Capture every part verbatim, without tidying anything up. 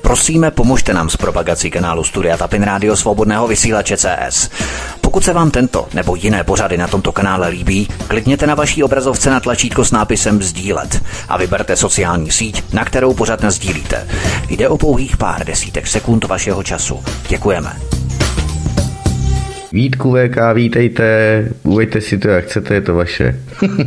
Prosíme, pomožte nám s propagací kanálu Studia Tapin Rádio Svobodného vysílače C S. Pokud se vám tento nebo jiné pořady na tomto kanále líbí, klikněte na vaší obrazovce na tlačítko s nápisem sdílet a vyberte sociální síť, na kterou pořad nasdílíte. Jde o pouhých pár desítek sekund vašeho času. Děkujeme. Vítku V K, vítejte, uveďte si to, jak chcete, je to vaše.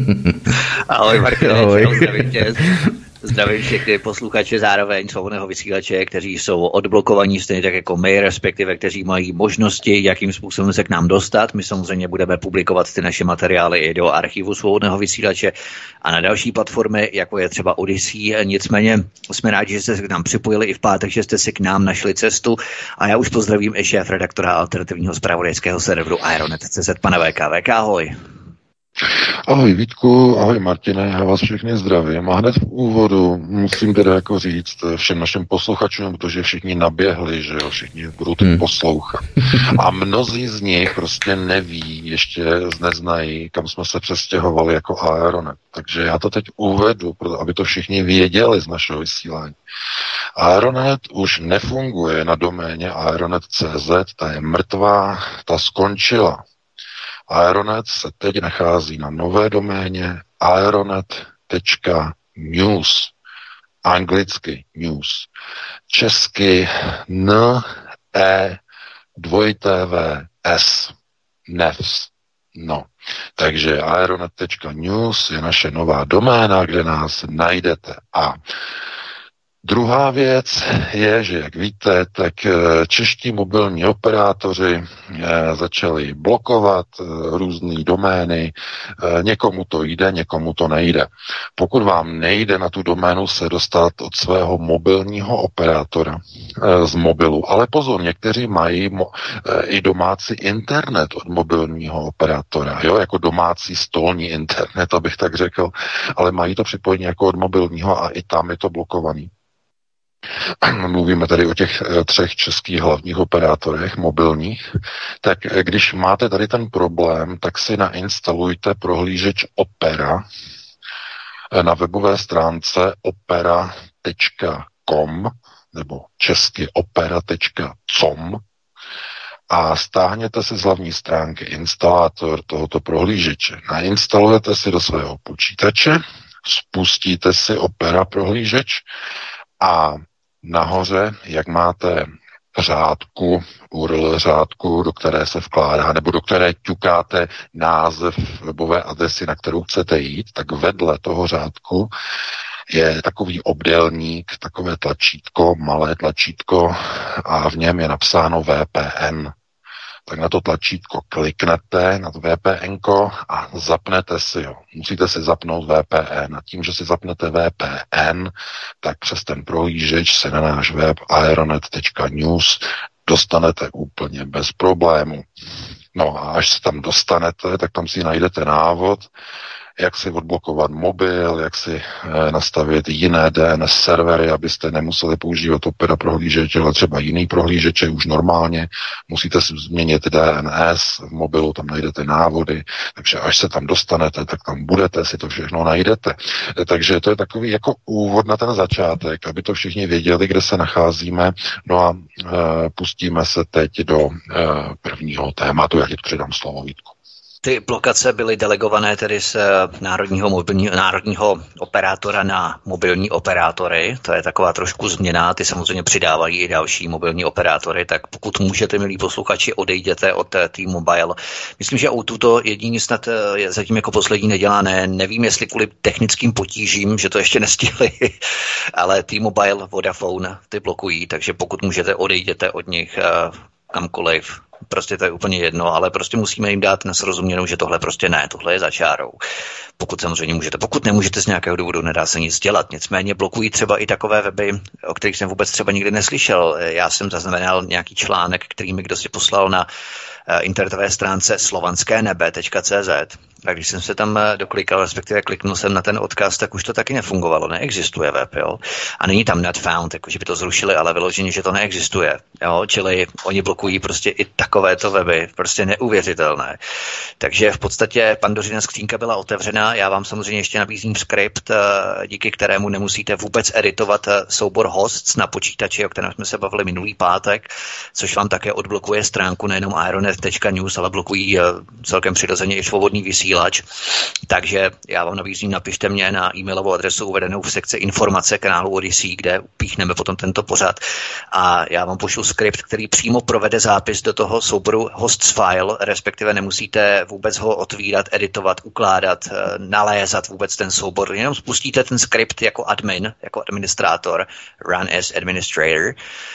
Ahoj Martine, ahoj. Zdravím tě. Zdravím všechny posluchače zároveň Svobodného vysílače, kteří jsou odblokovaní stejně tak jako my, respektive kteří mají možnosti, jakým způsobem se k nám dostat. My samozřejmě budeme publikovat ty naše materiály i do archivu Svobodného vysílače a na další platformy, jako je třeba Odyssey. Nicméně jsme rádi, že jste se k nám připojili i v pátek, že jste si k nám našli cestu. A já už pozdravím i šéf redaktora alternativního zpravodajského serveru Aeronet tečka cé zet, pane V K. V K, ahoj. Ahoj Vítku, ahoj Martine, já vás všechny zdravím. A hned v úvodu musím teda jako říct všem našim posluchačům, protože všichni naběhli, že jo, všichni budou teď hmm. poslouchat. A mnozí z nich prostě neví, ještě neznají, kam jsme se přestěhovali jako Aeronet. Takže já to teď uvedu, aby to všichni věděli z našeho vysílání. Aeronet už nefunguje na doméně aeronet tečka cé zet, ta je mrtvá, ta skončila. Aeronet se teď nachází na nové doméně aeronet tečka news. Anglicky news. Česky N E dvojité V S. Nevs. No. Takže aeronet tečka news je naše nová doména, kde nás najdete. A druhá věc je, že jak víte, tak čeští mobilní operátoři začali blokovat různé domény. Někomu to jde, někomu to nejde. Pokud vám nejde na tu doménu se dostat od svého mobilního operátora z mobilu, ale pozor, někteří mají mo- i domácí internet od mobilního operátora, jo, jako domácí stolní internet, abych tak řekl, ale mají to připojení jako od mobilního a i tam je to blokovaný. Mluvíme tady o těch třech českých hlavních operátorech mobilních, tak když máte tady ten problém, tak si nainstalujte prohlížeč Opera na webové stránce opera tečka com nebo česky opera tečka com a stáhněte si z hlavní stránky instalátor tohoto prohlížeče. Nainstalujete si do svého počítače, spustíte si Opera prohlížeč a nahoře, jak máte řádku, U R L řádku, do které se vkládá, nebo do které ťukáte název webové adresy, na kterou chcete jít, tak vedle toho řádku je takový obdélník, takové tlačítko, malé tlačítko a v něm je napsáno V P N. Tak na to tlačítko kliknete, na to V P N ko a zapnete si ho. Musíte si zapnout V P N. A tím, že si zapnete V P N, tak přes ten prohlížeč se na náš web aeronet tečka news dostanete úplně bez problému. No a až se tam dostanete, tak tam si najdete návod, jak si odblokovat mobil, jak si e, nastavit jiné D N S servery, abyste nemuseli používat Opera prohlížeče, ale třeba jiný prohlížeče už normálně. Musíte si změnit D N S, v mobilu tam najdete návody, takže až se tam dostanete, tak tam budete, si to všechno najdete. E, takže to je takový jako úvod na ten začátek, aby to všichni věděli, kde se nacházíme. No a e, pustíme se teď do e, prvního tématu. Já ti předám slovo, Vítku. Ty blokace byly delegované tedy z národního, mobilní, národního operátora na mobilní operátory. To je taková trošku změna. Ty samozřejmě přidávají i další mobilní operátory, tak pokud můžete, milí posluchači, odejděte od T-Mobile. Myslím, že o tuto jediný snad je zatím jako poslední nedělá. Ne, nevím, jestli kvůli technickým potížím, že to ještě nestihli, ale T-Mobile, Vodafone ty blokují, takže pokud můžete, odejděte od nich kamkoliv. Prostě to je úplně jedno, ale prostě musíme jim dát na srozuměnou, že tohle prostě ne, tohle je za čárou. Pokud samozřejmě můžete. Pokud nemůžete z nějakého důvodu, nedá se nic dělat. Nicméně blokují třeba i takové weby, o kterých jsem vůbec třeba nikdy neslyšel. Já jsem zaznamenal nějaký článek, který mi kdo si poslal na internetové stránce slovanské nebe tečka cé zet. A když jsem se tam doklikal, respektive kliknul jsem na ten odkaz, tak už to taky nefungovalo, neexistuje web, jo. A není tam not found, jakože by to zrušili, ale vyloženě, že to neexistuje, jo. Čili oni blokují prostě i takovéto weby, prostě neuvěřitelné. Takže v podstatě Pandořina skřínka byla otevřená, já vám samozřejmě ještě nabízím skript, díky kterému nemusíte vůbec editovat soubor hosts na počítači, o kterém jsme se bavili minulý pátek, což vám také odblokuje stránku nejenom aeronet tečka news, ale blokují celkem přirozeně i svobodný vysílač. Takže já vám nabízím, napište mě na e-mailovou adresu uvedenou v sekci informace kanálu Odyssey, kde píchneme potom tento pořad a já vám pošlu skript, který přímo provede zápis do toho souboru hosts file, respektive nemusíte vůbec ho otvírat, editovat, ukládat, nalézat vůbec ten soubor, jenom spustíte ten skript jako admin, jako administrátor, run as administrator,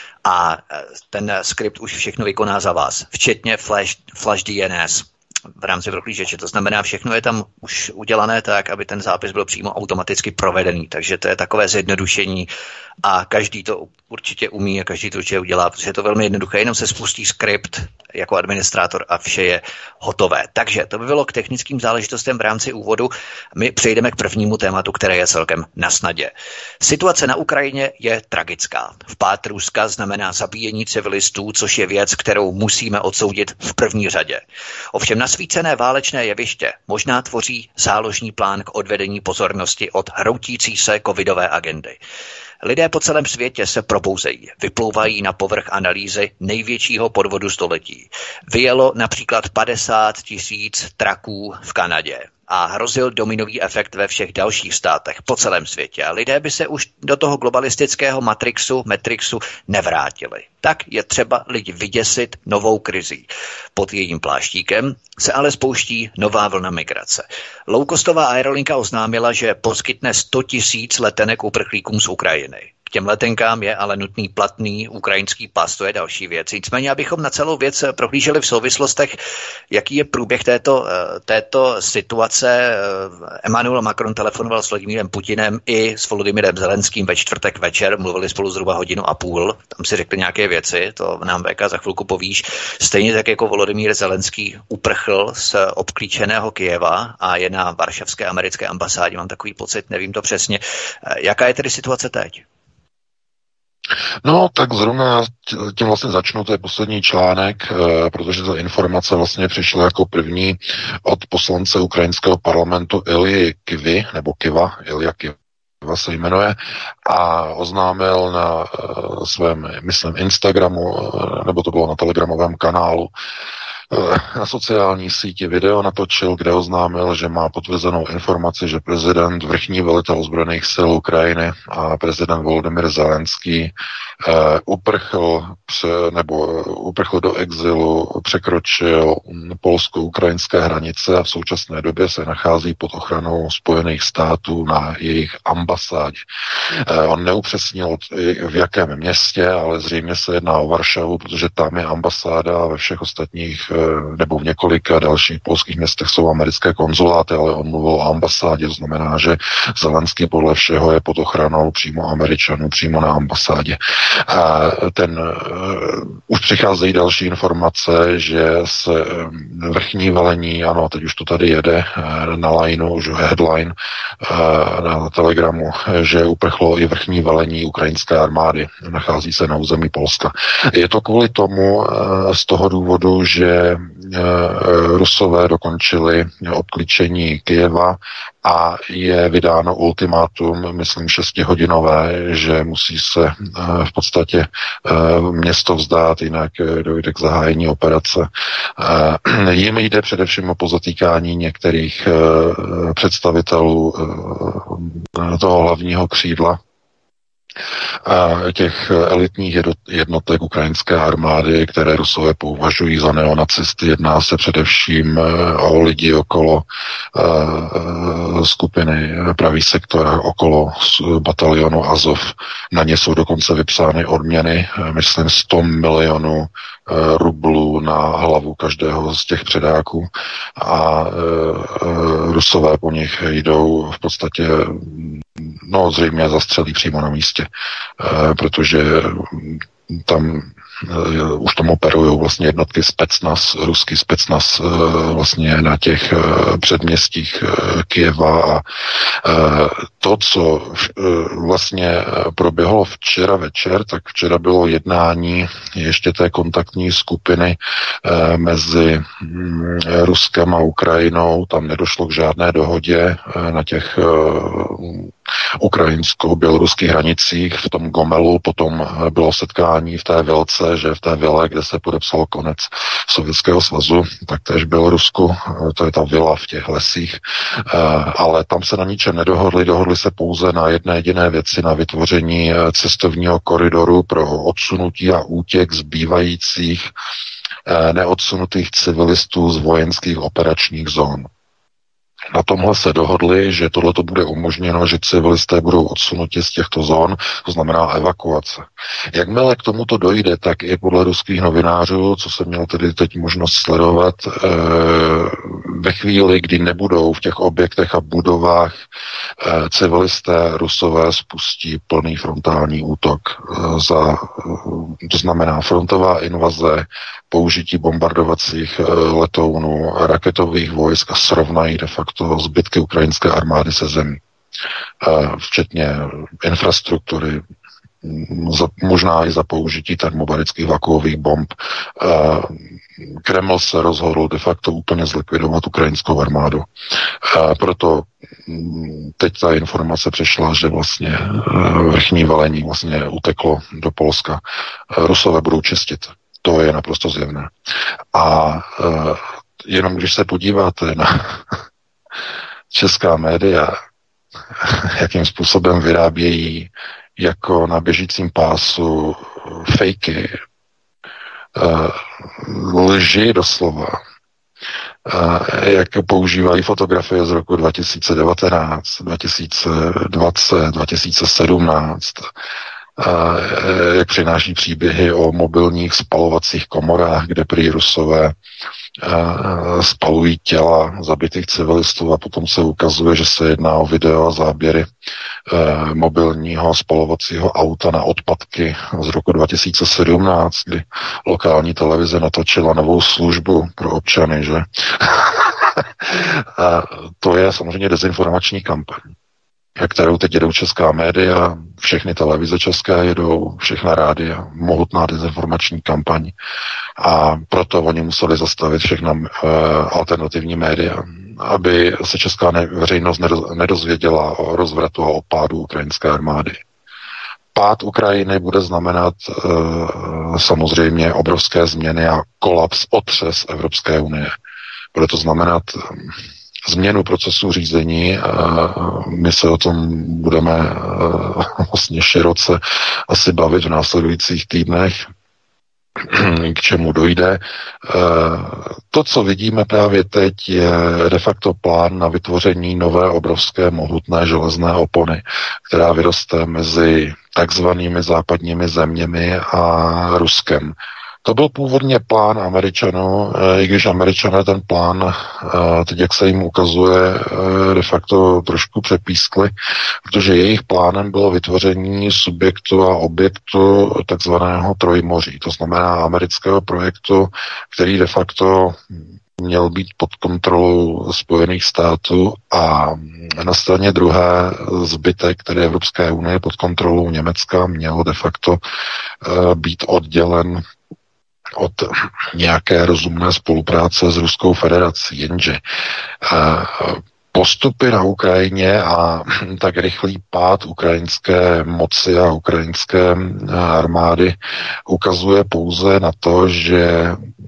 a ten skript už všechno vykoná za vás, včetně Flash, Flash D N S v rámci prohlížeče. To znamená, všechno je tam už udělané tak, aby ten zápis byl přímo automaticky provedený. Takže to je takové zjednodušení a každý to určitě umí a každý to určitě udělá, protože je to velmi jednoduché. Jenom se spustí skript jako administrátor a vše je hotové. Takže to by bylo k technickým záležitostem v rámci úvodu. My přejdeme k prvnímu tématu, které je celkem na snadě. Situace na Ukrajině je tragická. Vpád Ruska znamená zabíjení civilistů, což je věc, kterou musíme odsoudit v první řadě. Ovšem nasvícené válečné jeviště možná tvoří záložní plán k odvedení pozornosti od hroutící se covidové agendy. Lidé po celém světě se probouzejí, vyplouvají na povrch analýzy největšího podvodu století. Vyjelo například padesát tisíc traků v Kanadě a hrozil dominový efekt ve všech dalších státech po celém světě. A lidé by se už do toho globalistického matrixu, metrixu nevrátili. Tak je třeba lidi vyděsit novou krizí. Pod jejím pláštíkem se ale spouští nová vlna migrace. Loukostová aerolinka oznámila, že poskytne sto tisíc letenek uprchlíkům z Ukrajiny. K těm letenkám je ale nutný platný ukrajinský pas, to je další věc. Nicméně, abychom na celou věc prohlíželi v souvislostech, jaký je průběh této, této situace. Emmanuel Macron telefonoval s Vladimírem Putinem i s Volodymyrem Zelenským ve čtvrtek večer, mluvili spolu zhruba hodinu a půl, tam si řekli nějaké věci, to nám Véka za chvilku povíš. Stejně tak jako Volodymyr Zelenský uprchl z obklíčeného Kyjeva a je na varšavské americké ambasádě, mám takový pocit, nevím to přesně. Jaká je tedy situace teď? No, tak zrovna tím vlastně začnu, to je poslední článek, e, protože ta informace vlastně přišla jako první od poslance ukrajinského parlamentu Ilji Kivy, nebo Kiva, Ilja Kiva se jmenuje, a oznámil na e, svém, myslím, Instagramu, e, nebo to bylo na telegramovém kanálu, na sociální síti video natočil, kde oznámil, že má potvrzenou informaci, že prezident, vrchní velitel ozbrojených sil Ukrajiny a prezident Volodymyr Zelenský uh, uprchl pře, nebo uprchl do exilu, překročil polsko-ukrajinské hranice a v současné době se nachází pod ochranou Spojených států na jejich ambasádě. Uh, on neupřesnil, v jakém městě, ale zřejmě se jedná o Varšavu, protože tam je ambasáda a ve všech ostatních nebo v několika dalších polských městech jsou americké konzuláty, ale on mluvil o ambasádě, to znamená, že Zelenský podle všeho je pod ochranou přímo Američanů, přímo na ambasádě. A ten, uh, už přicházejí další informace, že se vrchní velení, ano, teď už to tady jede uh, na lineu, už headline uh, na Telegramu, že uprchlo i vrchní velení ukrajinské armády, nachází se na území Polska. Je to kvůli tomu uh, z toho důvodu, že Rusové dokončili obklíčení Kyjeva a je vydáno ultimátum, myslím šestihodinové, že musí se v podstatě město vzdát, jinak dojde k zahájení operace. Jim jde především o pozatýkání některých představitelů toho hlavního křídla těch elitních jednotek ukrajinské armády, které Rusové považují za neonacisty. Jedná se především o lidi okolo skupiny Pravý sektor, okolo batalionu Azov. Na ně jsou dokonce vypsány odměny, myslím sto milionů rublů na hlavu každého z těch předáků a Rusové po nich jdou v podstatě, no zřejmě zastřelí přímo na místě, protože tam uh, už tam operují vlastně jednotky specnaz, ruský specnaz uh, vlastně na těch uh, předměstích uh, Kyjeva a uh, to, co uh, vlastně proběhlo včera večer, tak včera bylo jednání ještě té kontaktní skupiny uh, mezi um, Ruskem a Ukrajinou, tam nedošlo k žádné dohodě uh, na těch uh, ukrajinsko-běloruských hranicích v tom Gomelu, potom bylo setkání v té vilce, že v té vile, kde se podepsal konec Sovětského svazu, tak též v Bělorusku, to je ta vila v těch lesích, ale tam se na ničem nedohodli, dohodli se pouze na jedné jediné věci, na vytvoření cestovního koridoru pro odsunutí a útěk zbývajících neodsunutých civilistů z vojenských operačních zón. Na tomhle se dohodli, že tohle to bude umožněno, že civilisté budou odsunuti z těchto zón, to znamená evakuace. Jakmile k tomuto dojde, tak i podle ruských novinářů, co jsem měl tedy teď možnost sledovat, e, ve chvíli, kdy nebudou v těch objektech a budovách e, civilisté, Rusové spustí plný frontální útok. E, za, to znamená frontová invaze, použití bombardovacích e, letounů, raketových vojsk a srovnají de facto zbytky ukrajinské armády se zemí. E, včetně infrastruktury, za, možná i za použití termobarických vakuových bomb. E, Kreml se rozhodl de facto úplně zlikvidovat ukrajinskou armádu. E, proto teď ta informace přešla, že vlastně vrchní velení vlastně uteklo do Polska. E, Rusové budou čistit. To je naprosto zjevné. A uh, jenom když se podíváte na česká média, jakým způsobem vyrábějí jako na běžícím pásu fejky, uh, lži doslova, uh, jak používají fotografie z roku dva tisíce devatenáct, dva tisíce dvacet, dva tisíce sedmnáct, jak přináší příběhy o mobilních spalovacích komorách, kde prý Rusové spalují těla zabitých civilistů a potom se ukazuje, že se jedná o video a záběry mobilního spalovacího auta na odpadky z roku dva tisíce sedmnáct, kdy lokální televize natočila novou službu pro občany, že? A to je samozřejmě dezinformační kampaň, kterou teď jedou česká média, všechny televize české jedou, všechna rádia, mohutná dezinformační kampaň. A proto oni museli zastavit všechna uh, alternativní média, aby se česká ne- veřejnost nedoz- nedozvěděla o rozvratu a o pádu ukrajinské armády. Pád Ukrajiny bude znamenat uh, samozřejmě obrovské změny a kolaps, otřes Evropské unie. Bude to znamenat um, změnu procesu řízení. My se o tom budeme vlastně široce asi bavit v následujících týdnech, k čemu dojde. To, co vidíme právě teď, je de facto plán na vytvoření nové obrovské mohutné železné opony, která vyroste mezi takzvanými západními zeměmi a Ruskem. To byl původně plán Američanů, i když Američané ten plán, teď jak se jim ukazuje, de facto trošku přepískli, protože jejich plánem bylo vytvoření subjektu a objektu takzvaného trojmoří, to znamená amerického projektu, který de facto měl být pod kontrolou Spojených států a na straně druhé zbytek, tedy Evropské unie pod kontrolou Německa, měl de facto být oddělen od nějaké rozumné spolupráce s Ruskou federací, jenže postupy na Ukrajině a tak rychlý pád ukrajinské moci a ukrajinské armády ukazuje pouze na to, že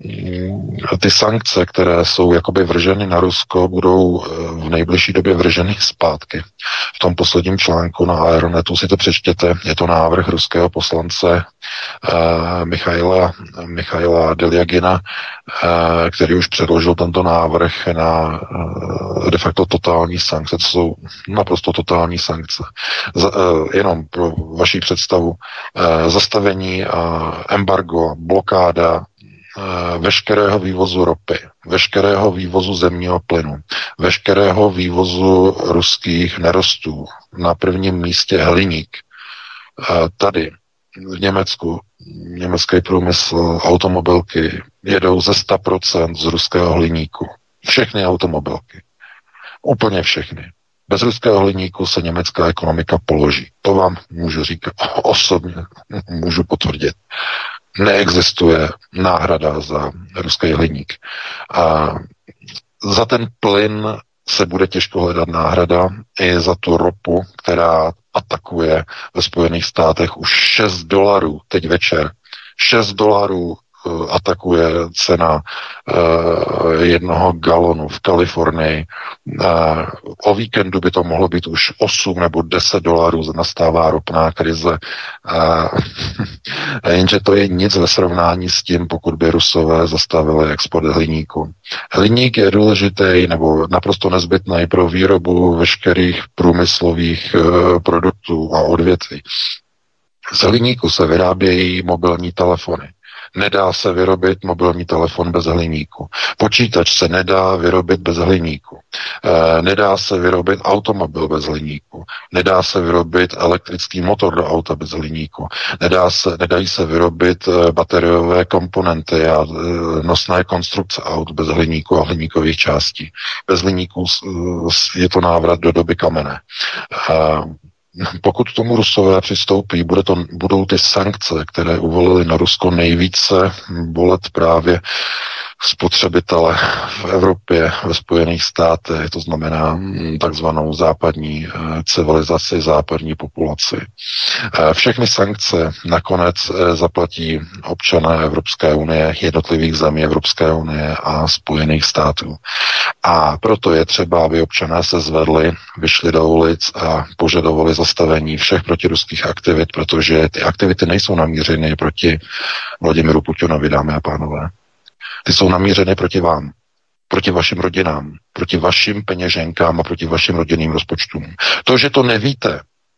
ty sankce, které jsou jakoby vrženy na Rusko, budou v nejbližší době vrženy zpátky. V tom posledním článku na Aeronetu si to přečtěte, je to návrh ruského poslance uh, Michaila, Michaila Delyagina, uh, který už předložil tento návrh na uh, de facto totální sankce, to jsou naprosto totální sankce. Z, uh, jenom pro vaši představu, uh, zastavení uh, embargo, blokáda veškerého vývozu ropy, veškerého vývozu zemního plynu, veškerého vývozu ruských nerostů, na prvním místě hliník. Tady v Německu, německý průmysl, automobilky jedou ze sto procent z ruského hliníku. Všechny automobilky. Úplně všechny. Bez ruského hliníku se německá ekonomika položí. To vám můžu říkat osobně, můžu potvrdit. Neexistuje náhrada za ruský hliník. A za ten plyn se bude těžko hledat náhrada i za tu ropu, která atakuje ve Spojených státech už šest dolarů teď večer. šest dolarů atakuje cena uh, jednoho galonu v Kalifornii. Uh, o víkendu by to mohlo být už osm nebo deset dolarů, nastává ropná krize. Uh, jenže to je nic ve srovnání s tím, pokud by Rusové zastavili export hliníku. Hliník je důležitý nebo naprosto nezbytný pro výrobu veškerých průmyslových uh, produktů a odvětví. Z hliníku se vyrábějí mobilní telefony. Nedá se vyrobit mobilní telefon bez hliníku. Počítač se nedá vyrobit bez hliníku. E, nedá se vyrobit automobil bez hliníku. Nedá se vyrobit elektrický motor do auta bez hliníku. Nedá se, nedají se vyrobit bateriové komponenty a nosné konstrukce aut bez hliníku a hliníkových částí. Bez hliníku je to návrat do doby kamenné. E, Pokud tomu Rusové přistoupí, bude to, budou ty sankce, které uvolili na Rusko, nejvíce bolet právě spotřebitele v Evropě, ve Spojených státech, to znamená takzvanou západní civilizaci, západní populaci. Všechny sankce nakonec zaplatí občané Evropské unie, jednotlivých zemí Evropské unie a Spojených států. A proto je třeba, aby občané se zvedli, vyšli do ulic a požadovali zastavení všech protiruských aktivit, protože ty aktivity nejsou namířeny proti Vladimiru Putinovi, dámy a pánové. Ty jsou namířeny proti vám, proti vašim rodinám, proti vašim peněženkám a proti vašim rodinným rozpočtům. To, že to nevíte,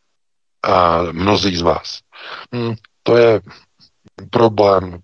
a mnozí z vás, to je problém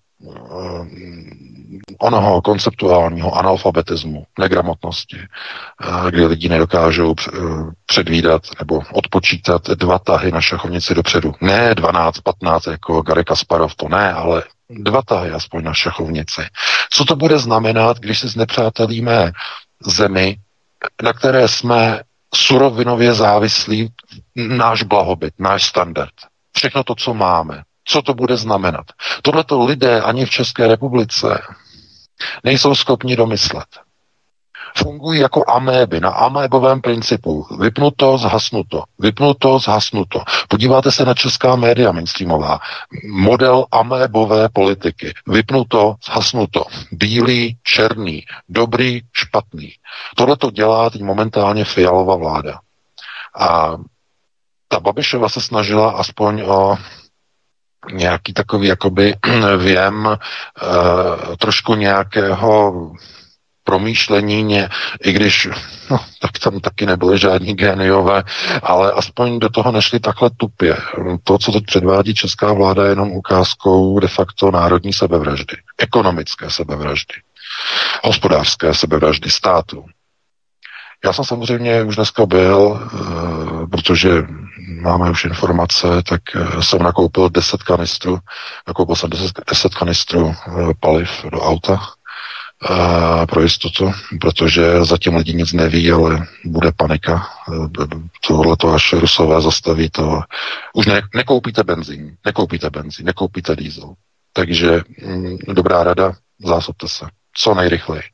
onoho konceptuálního analfabetismu, negramotnosti, kdy lidi nedokážou předvídat nebo odpočítat dva tahy na šachovnici dopředu. Ne dvanáct, patnáct jako Garry Kasparov, to ne, ale dva tahy aspoň na šachovnici. Co to bude znamenat, když si znepřátelíme zemi, na které jsme surovinově závislí, náš blahobyt, náš standard, všechno to, co máme. Co to bude znamenat? Tohleto lidé ani v České republice nejsou schopni domyslet. Fungují jako améby, na amébovém principu. Vypnuto, zhasnuto. Vypnuto, zhasnuto. Podíváte se na česká média mainstreamová. Model amébové politiky. Vypnuto, zhasnuto. Bílý, černý. Dobrý, špatný. Tohle to dělá teď momentálně Fialova vláda. A ta Babišova se snažila aspoň o nějaký takový jakoby věm e, trošku nějakého promýšlení, ně, i když no, tak tam taky nebyly žádní géniové, ale aspoň do toho nešli takhle tupě. To, co teď předvádí česká vláda, je jenom ukázkou de facto národní sebevraždy, ekonomické sebevraždy, hospodářské sebevraždy státu. Já jsem samozřejmě už dneska byl, e, protože máme už informace, tak jsem nakoupil deset kanistrů, nakoupil jsem deset kanistrů paliv do auta a pro jistotu, protože zatím lidi nic neví, ale bude panika. Tohleto, až Rusové zastaví to. Už ne, nekoupíte benzín, nekoupíte benzín, nekoupíte diesel. Takže m, dobrá rada, zásobte se. Co nejrychleji.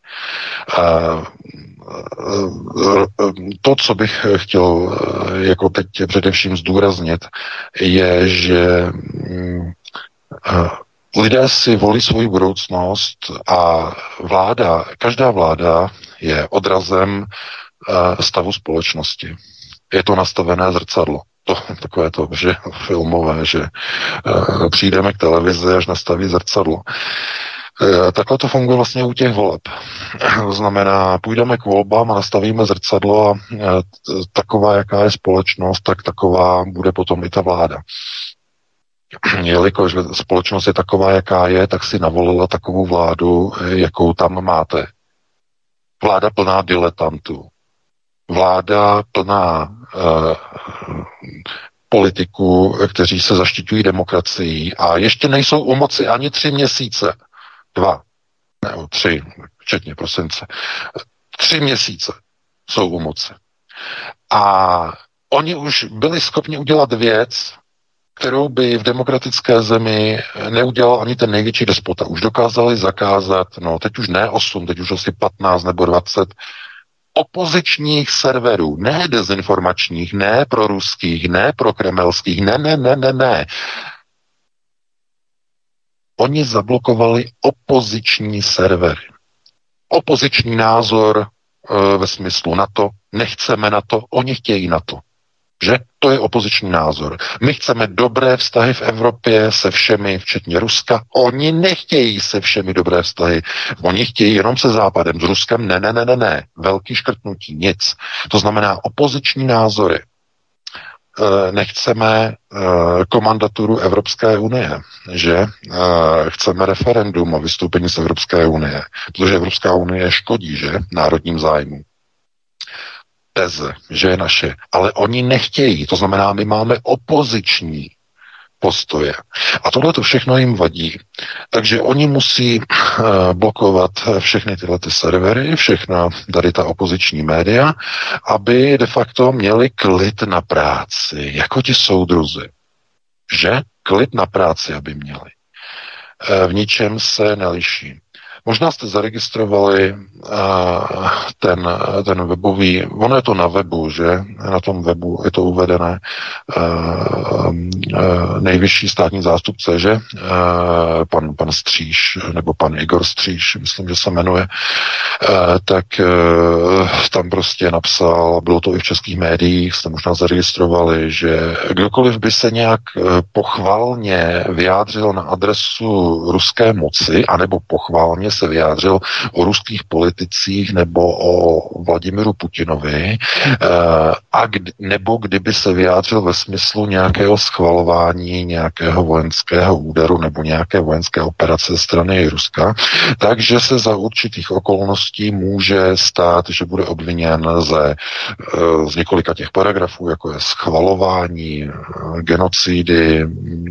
To, co bych chtěl jako teď především zdůraznit, je, že lidé si volí svou budoucnost a vláda, každá vláda je odrazem stavu společnosti. Je to nastavené zrcadlo. To, takové to, že filmové, že přijdeme k televizi, až nastaví zrcadlo. Takhle to funguje vlastně u těch voleb. To znamená, půjdeme k volbám a nastavíme zrcadlo a taková, jaká je společnost, tak taková bude potom i ta vláda. Jelikož společnost je taková, jaká je, tak si navolila takovou vládu, jakou tam máte. Vláda plná diletantů. Vláda plná uh, politiků, kteří se zaštiťují demokracií a ještě nejsou u moci ani tři měsíce. Dva, ne, tři, včetně prosince. Tři měsíce jsou u moci. A oni už byli schopni udělat věc, kterou by v demokratické zemi neudělal ani ten největší despota. Už dokázali zakázat, no teď už ne osm, teď už asi patnáct nebo dvacet opozičních serverů, ne dezinformačních, ne proruských, ne prokremelských, ne, ne, ne, ne, ne. Oni zablokovali opoziční servery. Opoziční názor e, ve smyslu NATO, nechceme NATO, oni chtějí NATO. Že? To je opoziční názor. My chceme dobré vztahy v Evropě se všemi, včetně Ruska. Oni nechtějí se všemi dobré vztahy. Oni chtějí jenom se Západem. S Ruskem ne, ne, ne, ne, ne. Velký škrtnutí, nic. To znamená opoziční názory. Nechceme komandaturu Evropské unie, že chceme referendum o vystoupení z Evropské unie, protože Evropská unie škodí, že, národním zájmu. Teze, že je naše, ale oni nechtějí, to znamená, my máme opoziční postoje. A tohle to všechno jim vadí. Takže oni musí blokovat všechny tyhle ty servery, všechna tady ta opoziční média, aby de facto měli klid na práci, jako ti soudruzi. Že? Klid na práci, aby měli. V ničem se neliší. Možná jste zaregistrovali uh, ten, ten webový, ono je to na webu, že? Na tom webu je to uvedené uh, uh, nejvyšší státní zástupce, že? Uh, pan, pan Stříž, nebo pan Igor Stříž, myslím, že se jmenuje, uh, tak uh, tam prostě napsal, bylo to i v českých médiích, jste možná zaregistrovali, že kdokoliv by se nějak uh, pochvalně vyjádřil na adresu ruské moci, anebo pochvalně se vyjádřil o ruských politicích nebo o Vladimiru Putinovi, a kdy, nebo kdyby se vyjádřil ve smyslu nějakého schvalování nějakého vojenského úderu nebo nějaké vojenské operace ze strany Ruska, takže se za určitých okolností může stát, že bude obviněn ze, z několika těch paragrafů, jako je schvalování, genocidy,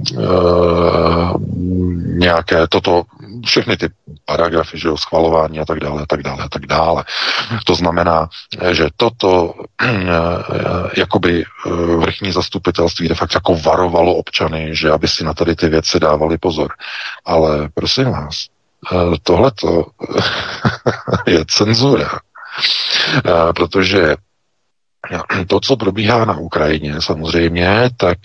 nějaké toto, všechny ty paragrafy, že jo, schvalování a tak dále, a tak dále, a tak dále. To znamená, že toto jakoby vrchní zastupitelství de facto jako varovalo občany, že aby si na tady ty věci dávali pozor. Ale prosím vás, tohleto je cenzura. Protože to, co probíhá na Ukrajině, samozřejmě, tak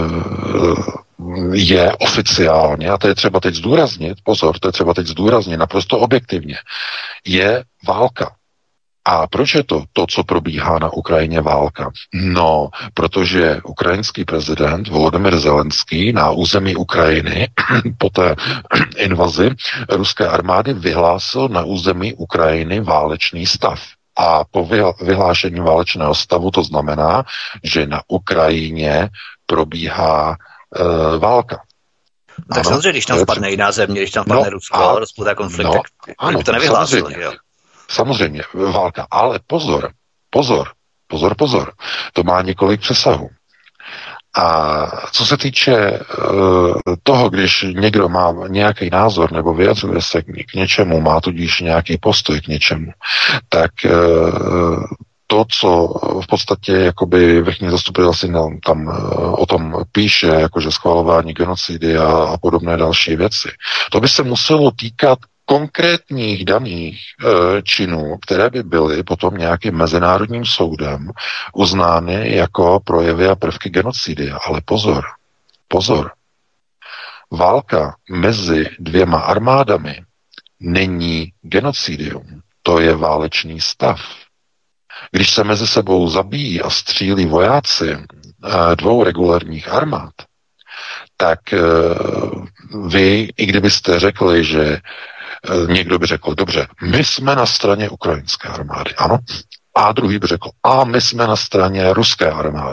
je oficiálně, a to je třeba teď zdůraznit, pozor, to je třeba teď zdůraznit naprosto objektivně, je válka. A proč je to, to, co probíhá na Ukrajině, válka? No, protože ukrajinský prezident Volodymyr Zelenský na území Ukrajiny po té invazi ruské armády vyhlásil na území Ukrajiny válečný stav. A po vyhlášení válečného stavu to znamená, že na Ukrajině probíhá e, válka. No, tak samozřejmě, když tam vpadne jiná země, když tam vpadne no, Rusko, a rozputá konflikt, no, tak ano, to nevyhlásil. Samozřejmě, jo. samozřejmě, válka. Ale pozor, pozor, pozor, pozor. To má několik přesahů. A co se týče uh, toho, když někdo má nějaký názor nebo vyjadřuje se k něčemu, má tudíž nějaký postoj k něčemu, tak uh, to, co v podstatě jakoby vrchní zastupitelství tam uh, o tom píše, jakože schvalování genocidy a, a podobné další věci, to by se muselo týkat konkrétních daných e, činů, které by byly potom nějakým mezinárodním soudem uznány jako projevy a prvky genocidy. Ale pozor, pozor. Válka mezi dvěma armádami není genocidium. To je válečný stav. Když se mezi sebou zabíjí a střílí vojáci e, dvou regulárních armád, tak e, vy, i kdybyste řekli, že někdo by řekl, dobře, my jsme na straně ukrajinské armády, ano. A druhý by řekl, a my jsme na straně ruské armády.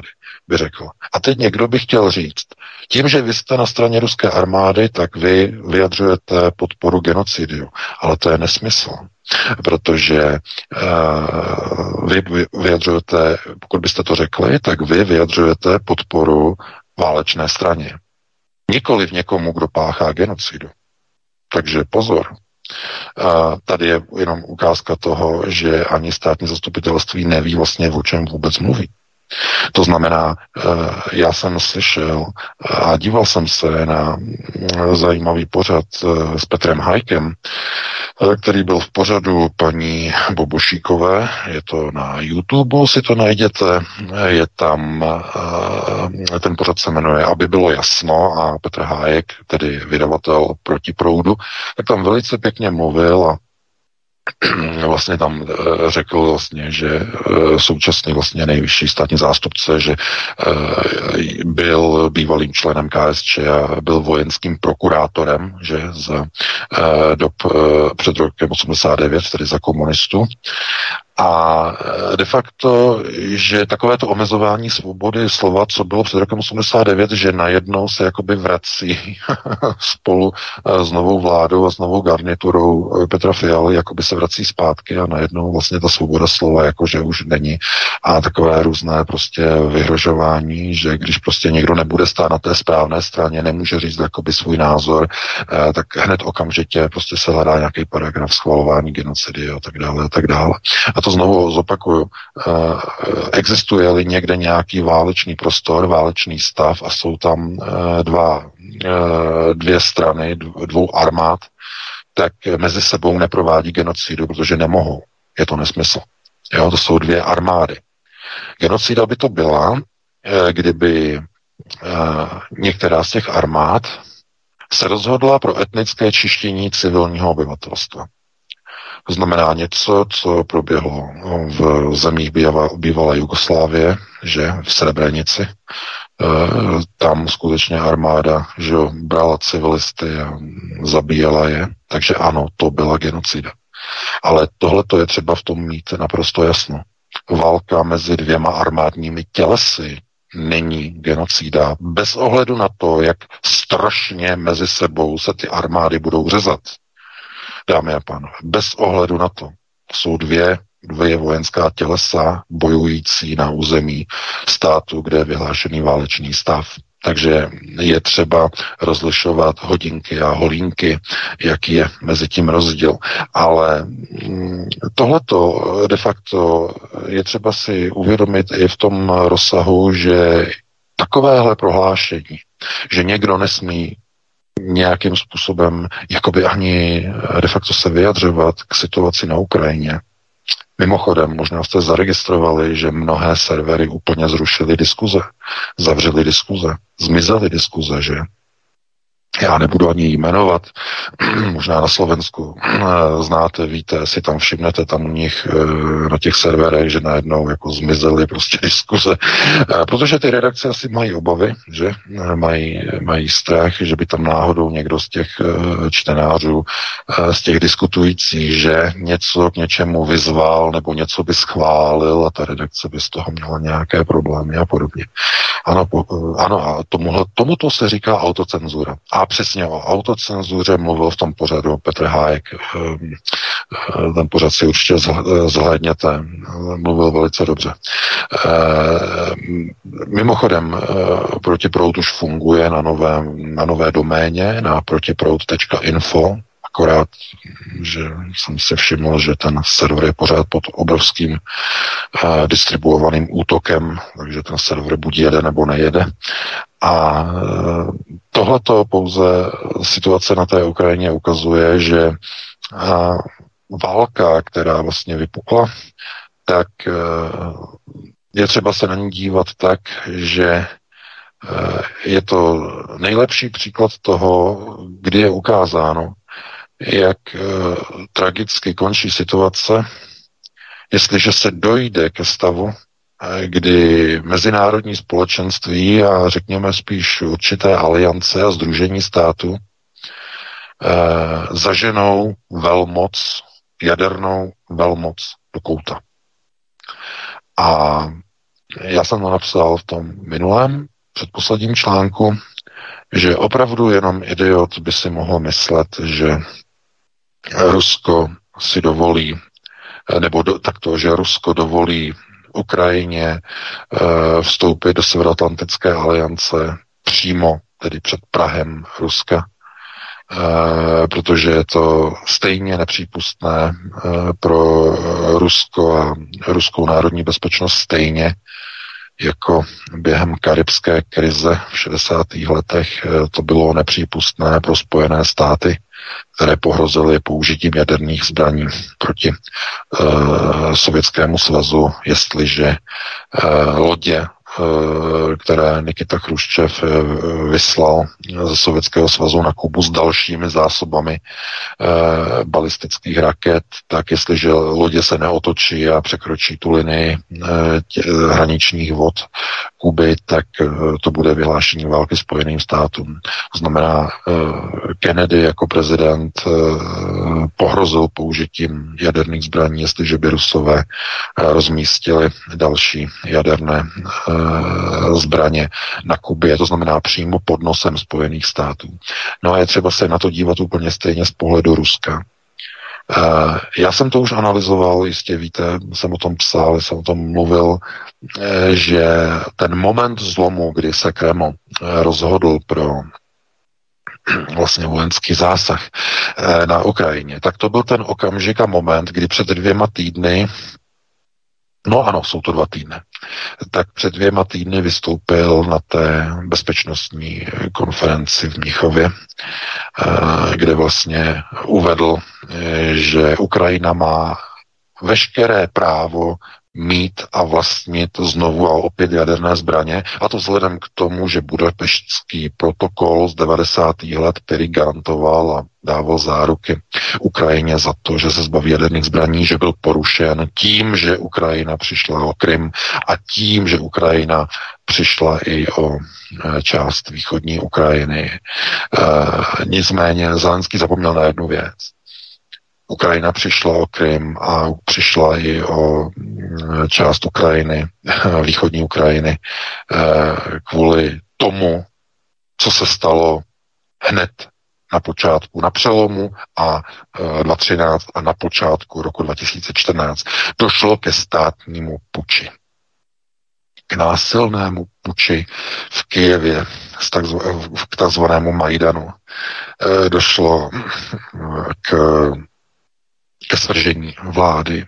by řekl. A teď někdo by chtěl říct, tím, že vy jste na straně ruské armády, tak vy vyjadřujete podporu genocidiu. Ale to je nesmysl, protože uh, vy vyjadřujete, pokud byste to řekli, tak vy vyjadřujete podporu válečné straně. Nikoliv někomu, kdo páchá genocidu. Takže pozor. Uh, tady je jenom ukázka toho, že ani státní zastupitelství neví vlastně, o čem vůbec mluví. To znamená, já jsem slyšel a díval jsem se na zajímavý pořad s Petrem Hajkem, který byl v pořadu paní Bobošíkové, je to na YouTube, si to najděte, je tam, ten pořad se jmenuje Aby bylo jasno a Petr Hájek, tedy vydavatel Proti proudu, tak tam velice pěkně mluvil a vlastně tam řekl vlastně, že současně vlastně nejvyšší státní zástupce, že byl bývalým členem K S Č a byl vojenským prokurátorem, že za dob před rokem osmdesát devět, tedy za komunistů. A de facto, že takovéto omezování svobody slova, co bylo před rokem osmdesát devět, že najednou se jakoby vrací spolu s novou vládou a s novou garniturou Petra Fialy, jakoby se vrací zpátky a najednou vlastně ta svoboda slova jakože už není. A takové různé prostě vyhrožování, že když prostě někdo nebude stát na té správné straně, nemůže říct jakoby svůj názor, tak hned okamžitě prostě se hledá nějaký paragraf schvalování genocidy a tak dále a tak dále. A to znovu zopakuju, existuje-li někde nějaký válečný prostor, válečný stav a jsou tam dva, dvě strany, dvou armád, tak mezi sebou neprovádí genocidu, protože nemohou. Je to nesmysl. Jo, to jsou dvě armády. Genocida by to byla, kdyby některá z těch armád se rozhodla pro etnické čištění civilního obyvatelstva. To znamená něco, co proběhlo v zemích bývalé Jugoslávie, že v Srebrenici. E, tam skutečně armáda, že brala civilisty a zabíjela je. Takže ano, to byla genocida. Ale tohle to je třeba v tom mít naprosto jasno. Válka mezi dvěma armádními tělesy není genocida. Bez ohledu na to, jak strašně mezi sebou se ty armády budou řezat. Dámy a pánové, bez ohledu na to, jsou dvě, dvě vojenská tělesa bojující na území státu, kde je vyhlášený válečný stav. Takže je třeba rozlišovat hodinky a holínky, jaký je mezi tím rozdíl. Ale tohleto de facto je třeba si uvědomit i v tom rozsahu, že takovéhle prohlášení, že někdo nesmí nějakým způsobem jakoby ani de facto se vyjadřovat k situaci na Ukrajině. Mimochodem, možná jste zaregistrovali, že mnohé servery úplně zrušily diskuze, zavřely diskuze, zmizely diskuze, že? Já nebudu ani jmenovat, možná na Slovensku znáte, víte, si tam všimnete tam u nich na těch serverech, že najednou jako zmizely prostě diskuze, protože ty redakce asi mají obavy, že mají, mají strach, že by tam náhodou někdo z těch čtenářů, z těch diskutujících, že něco k něčemu vyzval nebo něco by schválil a ta redakce by z toho měla nějaké problémy a podobně. Ano, po, ano a tomuhle, tomuto se říká autocenzura. A přesně o autocenzuře mluvil v tom pořadu Petr Hájek. Ten pořad si určitě zhlédněte. Mluvil velice dobře. Mimochodem, Protiproud už funguje na, novém, na nové doméně, na protiproud tečka info. Akorát, že jsem si všiml, že ten server je pořád pod obrovským uh, distribuovaným útokem, takže ten server buď jede nebo nejede. A uh, tohleto pouze situace na té Ukrajině ukazuje, že uh, válka, která vlastně vypukla, tak uh, je třeba se na ní dívat tak, že uh, je to nejlepší příklad toho, kdy je ukázáno, jak e, tragicky končí situace, jestliže se dojde ke stavu, e, kdy mezinárodní společenství a řekněme spíš určité aliance a sdružení států e, zaženou velmoc, jadernou velmoc do kouta. A já jsem to napsal v tom minulém, předposledním článku, že opravdu jenom idiot by si mohl myslet, že Rusko si dovolí, nebo do, takto, že Rusko dovolí Ukrajině vstoupit do Severoatlantické aliance přímo, tedy před Prahem Ruska, protože je to stejně nepřípustné pro Rusko a ruskou národní bezpečnost stejně, jako během karibské krize v šedesátých letech to bylo nepřípustné pro Spojené státy, které pohrozily použitím jaderných zbraní proti uh, Sovětskému svazu, jestliže uh, lodě, uh, které Nikita Chruščev uh, vyslal ze Sovětského svazu na Kubu s dalšími zásobami uh, balistických raket, tak jestliže lodě se neotočí a překročí tu linii uh, tě, hraničních vod Kuby, tak uh, to bude vyhlášení války Spojeným státům. To znamená, uh, Kennedy jako prezident uh, pohrozil použitím jaderných zbraní, jestliže by Rusové uh, rozmístili další jaderné uh, zbraně na Kubě, to znamená přímo pod nosem Spojených států. No a je třeba se na to dívat úplně stejně z pohledu Ruska. Uh, já jsem to už analyzoval, jistě víte, jsem o tom psal, jsem o tom mluvil, uh, že ten moment zlomu, kdy se Kreml uh, rozhodl pro vlastně vojenský zásah uh, na Ukrajině, tak to byl ten okamžik a moment, kdy před dvěma týdny, no ano, jsou to dva týdny, tak před dvěma týdny vystoupil na té bezpečnostní konferenci v Mnichově, kde vlastně uvedl, že Ukrajina má veškeré právo mít a vlastnit znovu a opět jaderné zbraně, a to vzhledem k tomu, že Budapeštský protokol z devadesátých let, který garantoval a dával záruky Ukrajině za to, že se zbaví jaderných zbraní, že byl porušen tím, že Ukrajina přišla o Krym a tím, že Ukrajina přišla i o část východní Ukrajiny. E, nicméně Zelenský zapomněl na jednu věc. Ukrajina přišla o Krym a přišla i o část Ukrajiny, východní Ukrajiny, kvůli tomu, co se stalo hned na počátku, na přelomu a dva tisíce třináct a na počátku roku dva tisíce čtrnáct. Došlo ke státnímu puči. K násilnému puči v Kyjevě, k takzvanému Majdanu. Došlo k ke svržení vlády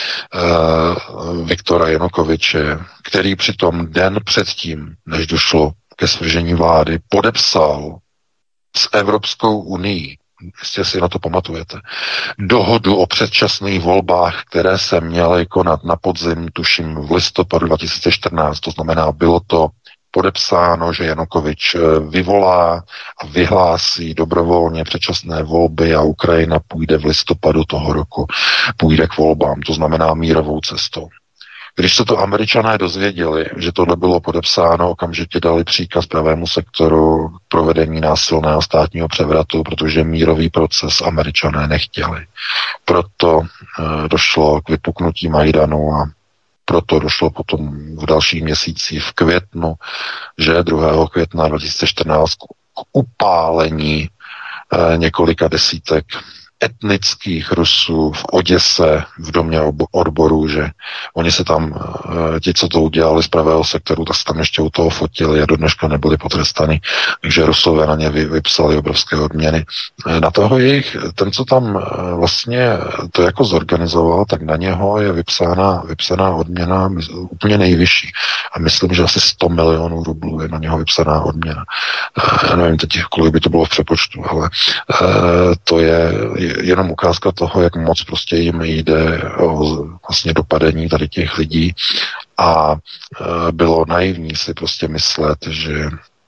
uh, Viktora Janukovyče, který přitom den předtím, než došlo ke svržení vlády, podepsal s Evropskou unií, jestli si na to pamatujete, dohodu o předčasných volbách, které se měly konat na podzim, tuším v listopadu dva tisíce čtrnáct, to znamená, bylo to podepsáno, že Janukovyč vyvolá a vyhlásí dobrovolně předčasné volby a Ukrajina půjde v listopadu toho roku, půjde k volbám, to znamená mírovou cestou. Když se to Američané dozvěděli, že tohle bylo podepsáno, okamžitě dali příkaz pravému sektoru k provedení násilného státního převratu, protože mírový proces Američané nechtěli. Proto e, došlo k vypuknutí Majdanu a proto došlo potom v dalších měsících v květnu, že druhého května dva tisíce čtrnáct k upálení eh, několika desítek etnických Rusů v Oděse, v domě odborů, že oni se tam, ti, co to udělali z pravého sektoru, tak se tam ještě u toho fotili a do dneška nebyli potrestaní, takže Rusové na ně vypsali obrovské odměny. Na toho jejich, ten, co tam vlastně to jako zorganizoval, tak na něho je vypsána, vypsaná odměna úplně nejvyšší. A myslím, že asi sto milionů rublů je na něho vypsaná odměna. Já nevím teď, kolik by to bylo v přepočtu, ale to je jenom ukázka toho, jak moc prostě jim jde o vlastně dopadení tady těch lidí a e, bylo naivní si prostě myslet, že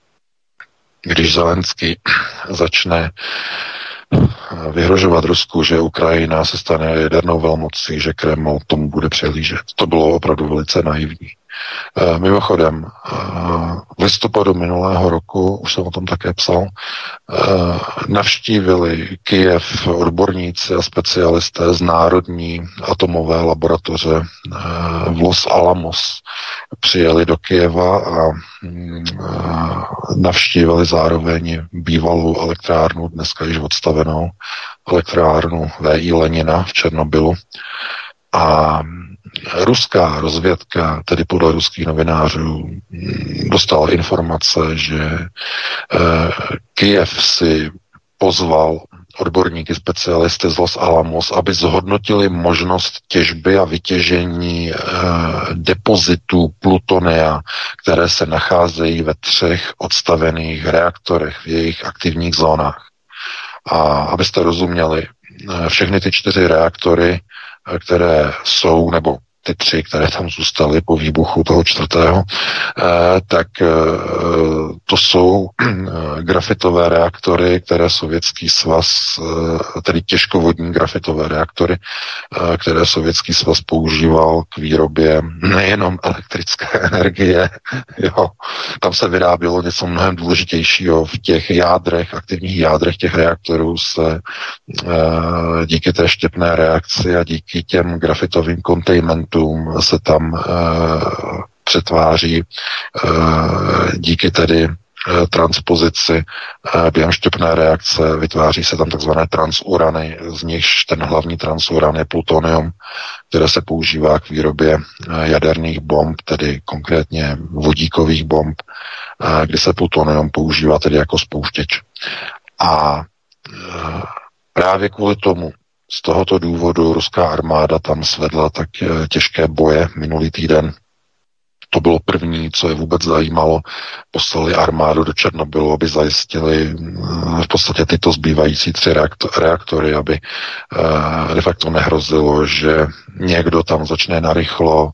když Zelenský začne vyhrožovat Rusku, že Ukrajina se stane jadernou velmocí, že Kreml tomu bude přehlížet. To bylo opravdu velice naivní. Mimochodem, v listopadu minulého roku, už jsem o tom také psal, navštívili Kyjev odborníci a specialisté z Národní atomové laboratoře v Los Alamos. Přijeli do Kyjeva a navštívili zároveň bývalou elektrárnu, dneska již odstavenou elektrárnu V I Lenina v Černobylu. A ruská rozvědka, tedy podle ruských novinářů, dostala informace, že Kyjev si pozval odborníky, specialisty z Los Alamos, aby zhodnotili možnost těžby a vytěžení eh, depozitů plutonia, které se nacházejí ve třech odstavených reaktorech v jejich aktivních zónách. A abyste rozuměli, eh, všechny ty čtyři reaktory, eh, které jsou, nebo ty tři, které tam zůstaly po výbuchu toho čtvrtého, eh, tak eh, to jsou eh, grafitové reaktory, které Sovětský svaz, eh, tedy těžkovodní grafitové reaktory, eh, které Sovětský svaz používal k výrobě nejenom elektrické energie, jo, tam se vyrábělo něco mnohem důležitějšího. V těch jádrech, aktivních jádrech těch reaktorů se eh, díky té štěpné reakci a díky těm grafitovým containmentům se tam e, přetváří e, díky tedy e, transpozici e, během štěpné reakce vytváří se tam takzvané transurany, z nichž ten hlavní transuran je plutonium, které se používá k výrobě e, jaderných bomb, tedy konkrétně vodíkových bomb, e, kdy se plutonium používá tedy jako spouštěč. A e, právě kvůli tomu z tohoto důvodu ruská armáda tam svedla tak těžké boje minulý týden. To bylo první, co je vůbec zajímalo. Poslali armádu do Černobylu, aby zajistili v podstatě tyto zbývající tři reaktory, aby de facto nehrozilo, že někdo tam začne narychlo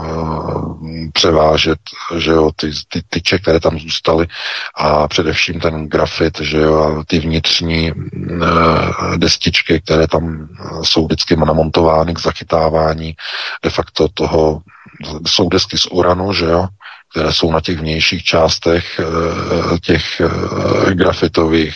převážet, že jo, ty, ty tyče, které tam zůstaly a především ten grafit, že jo, a ty vnitřní destičky, které tam jsou vždycky namontovány k zachytávání de facto toho, jsou desky z uranu, že jo, které jsou na těch vnějších částech těch grafitových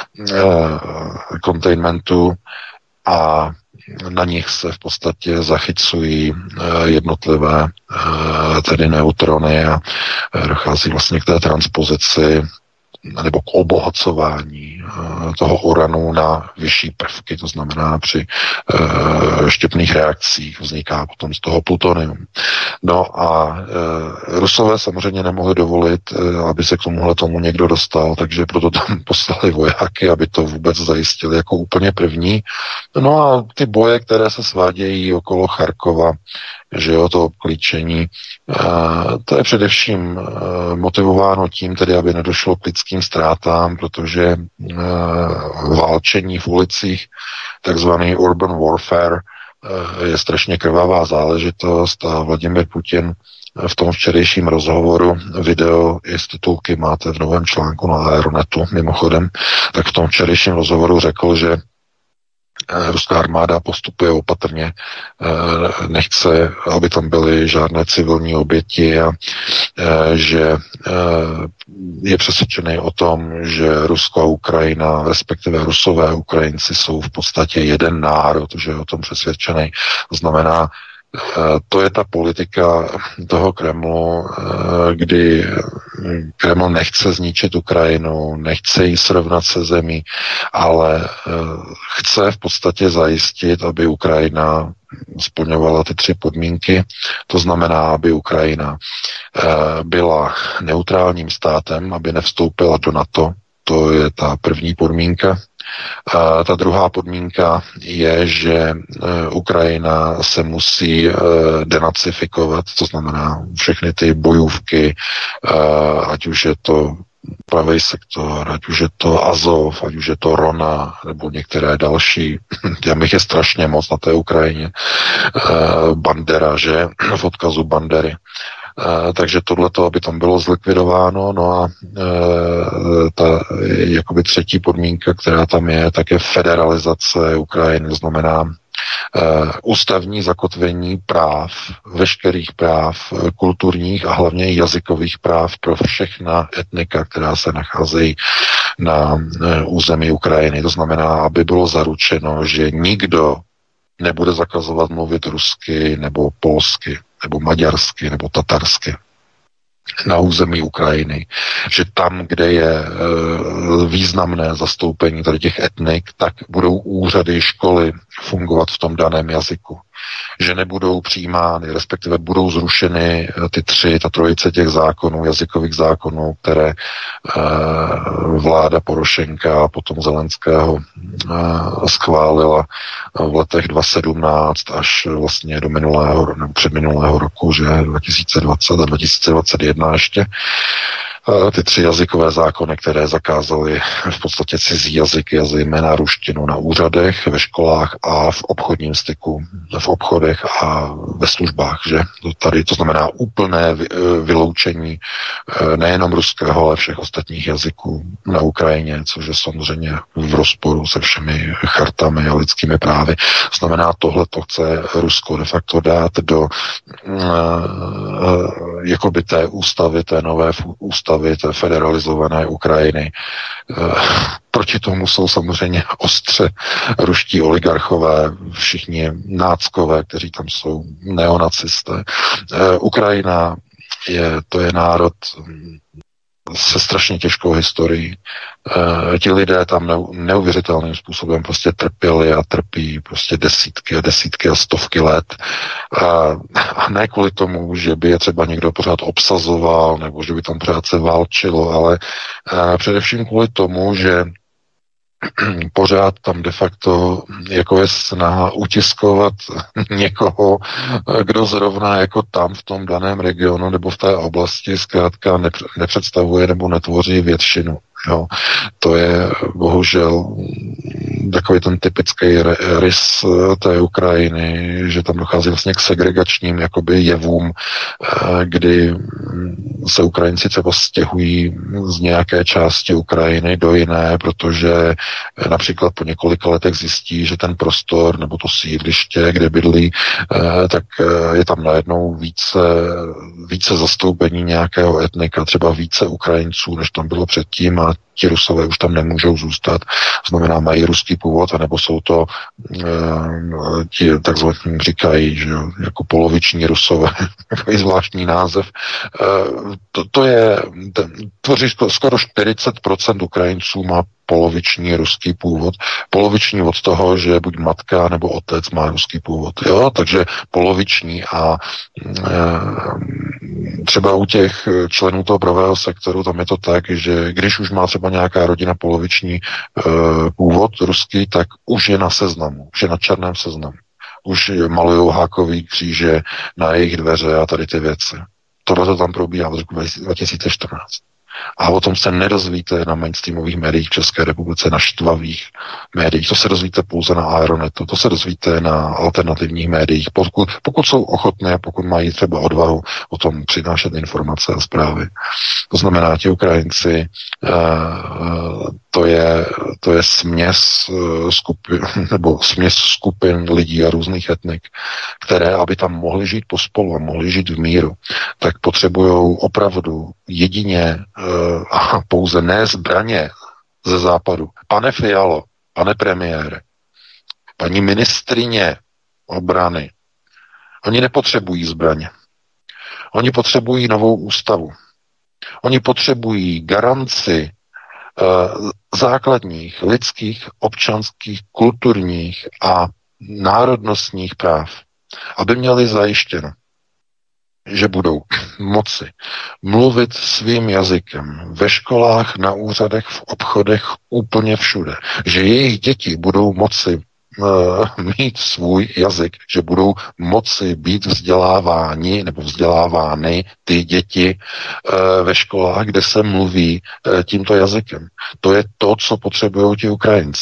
containmentů a na nich se v podstatě zachycují jednotlivé tedy neutrony a dochází vlastně k té transpozici nebo k obohacování toho uranu na vyšší prvky, to znamená při štěpných reakcích vzniká potom z toho plutonium. No a Rusové samozřejmě nemohli dovolit, aby se k tomuhle tomu někdo dostal, takže proto tam poslali vojáky, aby to vůbec zajistili jako úplně první. No a ty boje, které se svádějí okolo Charkova, že jo, to klíčení, to je především motivováno tím, tedy aby nedošlo k lidským ztrátám, protože válčení v ulicích, takzvaný urban warfare, je strašně krvavá záležitost a Vladimir Putin v tom včerejším rozhovoru, video i z titulky máte v novém článku na Aeronetu, mimochodem, tak v tom včerejším rozhovoru řekl, že ruská armáda postupuje opatrně, nechce, aby tam byly žádné civilní oběti a že je přesvědčený o tom, že Rusko a Ukrajina, respektive Rusové a Ukrajinci jsou v podstatě jeden národ, že je o tom přesvědčený. To znamená, to je ta politika toho Kremlu, kdy Kreml nechce zničit Ukrajinu, nechce ji srovnat se zemí, ale chce v podstatě zajistit, aby Ukrajina splňovala ty tři podmínky. To znamená, aby Ukrajina byla neutrálním státem, aby nevstoupila do NATO. To je ta první podmínka. A ta druhá podmínka je, že Ukrajina se musí denacifikovat, to znamená všechny ty bojůvky, ať už je to pravý sektor, ať už je to Azov, ať už je to Rona, nebo některé další. Tam jich je strašně moc na té Ukrajině. Bandera, že? V odkazu Bandery. Uh, takže tohleto, aby tam bylo zlikvidováno, no a uh, ta jakoby třetí podmínka, která tam je, tak je federalizace Ukrajiny, to znamená ústavní zakotvení práv, veškerých práv, kulturních a hlavně jazykových práv pro všechna etnika, která se nacházejí na území Ukrajiny. To znamená, aby bylo zaručeno, že nikdo nebude zakazovat mluvit rusky nebo polsky, nebo maďarsky, nebo tatarsky na území Ukrajiny, že tam, kde je e, významné zastoupení tady těch etnik, tak budou úřady, školy fungovat v tom daném jazyku. Že nebudou přijímány, respektive budou zrušeny ty tři, ta trojice těch zákonů, jazykových zákonů, které e, vláda Porošenka a potom Zelenského e, schválila v letech dva tisíce sedmnáct až vlastně do minulého, nebo předminulého roku, že dva tisíce dvacet a dva tisíce dvacet jedna ještě. Ty tři jazykové zákony, které zakázaly v podstatě cizí jazyky, a zejména ruštinu na úřadech, ve školách a v obchodním styku, v obchodech a ve službách, že tady to znamená úplné vyloučení nejenom ruského, ale všech ostatních jazyků na Ukrajině, což je samozřejmě v rozporu se všemi chartami a lidskými právy. Znamená, tohle to chce Rusko de facto dát do jakoby té ústavy, té nové ústavy, té federalizované Ukrajiny. Proti tomu jsou samozřejmě ostře ruští oligarchové, všichni náckové, kteří tam jsou, neonacisté. Ukrajina je, to je národ se strašně těžkou historií. E, ti lidé tam ne, neuvěřitelným způsobem prostě trpěli a trpí prostě desítky a desítky a stovky let. E, a ne kvůli tomu, že by je třeba někdo pořád obsazoval nebo že by tam pořád se válčilo, ale e, především kvůli tomu, že pořád tam de facto jako je snaha utiskovat někoho, kdo zrovna jako tam v tom daném regionu nebo v té oblasti zkrátka nepředstavuje nebo netvoří většinu. Jo. To je bohužel takový ten typický rys té Ukrajiny, že tam dochází vlastně k segregačním jakoby jevům, kdy se Ukrajinci třeba stěhují z nějaké části Ukrajiny do jiné, protože například po několika letech zjistí, že ten prostor nebo to sídliště, kde bydlí, tak je tam najednou více, více zastoupení nějakého etnika, třeba více Ukrajinců, než tam bylo předtím, a ti Rusové už tam nemůžou zůstat, znamená mají ruský původ, anebo jsou to e, ti takzvaní říkají, že jo, jako poloviční Rusové, takový zvláštní název. E, to, to je, ten, tvoří skoro čtyřicet procent Ukrajinců má poloviční ruský původ. Poloviční od toho, že buď matka nebo otec má ruský původ. Jo? Takže poloviční a e, třeba u těch členů toho pravého sektoru tam je to tak, že když už má třeba nějaká rodina poloviční e, původ ruský, tak už je na seznamu, už je na černém seznamu. Už malujou hákový kříže na jejich dveře a tady ty věci. Tohle to tam probíhá v roku dva tisíce čtrnáct. A o tom se nedozvíte na mainstreamových médiích v České republice, na štvavých médiích. To se dozvíte pouze na Aeronetu, to se dozvíte na alternativních médiích, pokud, pokud jsou ochotné, pokud mají třeba odvahu o tom přinášet informace a zprávy. To znamená, ti Ukrajinci, to je, to je směs skupin, nebo směs skupin lidí a různých etnik, které, aby tam mohli žít pospolu a mohli žít v míru, tak potřebují opravdu jedině a pouze ne zbraně ze západu. Pane Fialo, pane premiére, paní ministrině obrany, oni nepotřebují zbraně. Oni potřebují novou ústavu. Oni potřebují garanci uh, základních lidských, občanských, kulturních a národnostních práv, aby měli zajištěno, že budou moci mluvit svým jazykem ve školách, na úřadech, v obchodech, úplně všude. Že jejich děti budou moci uh, mít svůj jazyk, že budou moci být vzděláváni nebo vzdělávány ty děti uh, ve školách, kde se mluví uh, tímto jazykem. To je to, co potřebují ti Ukrajinci.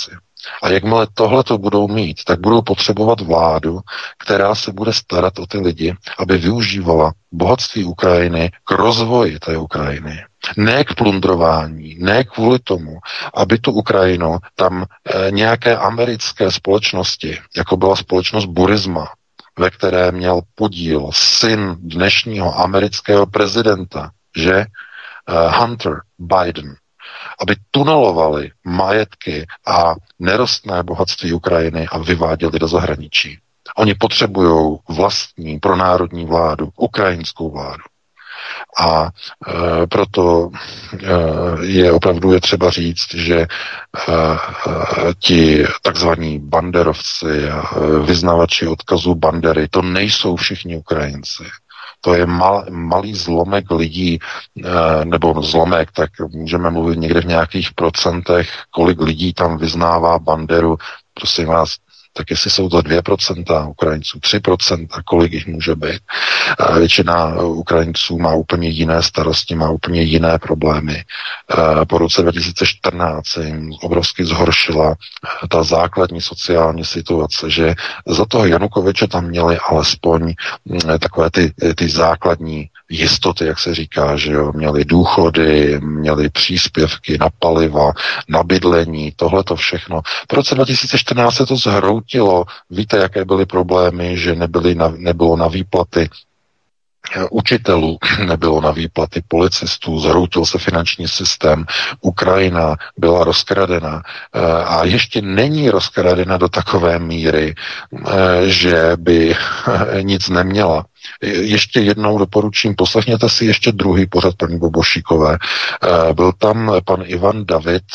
A jakmile tohle to budou mít, tak budou potřebovat vládu, která se bude starat o ty lidi, aby využívala bohatství Ukrajiny k rozvoji té Ukrajiny. Ne k plundrování, ne kvůli tomu, aby tu Ukrajinu tam e, nějaké americké společnosti, jako byla společnost Burisma, ve které měl podíl syn dnešního amerického prezidenta, že e, Hunter Biden, aby tunelovali majetky a nerostné bohatství Ukrajiny a vyváděli do zahraničí. Oni potřebují vlastní pronárodní vládu, ukrajinskou vládu. A e, proto e, je opravdu je třeba říct, že e, e, ti takzvaní banderovci a e, vyznavači odkazu Bandery, to nejsou všichni Ukrajinci. To je mal, malý zlomek lidí, e, nebo zlomek, tak můžeme mluvit někde v nějakých procentech, kolik lidí tam vyznává Banderu, prosím vás, tak jestli jsou to dvě procenta Ukrajinců, tři procenta, kolik jich může být. A většina Ukrajinců má úplně jiné starosti, má úplně jiné problémy. Po roce dva tisíce čtrnáct se jim obrovsky zhoršila ta základní sociální situace, že za toho Janukoviče tam měli alespoň takové ty, ty základní jistoty, jak se říká, že jo, měli důchody, měli příspěvky na paliva, na bydlení, tohle to všechno. Po roce dva tisíce čtrnáct se to zhroutilo. Víte, jaké byly problémy, že nebyly na, nebylo na výplaty učitelů, nebylo na výplaty policistů, zhroutil se finanční systém, Ukrajina byla rozkradena a ještě není rozkradena do takové míry, že by nic neměla. Ještě jednou doporučím, poslechněte si ještě druhý pořad paní Bobošíkové. Byl tam pan Ivan David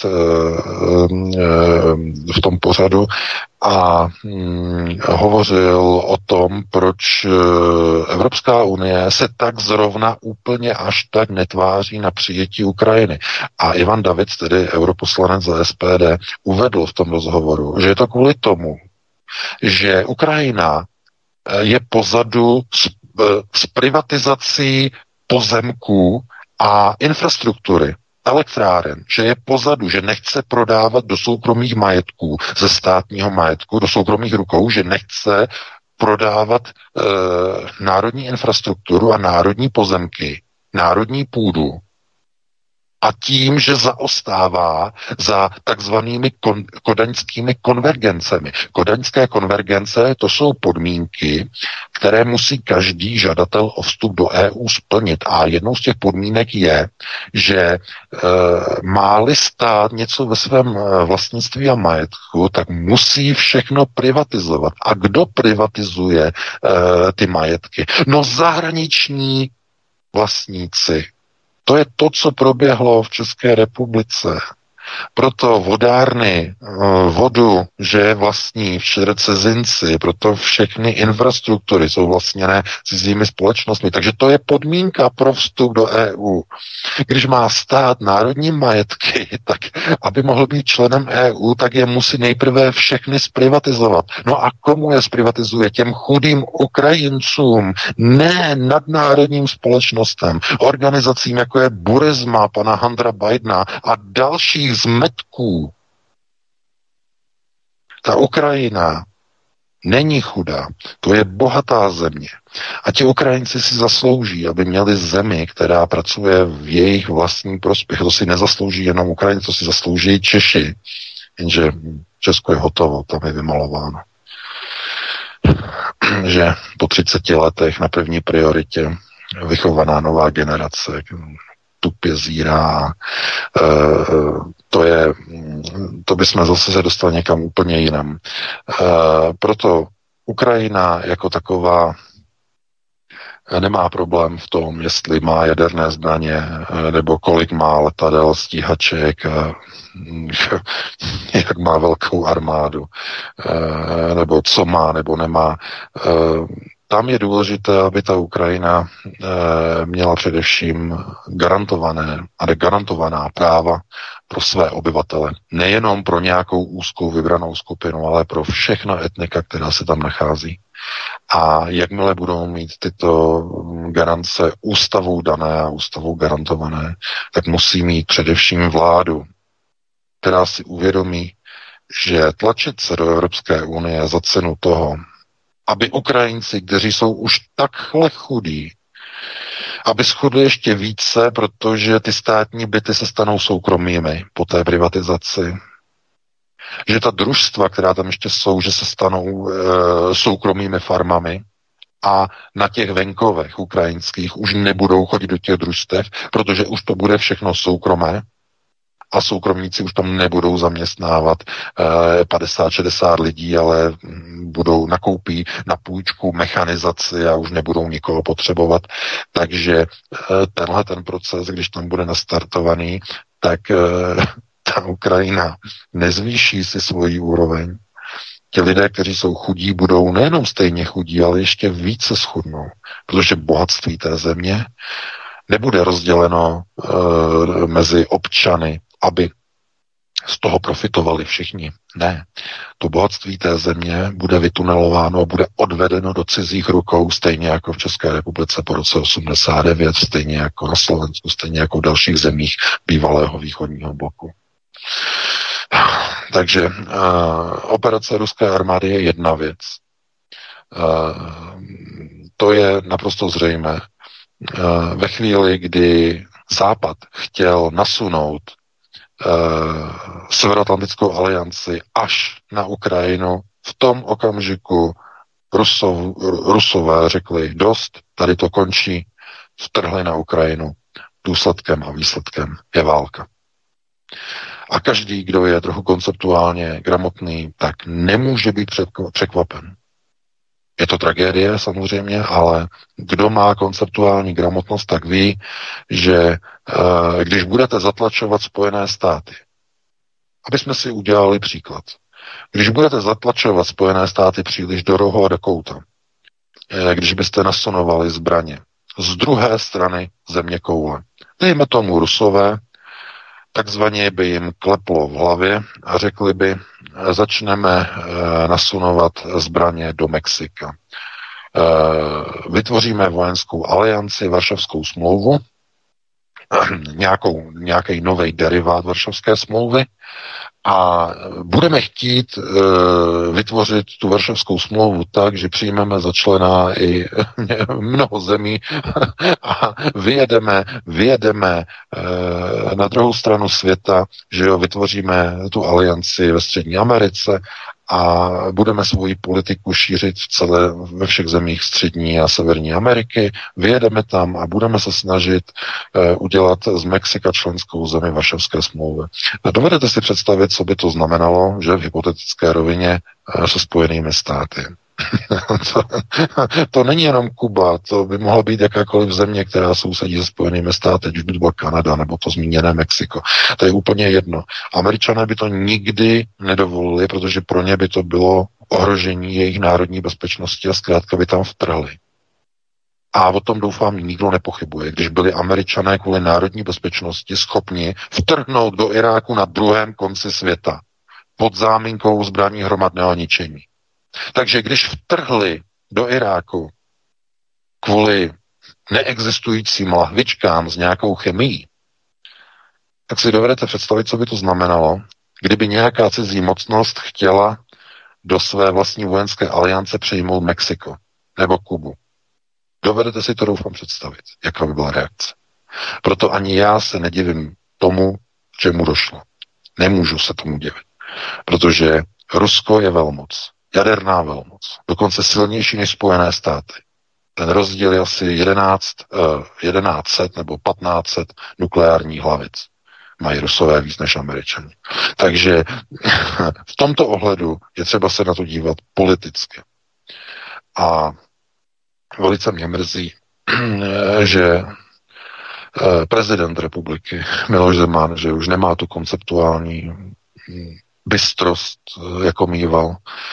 v tom pořadu a hovořil o tom, proč Evropská unie se tak zrovna úplně až tak netváří na přijetí Ukrajiny. A Ivan David, tedy europoslanec za S P D, uvedl v tom rozhovoru, že je to kvůli tomu, že Ukrajina je pozadu s, s privatizací pozemků a infrastruktury, elektráren, že je pozadu, že nechce prodávat do soukromých majetků, ze státního majetku, do soukromých rukou, že nechce prodávat e, národní infrastrukturu a národní pozemky, národní půdu, a tím, že zaostává za takzvanými kon, kodaňskými konvergencemi. Kodaňské konvergence, to jsou podmínky, které musí každý žadatel o vstup do E U splnit. A jednou z těch podmínek je, že e, má-li stát něco ve svém vlastnictví a majetku, tak musí všechno privatizovat. A kdo privatizuje e, ty majetky? No zahraniční vlastníci. To je to, co proběhlo v České republice. Proto vodárny, vodu, že vlastní všude cizinci, proto všechny infrastruktury jsou vlastněné cizími společnostmi. Takže to je podmínka pro vstup do E U. Když má stát národní majetky, tak aby mohl být členem E U, tak je musí nejprve všechny zprivatizovat. No a komu je zprivatizuje? Těm chudým Ukrajincům, ne nadnárodním společnostem, organizacím, jako je Burisma, pana Huntera Bidena a dalších zmetků. Ta Ukrajina není chudá, to je bohatá země. A ti Ukrajinci si zaslouží, aby měli zemi, která pracuje v jejich vlastní prospěch. To si nezaslouží jenom Ukrajinci, to si zaslouží Češi. Jenže Česko je hotovo, tam je vymalováno. Že po třiceti letech na první prioritě vychovaná nová generace tupě zírá. E, to je, to bychom zase se dostali někam úplně jinam. E, proto Ukrajina jako taková nemá problém v tom, jestli má jaderné zbraně, nebo kolik má letadel, stíhaček, jak má velkou armádu, e, nebo co má, nebo nemá. E, Tam je důležité, aby ta Ukrajina e, měla především garantované a garantovaná práva pro své obyvatele. Nejenom pro nějakou úzkou vybranou skupinu, ale pro všechna etnika, která se tam nachází. A jakmile budou mít tyto garance ústavou dané a ústavou garantované, tak musí mít především vládu, která si uvědomí, že tlačit se do Evropské unie za cenu toho, aby Ukrajinci, kteří jsou už takhle chudí, aby schudli ještě více, protože ty státní byty se stanou soukromými po té privatizaci, že ta družstva, která tam ještě jsou, že se stanou e, soukromými farmami a na těch venkovech ukrajinských už nebudou chodit do těch družstev, protože už to bude všechno soukromé a soukromníci už tam nebudou zaměstnávat e, padesát šedesát lidí, ale budou nakoupí na půjčku mechanizaci a už nebudou nikoho potřebovat. Takže e, tenhle ten proces, když tam bude nastartovaný, tak e, ta Ukrajina nezvýší si svoji úroveň. Ti lidé, kteří jsou chudí, budou nejenom stejně chudí, ale ještě více schudnou, protože bohatství té země nebude rozděleno e, mezi občany, aby z toho profitovali všichni. Ne. To bohatství té země bude vytunelováno a bude odvedeno do cizích rukou, stejně jako v České republice po roce osmdesát devět, stejně jako na Slovensku, stejně jako v dalších zemích bývalého východního bloku. Takže uh, operace ruské armády je jedna věc. Uh, to je naprosto zřejmé. Uh, ve chvíli, kdy Západ chtěl nasunout uh, Severoatlantickou alianci až na Ukrajinu, v tom okamžiku Rusov, Rusové řekli dost, tady to končí, vtrhli na Ukrajinu. Důsledkem a výsledkem je válka. A každý, kdo je trochu konceptuálně gramotný, tak nemůže být překvapen. Je to tragédie samozřejmě, ale kdo má konceptuální gramotnost, tak ví, že uh, když budete zatlačovat Spojené státy, aby jsme si udělali příklad, když budete zatlačovat Spojené státy příliš do rohu a do kouta, když byste nasunovali zbraně z druhé strany země koule, dejme tomu Rusové, takzvaně by jim kleplo v hlavě a řekli by, začneme e, nasunovat zbraně do Mexika. E, vytvoříme vojenskou alianci, Varšavskou smlouvu, nějakou, nějaký nový derivát Varšavské smlouvy a budeme chtít e, vytvořit tu Varšavskou smlouvu tak, že přijmeme za člena i mnoho zemí a vyjedeme, vyjedeme e, na druhou stranu světa, že jo, vytvoříme tu alianci ve Střední Americe a budeme svoji politiku šířit v celé, ve všech zemích Střední a Severní Ameriky, vyjedeme tam a budeme se snažit e, udělat z Mexika členskou zemi Varšavské smlouvy. A dovedete si představit, co by to znamenalo, že v hypotetické rovině e, se Spojenými státy. to, to není jenom Kuba, to by mohla být jakákoliv země, která sousedí se Spojenými státy, ať už by to byla Kanada nebo to zmíněné Mexiko. To je úplně jedno. Američané by to nikdy nedovolili, protože pro ně by to bylo ohrožení jejich národní bezpečnosti a zkrátka by tam vtrhli. A o tom doufám nikdo nepochybuje, když byli Američané kvůli národní bezpečnosti schopni vtrhnout do Iráku na druhém konci světa pod záminkou zbraní hromadného ničení. Takže když vtrhli do Iráku kvůli neexistujícím lahvičkám s nějakou chemií, tak si dovedete představit, co by to znamenalo, kdyby nějaká cizí mocnost chtěla do své vlastní vojenské aliance přejmout Mexiko nebo Kubu. Dovedete si to, doufám, představit, jaká by byla reakce. Proto ani já se nedivím tomu, čemu došlo. Nemůžu se tomu divit, protože Rusko je velmoc. Jaderná velmoc, dokonce silnější než Spojené státy. Ten rozdíl je asi jedenáct, jedenáct set nebo patnáct set nukleárních hlavic. Mají Rusové víc než Američani. Takže v tomto ohledu je třeba se na to dívat politicky. A velice mě mrzí, že prezident republiky Miloš Zeman, že už nemá tu konceptuální bystrost, jako mýval,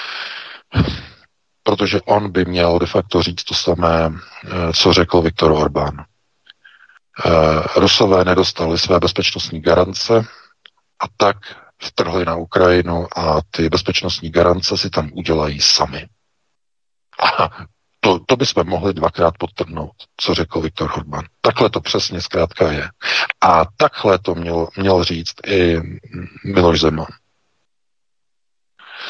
protože on by měl de facto říct to samé, co řekl Viktor Orbán. Rusové nedostali své bezpečnostní garance a tak vtrhli na Ukrajinu a ty bezpečnostní garance si tam udělají sami. A to, to bychom mohli dvakrát podtrhnout, co řekl Viktor Orbán. Takhle to přesně zkrátka je. A takhle to měl, měl říct i Miloš Zeman.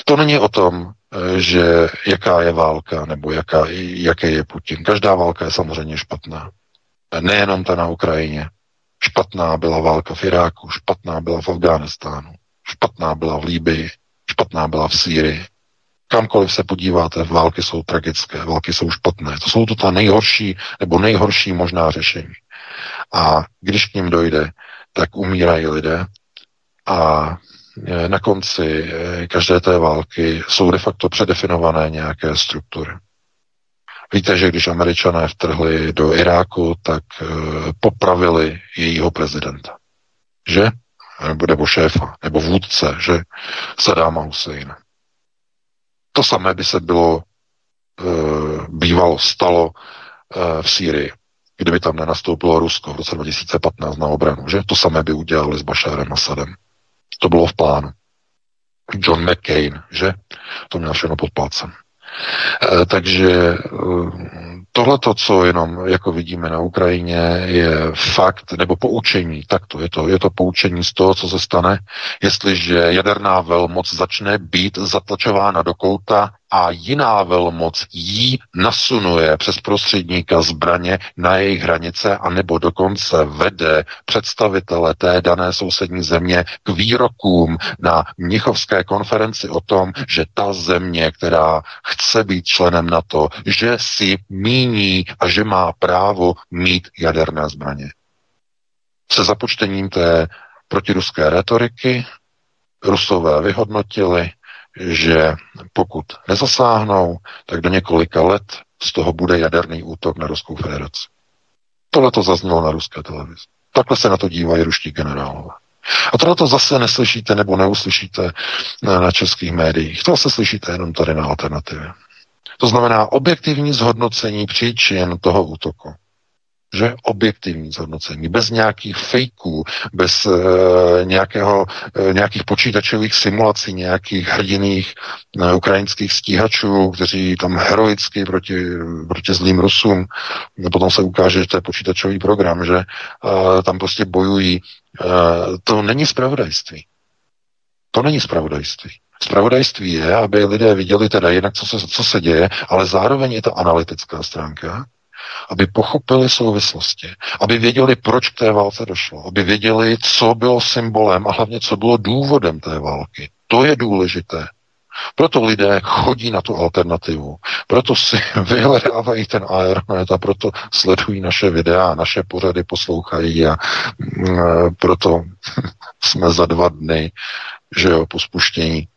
To není o tom, že jaká je válka nebo jaká, jaký je Putin. Každá válka je samozřejmě špatná. Nejenom ta na Ukrajině. Špatná byla válka v Iráku, špatná byla v Afghánistánu, špatná byla v Libyi, špatná byla v Sýrii. Kamkoliv se podíváte, války jsou tragické, války jsou špatné. To jsou to ta nejhorší nebo nejhorší možná řešení. A když k ním dojde, tak umírají lidé a na konci každé té války jsou de facto předefinované nějaké struktury. Víte, že když Američané vtrhli do Iráku, tak popravili jejího prezidenta. Že? Nebo, nebo šéfa, nebo vůdce, že? Saddáma Husajna. To samé by se bylo bývalo stalo v Sýrii, kdyby tam nenastoupilo Rusko v roce dva tisíce patnáct na obranu, že? To samé by udělali s Bašárem Asadem. To bylo v plánu. John McCain, že? To měl všechno pod palcem. E, takže e, tohleto, co jenom jako vidíme na Ukrajině, je fakt, nebo poučení, takto, je to, je to poučení z toho, co se stane, jestliže jaderná velmoc začne být zatlačována do kouta a jiná velmoc jí nasunuje přes prostředníka zbraně na jejich hranice, anebo dokonce vede představitele té dané sousední země k výrokům na Mnichovské konferenci o tom, že ta země, která chce být členem NATO, že si míní a že má právo mít jaderné zbraně. Se započtením té protiruské retoriky Rusové vyhodnotili, že pokud nezasáhnou, tak do několika let z toho bude jaderný útok na Ruskou federaci. Tohle to zaznělo na ruské televizi. Takhle se na to dívají ruští generálové. A tohle to zase neslyšíte nebo neuslyšíte na, na českých médiích. To zase slyšíte jenom tady na Alternativě. To znamená objektivní zhodnocení příčin toho útoku. Že objektivní zhodnocení, bez nějakých fejků, bez e, nějakého, e, nějakých počítačových simulací, nějakých hrdiných e, ukrajinských stíhačů, kteří tam heroicky proti, proti zlým Rusům, potom se ukáže, že to je počítačový program, že e, tam prostě bojují. E, to není zpravodajství. To není zpravodajství. Zpravodajství je, aby lidé viděli teda jednak, co se, co se děje, ale zároveň je ta analytická stránka, aby pochopili souvislosti, aby věděli, proč k té válce došlo, aby věděli, co bylo symbolem a hlavně, co bylo důvodem té války. To je důležité. Proto lidé chodí na tu alternativu, proto si vyhledávají ten Aeronet a proto sledují naše videa, naše pořady poslouchají a mm, proto jsme za dva dny, že jo, po spuštění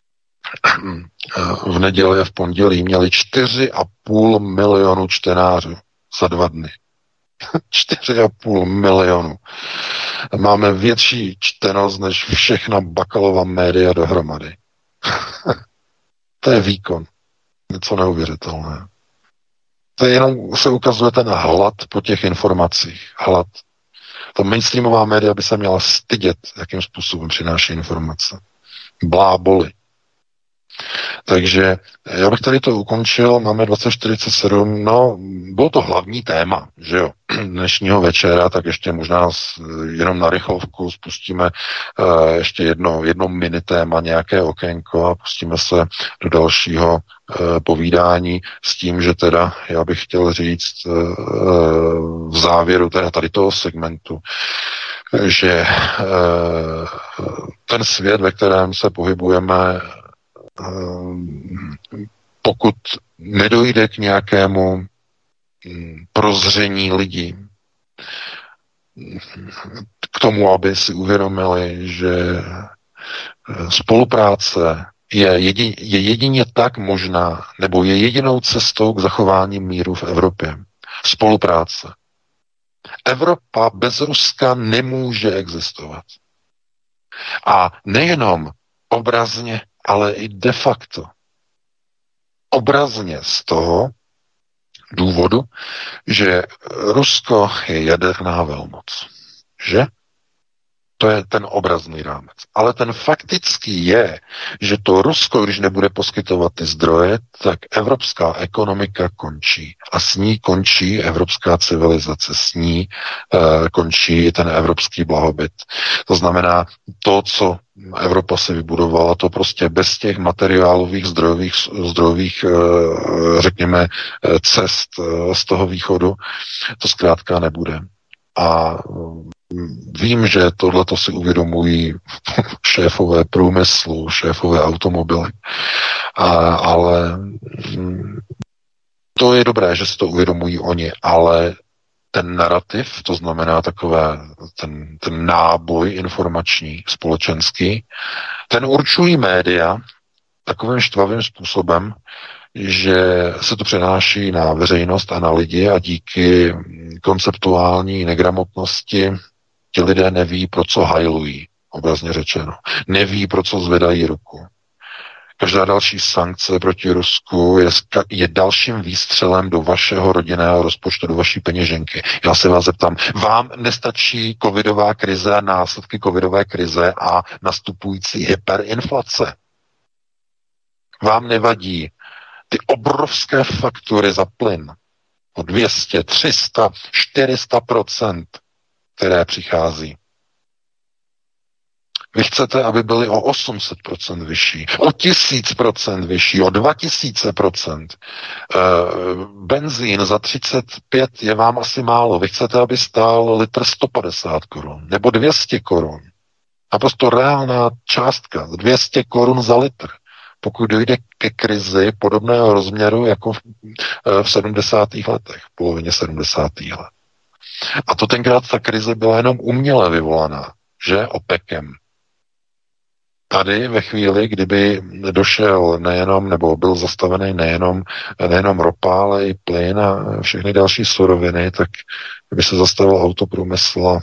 v neděli a v pondělí měli čtyři a půl milionu čtenářů za dva dny. čtyři a půl milionu. Máme větší čtenost než všechna Bakalova média dohromady. To je výkon. Něco neuvěřitelné. To je jenom, se ukazuje ten hlad po těch informacích. Hlad. To mainstreamová média by se měla stydět, jakým způsobem přináší informace. Bláboli. Takže já bych tady to ukončil, máme dvacet čtyřicet sedm, no, bylo to hlavní téma, že jo, dnešního večera, tak ještě možná jenom na rychlovku spustíme uh, ještě jedno, jedno mini téma, nějaké okénko a pustíme se do dalšího uh, povídání s tím, že teda já bych chtěl říct uh, v závěru teda tady toho segmentu, že uh, ten svět, ve kterém se pohybujeme, pokud nedojde k nějakému prozření lidí, k tomu, aby si uvědomili, že spolupráce je, jedin, je jedině tak možná, nebo je jedinou cestou k zachování míru v Evropě. Spolupráce. Evropa bez Ruska nemůže existovat. A nejenom obrazně, ale i de facto. Obrazně z toho důvodu, že Rusko je jaderná velmoc. Že? To je ten obrazný rámec. Ale ten faktický je, že to Rusko, když nebude poskytovat ty zdroje, tak evropská ekonomika končí. A s ní končí evropská civilizace, s ní uh, končí ten evropský blahobyt. To znamená, to, co Evropa si vybudovala, to prostě bez těch materiálových zdrojových, zdrojových řekněme, cest z toho východu, to zkrátka nebude. A vím, že tohleto si uvědomují šéfové průmyslu, šéfové automobily, a, ale to je dobré, že si to uvědomují oni, ale ten narrativ, to znamená takové, ten, ten náboj informační, společenský, ten určují média takovým štvavým způsobem, že se to přenáší na veřejnost a na lidi a díky konceptuální negramotnosti ti lidé neví, pro co hajlují, obrazně řečeno. Neví, pro co zvedají ruku. Každá další sankce proti Rusku je, je dalším výstřelem do vašeho rodinného rozpočtu, do vaší peněženky. Já se vás zeptám, vám nestačí covidová krize a následky covidové krize a nastupující hyperinflace? Vám nevadí ty obrovské faktury za plyn o dvě stě, tři sta, čtyři sta procent, které přichází? Vy chcete, aby byly o osm set procent vyšší, o tisíc procent vyšší, o dva tisíce procent. E, benzín za třicet pět je vám asi málo. Vy chcete, aby stál litr sto padesát korun nebo dvě stě korun. Naprosto reálná částka, dvě stě korun za litr. Pokud dojde ke krizi podobného rozměru jako v, v sedmdesátých letech, v polovině sedmdesátých let. A to tenkrát ta krize byla jenom uměle vyvolaná, že OPECem. Tady ve chvíli, kdyby došel nejenom, nebo byl zastavený nejenom, nejenom ropa, ale i plyn a všechny další suroviny, tak by se zastavil autoprůmysl,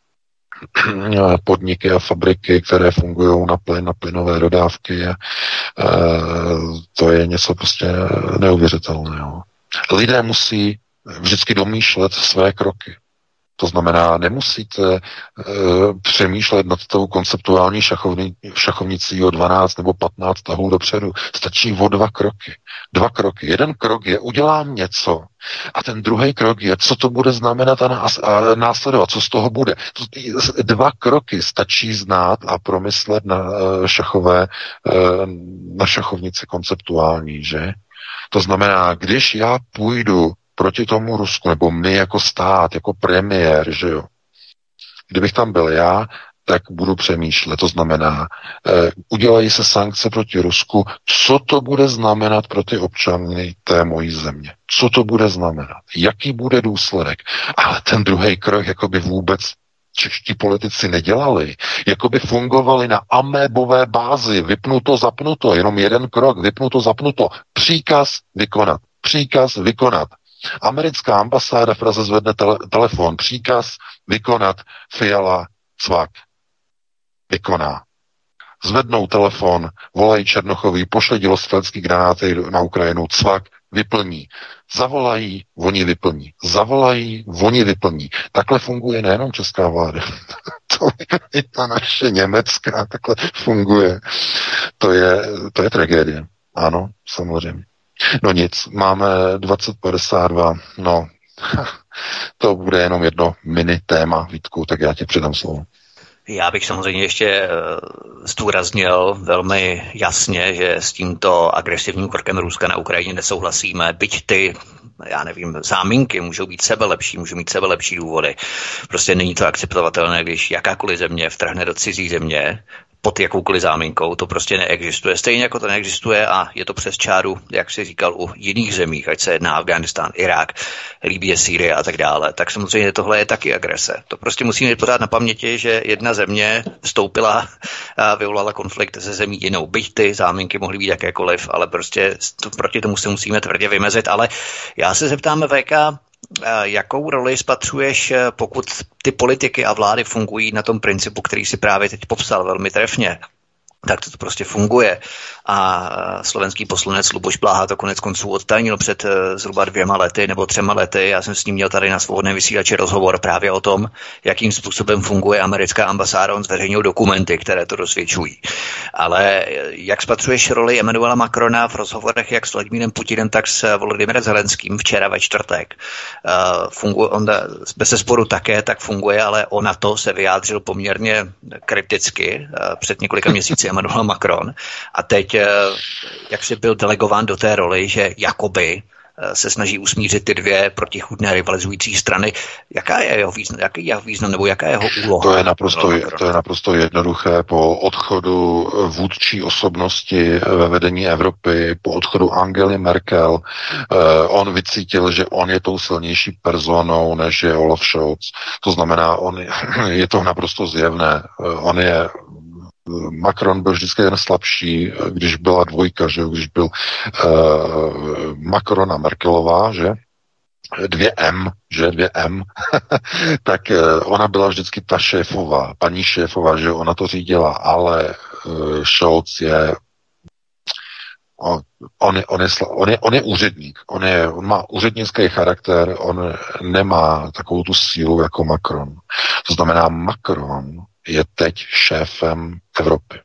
podniky a fabriky, které fungují na plyn, na plynové dodávky. A, a to je něco prostě neuvěřitelného. Lidé musí vždycky domýšlet své kroky. To znamená, nemusíte e, přemýšlet nad tou konceptuální šachovni, šachovnicí o dvanáct nebo patnáct tahů dopředu. Stačí o dva kroky. Dva kroky. Jeden krok je, udělám něco. A ten druhý krok je, co to bude znamenat a, nás, a následovat, co z toho bude. Dva kroky stačí znát a promyslet na šachové, na šachovnici konceptuální, že? To znamená, když já půjdu proti tomu Rusku, nebo my jako stát, jako premiér, že jo. Kdybych tam byl já, tak budu přemýšlet. To znamená, eh, udělají se sankce proti Rusku, co to bude znamenat pro ty občany té mojí země. Co to bude znamenat? Jaký bude důsledek? Ale ten druhý krok jako by vůbec čeští politici nedělali. Jako by fungovali na amébové bázi. Vypnuto, zapnuto. Jenom jeden krok. Vypnuto, zapnuto. Příkaz vykonat. Příkaz vykonat. Americká ambasáda v Praze zvedne tele, telefon, příkaz vykonat, Fiala, cvak. Vykoná. Zvednou telefon, volají Černochový, pošle dělostřelecký granáty na Ukrajinu, cvak, vyplní. Zavolají, oni vyplní. Zavolají, oni vyplní. Takhle funguje nejenom česká vláda. To je ta naše německá, takhle funguje. To je, to je tragédie. Ano, samozřejmě. No nic, máme dvacet padesát dva, no, to bude jenom jedno mini téma, Vítku, tak já ti předám slovo. Já bych samozřejmě ještě zdůraznil velmi jasně, že s tímto agresivním krokem Ruska na Ukrajině nesouhlasíme, byť ty, já nevím, záminky můžou být sebelepší, můžou mít sebelepší důvody. Prostě není to akceptovatelné, když jakákoliv země vtrhne do cizí země, pod jakoukoliv záminkou, to prostě neexistuje. Stejně jako to neexistuje a je to přes čáru, jak jsi říkal, u jiných zemí, ať se jedná Afghánistán, Irák, Libye, Sýrie a tak dále. Tak samozřejmě tohle je taky agrese. To prostě musíme pořád na paměti, že jedna země vstoupila a vyvolala konflikt se zemí jinou. Byť ty záminky mohly být jakékoliv, ale prostě to, proti tomu se musíme tvrdě vymezit. Ale já se zeptám, V K, jakou roli spatřuješ, pokud ty politiky a vlády fungují na tom principu, který si právě teď popsal velmi trefně, Tak to, to prostě funguje. A slovenský poslanec Luboš Bláha to konec konců odtajnil před zhruba dvěma lety nebo třema lety. Já jsem s ním měl tady na Svobodném vysílači rozhovor právě o tom, jakým způsobem funguje americká ambasáda. On zveřejnil dokumenty, které to dosvědčují. Ale jak spatřuješ roli Emmanuela Macrona v rozhovorech jak s Vladimírem Putinem, tak s Volodymyrem Zelenským včera ve čtvrtek? Funguje, on bez sporu také tak funguje, ale on na to se vyjádřil poměrně kriticky před několika měsíci Emmanuel Macron. A teď, jak si byl delegován do té roli, že jakoby se snaží usmířit ty dvě protichůdné rivalizující strany. Jaká je jeho význam, jaký je jeho význam nebo jaká je jeho úloha? To je naprosto, to je naprosto jednoduché. Po odchodu vůdčí osobnosti ve vedení Evropy, po odchodu Angely Merkel, eh, on vycítil, že on je tou silnější personou, než je Olaf Scholz. To znamená, on je, je to naprosto zjevné. On je Macron byl vždycky jen slabší, když byla dvojka, že když byl uh, Macron a Merkelová, že dvě M, že dvě M, tak uh, ona byla vždycky ta šéfová, paní šéfová, že ona to řídila, ale uh, Scholz je on, on, je, on, je, on, je, on je úředník, on, je, on má úřednický charakter, on nemá takovou tu sílu jako Macron. To znamená, Macron je teď šéfem Evropy.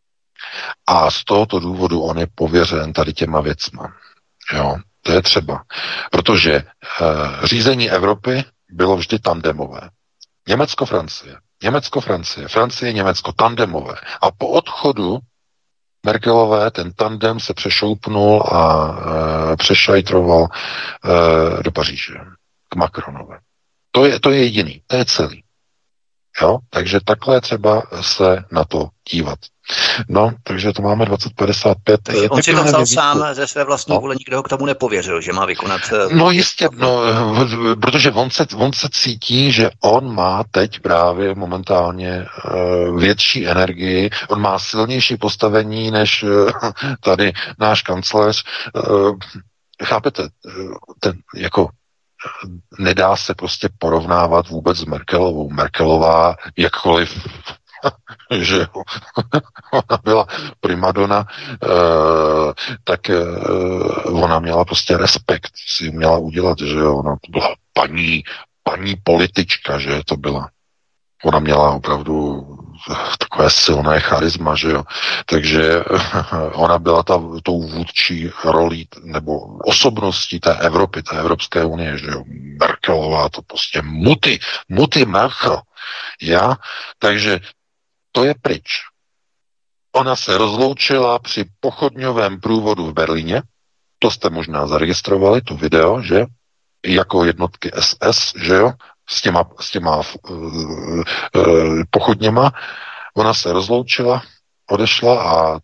A z tohoto důvodu on je pověřen tady těma věcma. Jo, to je třeba. Protože e, řízení Evropy bylo vždy tandemové. Německo-Francie. Německo-Francie. Francie-Německo. Tandemové. A po odchodu Merkelové ten tandem se přešoupnul a e, přešajtroval e, do Paříže. K Macronovi. To je, to je jediný. To je celý. Jo? Takže takhle třeba se na to dívat. No, takže to máme dvacet padesát pět. Takže on si to vzal sám ze své vlastní vůle, no. Nikdo ho k tomu nepověřil, že má vykonat... No jistě, no, protože on se, on se cítí, že on má teď právě momentálně uh, větší energii, on má silnější postavení než uh, tady náš kancléř. Uh, chápete, ten jako nedá se prostě porovnávat vůbec s Merkelovou. Merkelová, jakkoliv, že jo, ona byla primadona, eh, tak eh, ona měla prostě respekt, si měla udělat, že jo, ona to byla paní, paní politička, že to byla. Ona měla opravdu takové silné charisma, že jo. Takže ona byla ta, tou vůdčí rolí nebo osobností té Evropy, té Evropské unie, že jo. Merkelová, to prostě muty, muty Merkel. Já, takže to je pryč. Ona se rozloučila při pochodňovém průvodu v Berlíně, to jste možná zaregistrovali, to video, že? Jako jednotky S S, že jo? S těma, s těma uh, uh, pochodněma. Ona se rozloučila, odešla a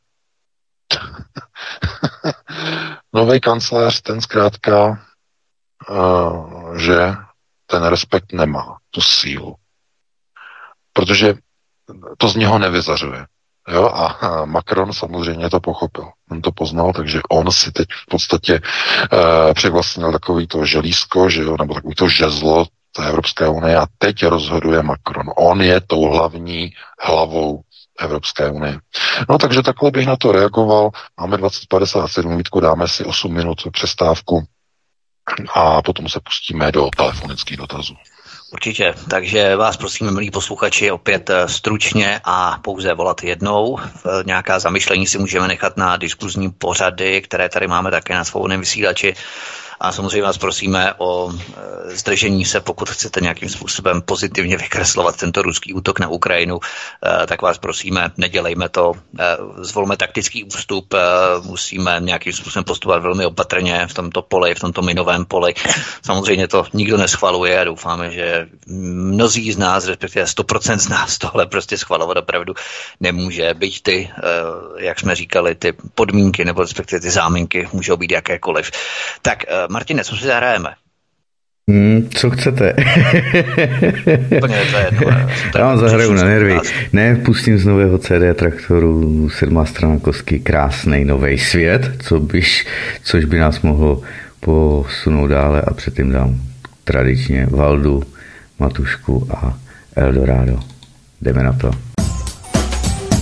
nový kancléř, ten zkrátka, uh, že ten respekt nemá, tu sílu. Protože to z něho nevyzařuje. Jo? A Macron samozřejmě to pochopil. On to poznal, takže on si teď v podstatě uh, přivlastnil takový to želízko, že jo? Nebo takový to žezlo té Evropské unie a teď rozhoduje Macron. On je tou hlavní hlavou Evropské unie. No takže takhle bych na to reagoval. Máme dvacet padesát sedm, Vítku, dáme si osm minut přestávku a potom se pustíme do telefonických dotazů. Určitě, takže vás prosíme, milí posluchači, opět stručně a pouze volat jednou. Nějaká zamyšlení si můžeme nechat na diskuzní pořady, které tady máme také na Svobodném vysílači. A samozřejmě vás prosíme o e, zdržení se, pokud chcete nějakým způsobem pozitivně vykreslovat tento ruský útok na Ukrajinu, e, tak vás prosíme, nedělejme to, e, zvolme taktický ústup, e, musíme nějakým způsobem postupovat velmi opatrně v tomto poli, v tomto minovém poli. Samozřejmě to nikdo neschvaluje a doufáme, že mnozí z nás, respektive sto procent z nás tohle prostě schvalovat opravdu nemůže, byť ty, e, jak jsme říkali, ty podmínky nebo respektive ty záminky můžou být jakékoliv. Tak Martine, co si zahrajeme? Hmm, co chcete? Úplně to je jedno. Já vám zahraju na nervy. Ne, pustím z nového C D Traktoru sedmá strana kostky Krásnej novej svět, co byš, což by nás mohlo posunout dále a předtím dám tradičně Valdu, Matušku a Eldorado. Jdeme na to.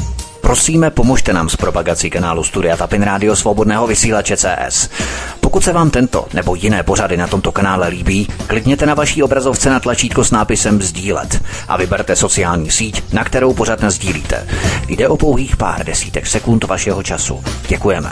Prosíme, pomožte nám s propagací kanálu Studia Tapin Rádio Svobodného vysílače C S. Pokud se vám tento nebo jiné pořady na tomto kanále líbí, klikněte na vaší obrazovce na tlačítko s nápisem sdílet a vyberte sociální síť, na kterou pořad nasdílíte. Jde o pouhých pár desítek sekund vašeho času. Děkujeme.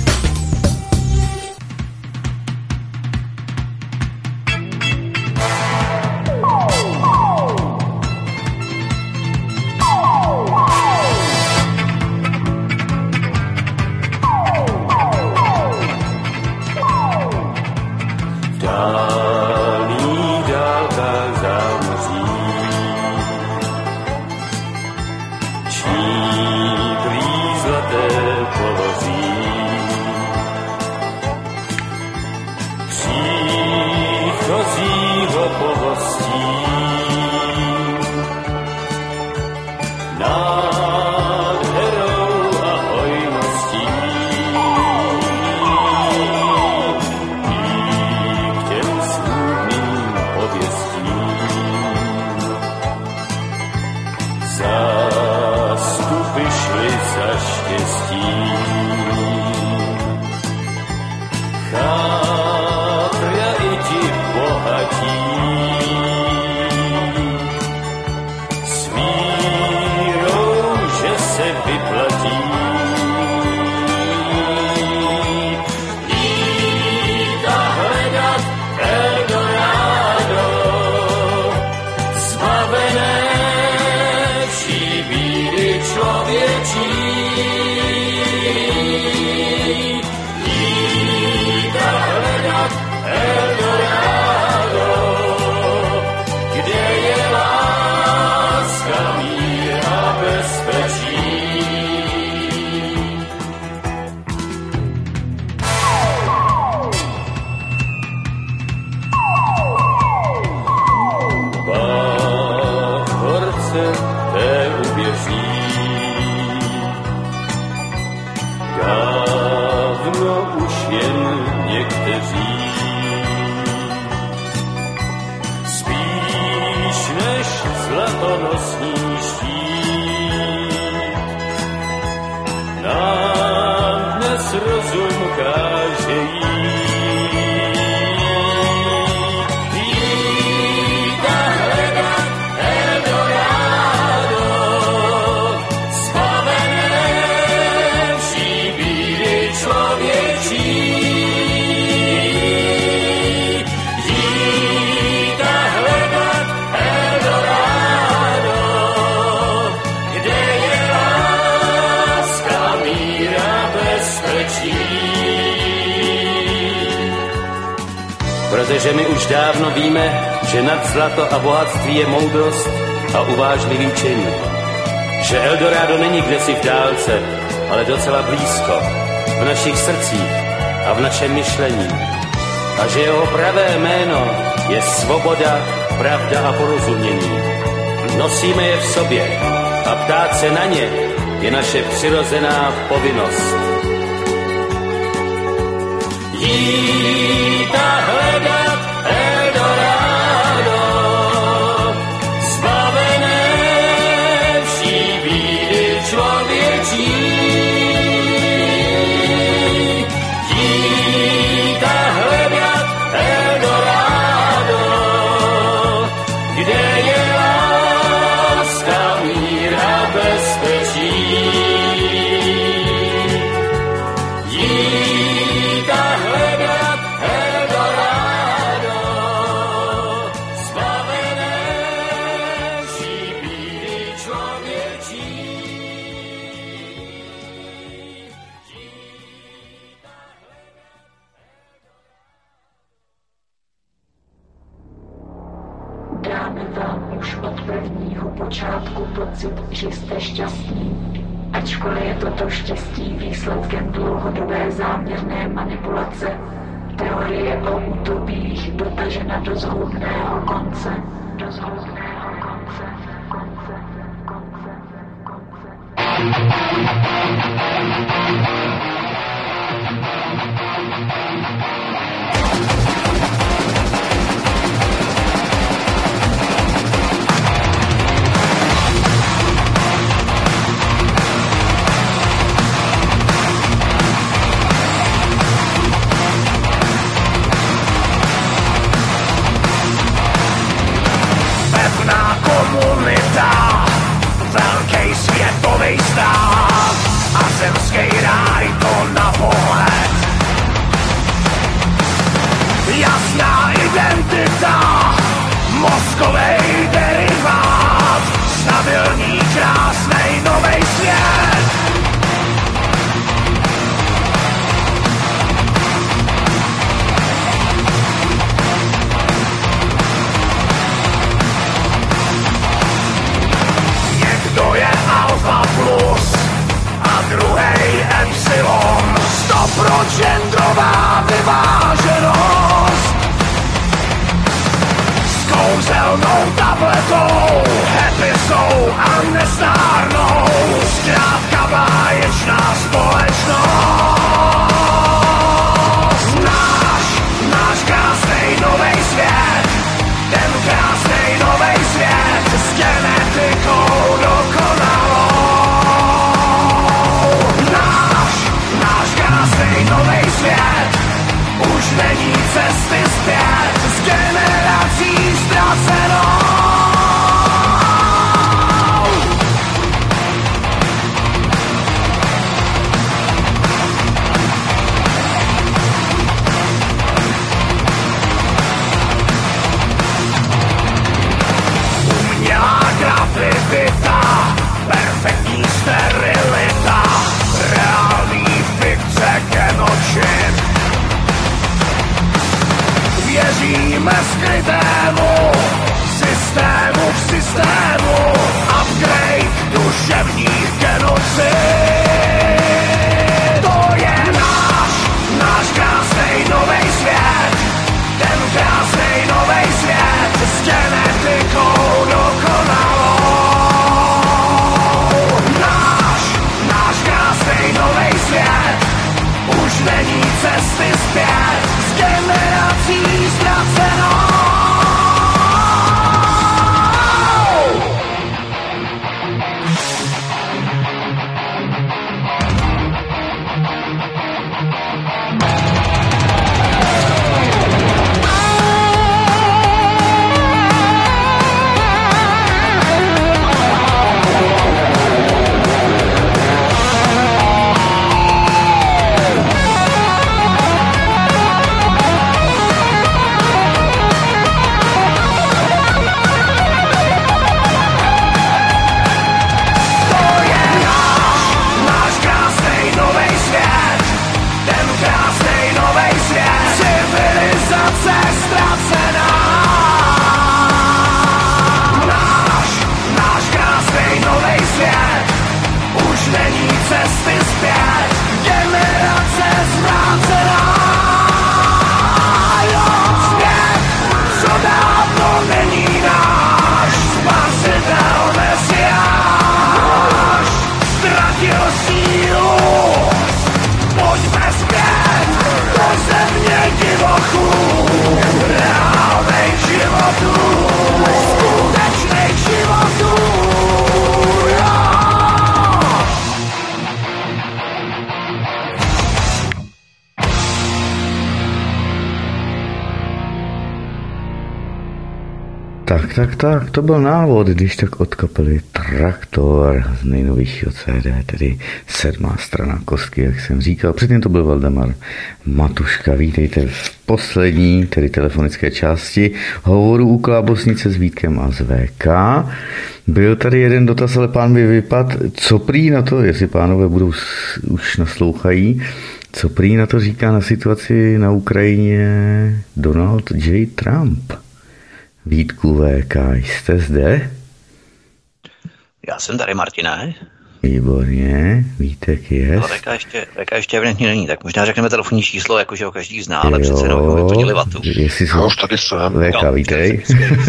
Protože my už dávno víme, že nad zlato a bohatství je moudrost a uvážlivý čin. Že Eldorado není kdesi v dálce, ale docela blízko, v našich srdcích a v našem myšlení. A že jeho pravé jméno je svoboda, pravda a porozumění. Nosíme je v sobě a ptát se na ně je naše přirozená povinnost. Jít a hledat Eldorado, zbavené vší bídy člověčí. Jít a hledat Eldorado, kde je láska, mír a bezpečí. Jít a hledat Eldorado, zbavené vší bídy člověčí. Dáme vám už od prvního počátku pocit, že jste šťastní. Ačkoliv je toto štěstí výsledkem dlouhodobé záměrné manipulace, teorie o utopích dotažena do zhoubného konce. Do zhoubného konce, konce, konce, konce. pro genderová vyváženost. S kouzelnou tabletou, happy jsou a nestárnou, zkrátka báječná společnost. Náš, náš krásnej novej svět, ten krásnej novej svět s genetikou dokonalou. Náš, náš krásnej novej svět, už není cesty zpět s generací ztracenou. Grafita, perfektní sterilita, reálný fikce genočin. Věříme skrytému systému v systému, upgrade duševních genocid. To je náš, náš krásnej novej svět, ten krásnej novej svět s genetikou dokonalou. Novej svět, už není cesty zpět s generací ztracenou. Cesty zpět, generace zvrácená. Jo, svět, co dávno není náš, spasitel Mesiáš, ztratil sílu. Pojďme zpět do země divochů, reálných životů, skutečných životů. Tak, tak, tak, to byl návod, když tak od kapely Traktor z nejnovějšího C D, tedy sedmá strana kostky, jak jsem říkal. Předtím to byl Valdemar Matuška. Vítejte v poslední, tedy telefonické části hovoru u Klábosnice s Vítkem a s V K. Byl tady jeden dotaz, ale pán by vypad. Co prý na to, jestli pánové budou už naslouchají, co prý na to říká na situaci na Ukrajině Donald J. Trump? Vítku V K, jste zde? Já jsem tady, Martine. Výborně, Vítek je. No, V K ještě, V K ještě evidentně není, tak možná řekneme telefonní číslo, jakože ho každý zná, ale přece jenom ho vyplnili vatu. Jestli já už tady jsem. V K, vítej.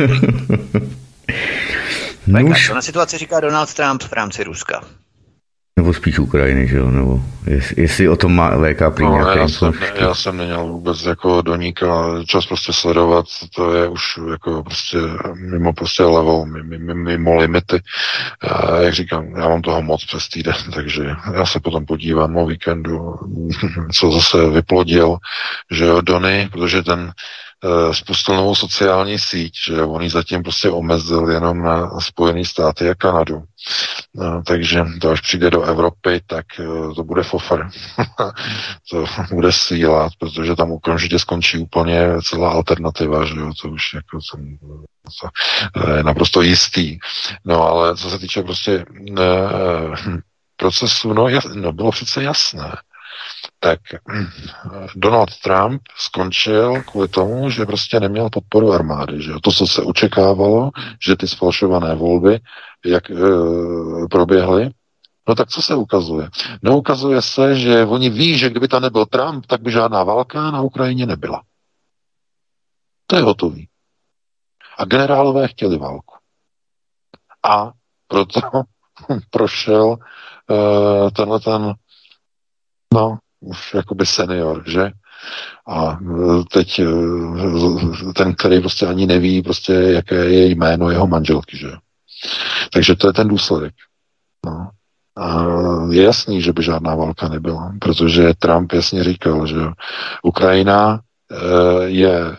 V K, co na situaci říká Donald Trump v rámci Ruska? Nebo spíš Ukrajiny, že jo? Nebo jestli, jestli o tom má V K prý no, nějaké já, jsem, já jsem neměl vůbec jako do níka čas prostě sledovat, to je už jako prostě mimo prostě level, mimo, mimo limity. Já, jak říkám, já mám toho moc přes týden, takže já se potom podívám o víkendu, co zase vyplodil, že jo, Donny, protože ten spustil novou sociální síť, že on ji zatím prostě omezil jenom na Spojené státy a Kanadu. No, takže to až přijde do Evropy, tak to bude fofr. To bude sílat, protože tam okamžitě skončí úplně celá alternativa, že jo, to už jako jsem, to je naprosto jistý. No ale co se týče prostě ne, procesu, no, jas, no bylo přece jasné. Tak Donald Trump skončil kvůli tomu, že prostě neměl podporu armády. Že? To, co se očekávalo, že ty sfalšované volby, jak e, proběhly, No tak co se ukazuje? No ukazuje se, že oni ví, že kdyby tam nebyl Trump, tak by žádná válka na Ukrajině nebyla. To je hotový. A generálové chtěli válku. A proto prošel uh, tenhle ten, no, už jakoby senior, že? A teď uh, ten, který prostě ani neví, prostě jaké je jméno jeho manželky, že? Takže to je ten důsledek. No. A je jasný, že by žádná válka nebyla, protože Trump jasně říkal, že Ukrajina uh, je...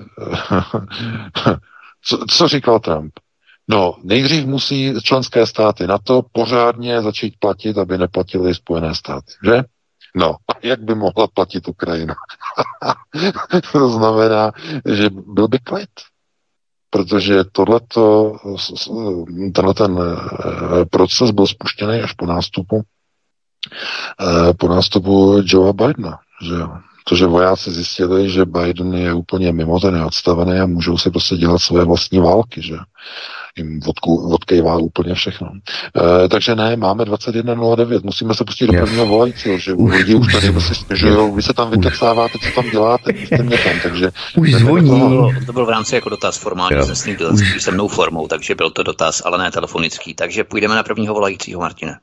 co, co říkal Trump? No, nejdřív musí členské státy NATO pořádně začít platit, aby neplatili Spojené státy, že? No, a jak by mohla platit Ukrajina? To znamená, že byl by klid. Protože tohleto, tenhle ten proces byl spuštěný až po nástupu po nástupu Joea Bidena, že jo. To, že vojáci zjistili, že Biden je úplně mimo, ten je odstavený a můžou si prostě dělat své vlastní války, že jim vodku, odkejvá úplně všechno. E, takže ne, máme dvacet jedna nula devět, musíme se pustit do prvního volajícího, že už, lidi už tady prostě stěžujou, vy se tam vykecáváte, co tam děláte, jste mě tam, takže... Už zvoní. To bylo, to byl v rámci jako dotaz formální, přesný dotaz, písemnou formou, takže byl to dotaz, ale ne telefonický. Takže půjdeme na prvního volajícího, Martine.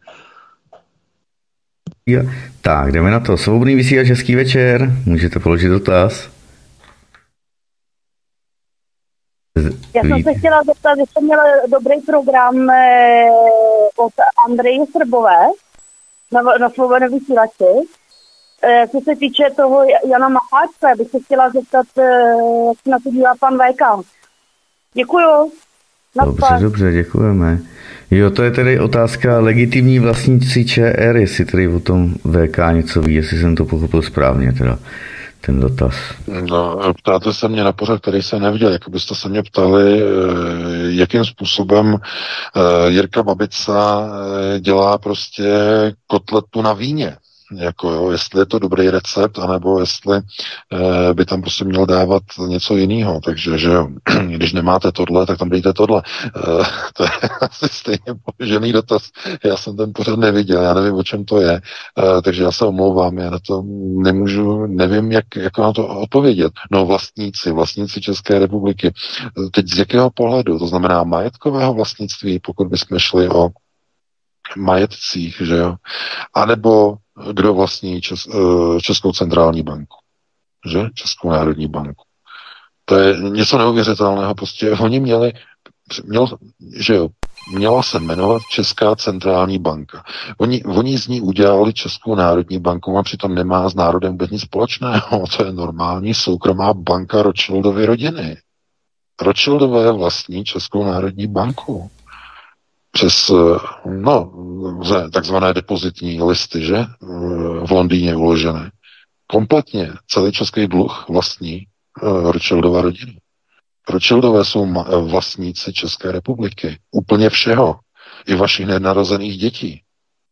Ja, tak, jdeme na to. Svobodný vysílač, hezký večer. Můžete položit dotaz. Já jsem se chtěla zeptat, že jste měl dobrý program eh, od Andreje Srbové na, na Svobodném vysílači. Eh, co se týče toho Jana Macháčka, bych se chtěla zeptat, eh, jak se na to dívá pan V K. Děkuju. Dobře, dobře, děkujeme. Jo, to je tedy otázka legitimní vlastníci ČR, jestli tedy o tom V K něco ví, jestli jsem to pochopil správně, teda ten dotaz. No, ptáte se mě na pořad, který jsem neviděl, jako byste se mě ptali, jakým způsobem Jirka Babica dělá prostě kotletu na víně. Jako jo, jestli je to dobrý recept, anebo jestli e, by tam prostě měl dávat něco jiného. Takže, že jo, když nemáte tohle, tak tam dejte tohle. E, to je asi stejně položený dotaz. Já jsem ten pořad neviděl, já nevím, o čem to je. E, takže já se omlouvám, já na to nemůžu, nevím, jak, jak na to odpovědět. No, vlastníci, vlastníci České republiky. Teď z jakého pohledu? To znamená majetkového vlastnictví, pokud bychom šli o majetcích, že jo? A nebo kdo vlastní Čes, Českou centrální banku, že? Českou národní banku. To je něco neuvěřitelného. Prostě oni měli, měl, že jo, měla se jmenovat Česká centrální banka. Oni, oni z ní udělali Českou národní banku a přitom nemá s národem vůbec nic společného. To je normální soukromá banka Rothschildovy rodiny. Rothschildové vlastní Českou národní banku. Přes, no, takzvané depozitní listy, že, v Londýně uložené. Kompletně celý český dluh vlastní Rothschildova rodina. Rothschildové jsou vlastníci České republiky. Úplně všeho. I vašich nenarozených dětí.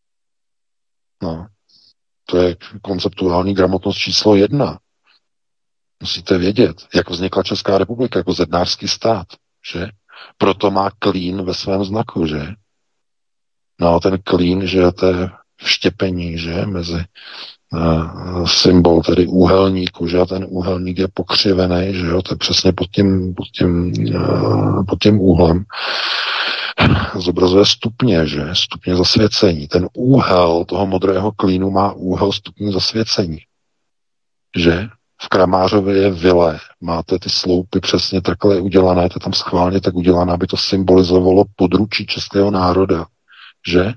No. To je konceptuální gramotnost číslo jedna. Musíte vědět, jak vznikla Česká republika jako zednářský stát, že? Proto má klín ve svém znaku, že? No, ten klín, že to je vštěpení, že? Mezi uh, symbol tedy úhelníku, že? A ten úhelník je pokřivený, že jo? To je přesně pod tím, pod tím, uh, pod tím úhlem. Zobrazuje stupně, že? Stupně zasvěcení. Ten úhel toho modrého klínu má úhel stupňů zasvěcení. Že? V Kramářově je vile, máte ty sloupy přesně takhle udělané, to je tam schválně tak udělané, aby to symbolizovalo područí českého národa, že?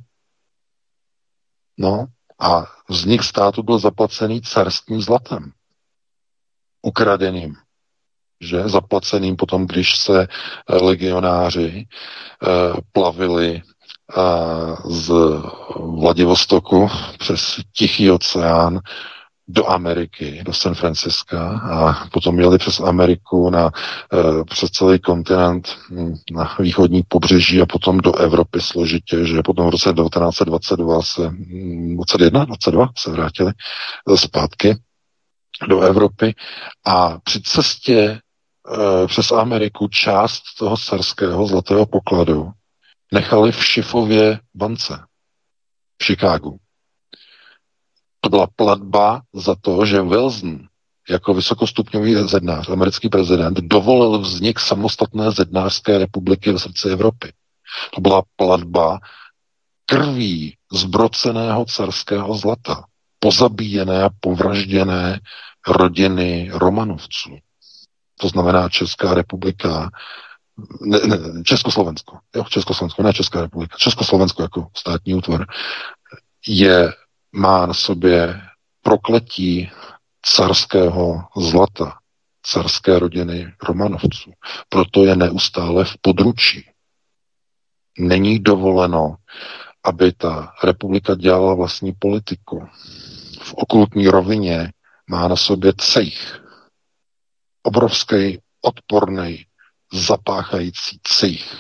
No a vznik státu byl zaplacený carským zlatem, ukradeným, že? Zaplaceným potom, když se legionáři eh, plavili eh, z Vladivostoku přes Tichý oceán do Ameriky, do San Franciska a potom jeli přes Ameriku na, uh, přes celý kontinent na východní pobřeží a potom do Evropy složitě, že potom v roce devatenáct set dvacet dva se, dvacet jedna, dvacet dva se vrátili zpátky do Evropy a při cestě uh, přes Ameriku část toho carského zlatého pokladu nechali v Šifově bance. v Chicagu. To byla platba za to, že Wilson jako vysokostupňový zednář, americký prezident, dovolil vznik samostatné zednářské republiky v srdci Evropy. To byla platba krví zbroceného carského zlata, pozabíjené a povražděné rodiny Romanovců. To znamená Česká republika, ne, ne, Československo, jo, Československo, ne Česká republika, Československo jako státní útvar, je, má na sobě prokletí carského zlata, carské rodiny Romanovců. Proto je neustále v područí. Není dovoleno, aby ta republika dělala vlastní politiku. V okultní rovině má na sobě cejch. Obrovský, odporný, zapáchající cejch.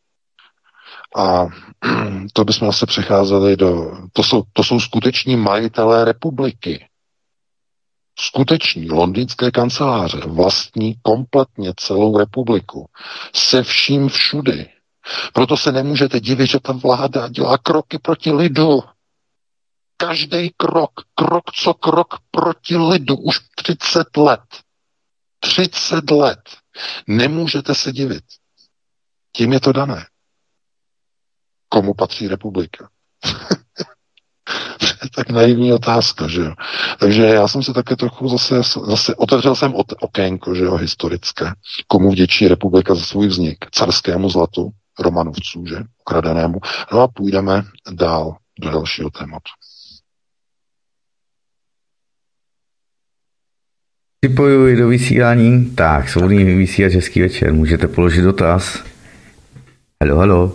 A to bychom zase přecházeli do... To jsou, to jsou skuteční majitelé republiky. Skuteční londýnské kanceláře vlastní kompletně celou republiku. Se vším všudy. Proto se nemůžete divit, že ta vláda dělá kroky proti lidu. Každý krok, krok co krok proti lidu. Už třicet let. třicet let. Nemůžete se divit. Tím je to dané. Komu patří republika? Tak naivní otázka, že jo. Takže já jsem se také trochu zase, zase otevřel jsem okénko, že jo, historické. Komu vděčí republika za svůj vznik? Carskému zlatu Romanovců, že? Ukradenému. No a půjdeme dál do dalšího tématu. Připojuji do vysílání. Tak, svobodný vysílač, hezký večer. Můžete položit dotaz. Halo, halo.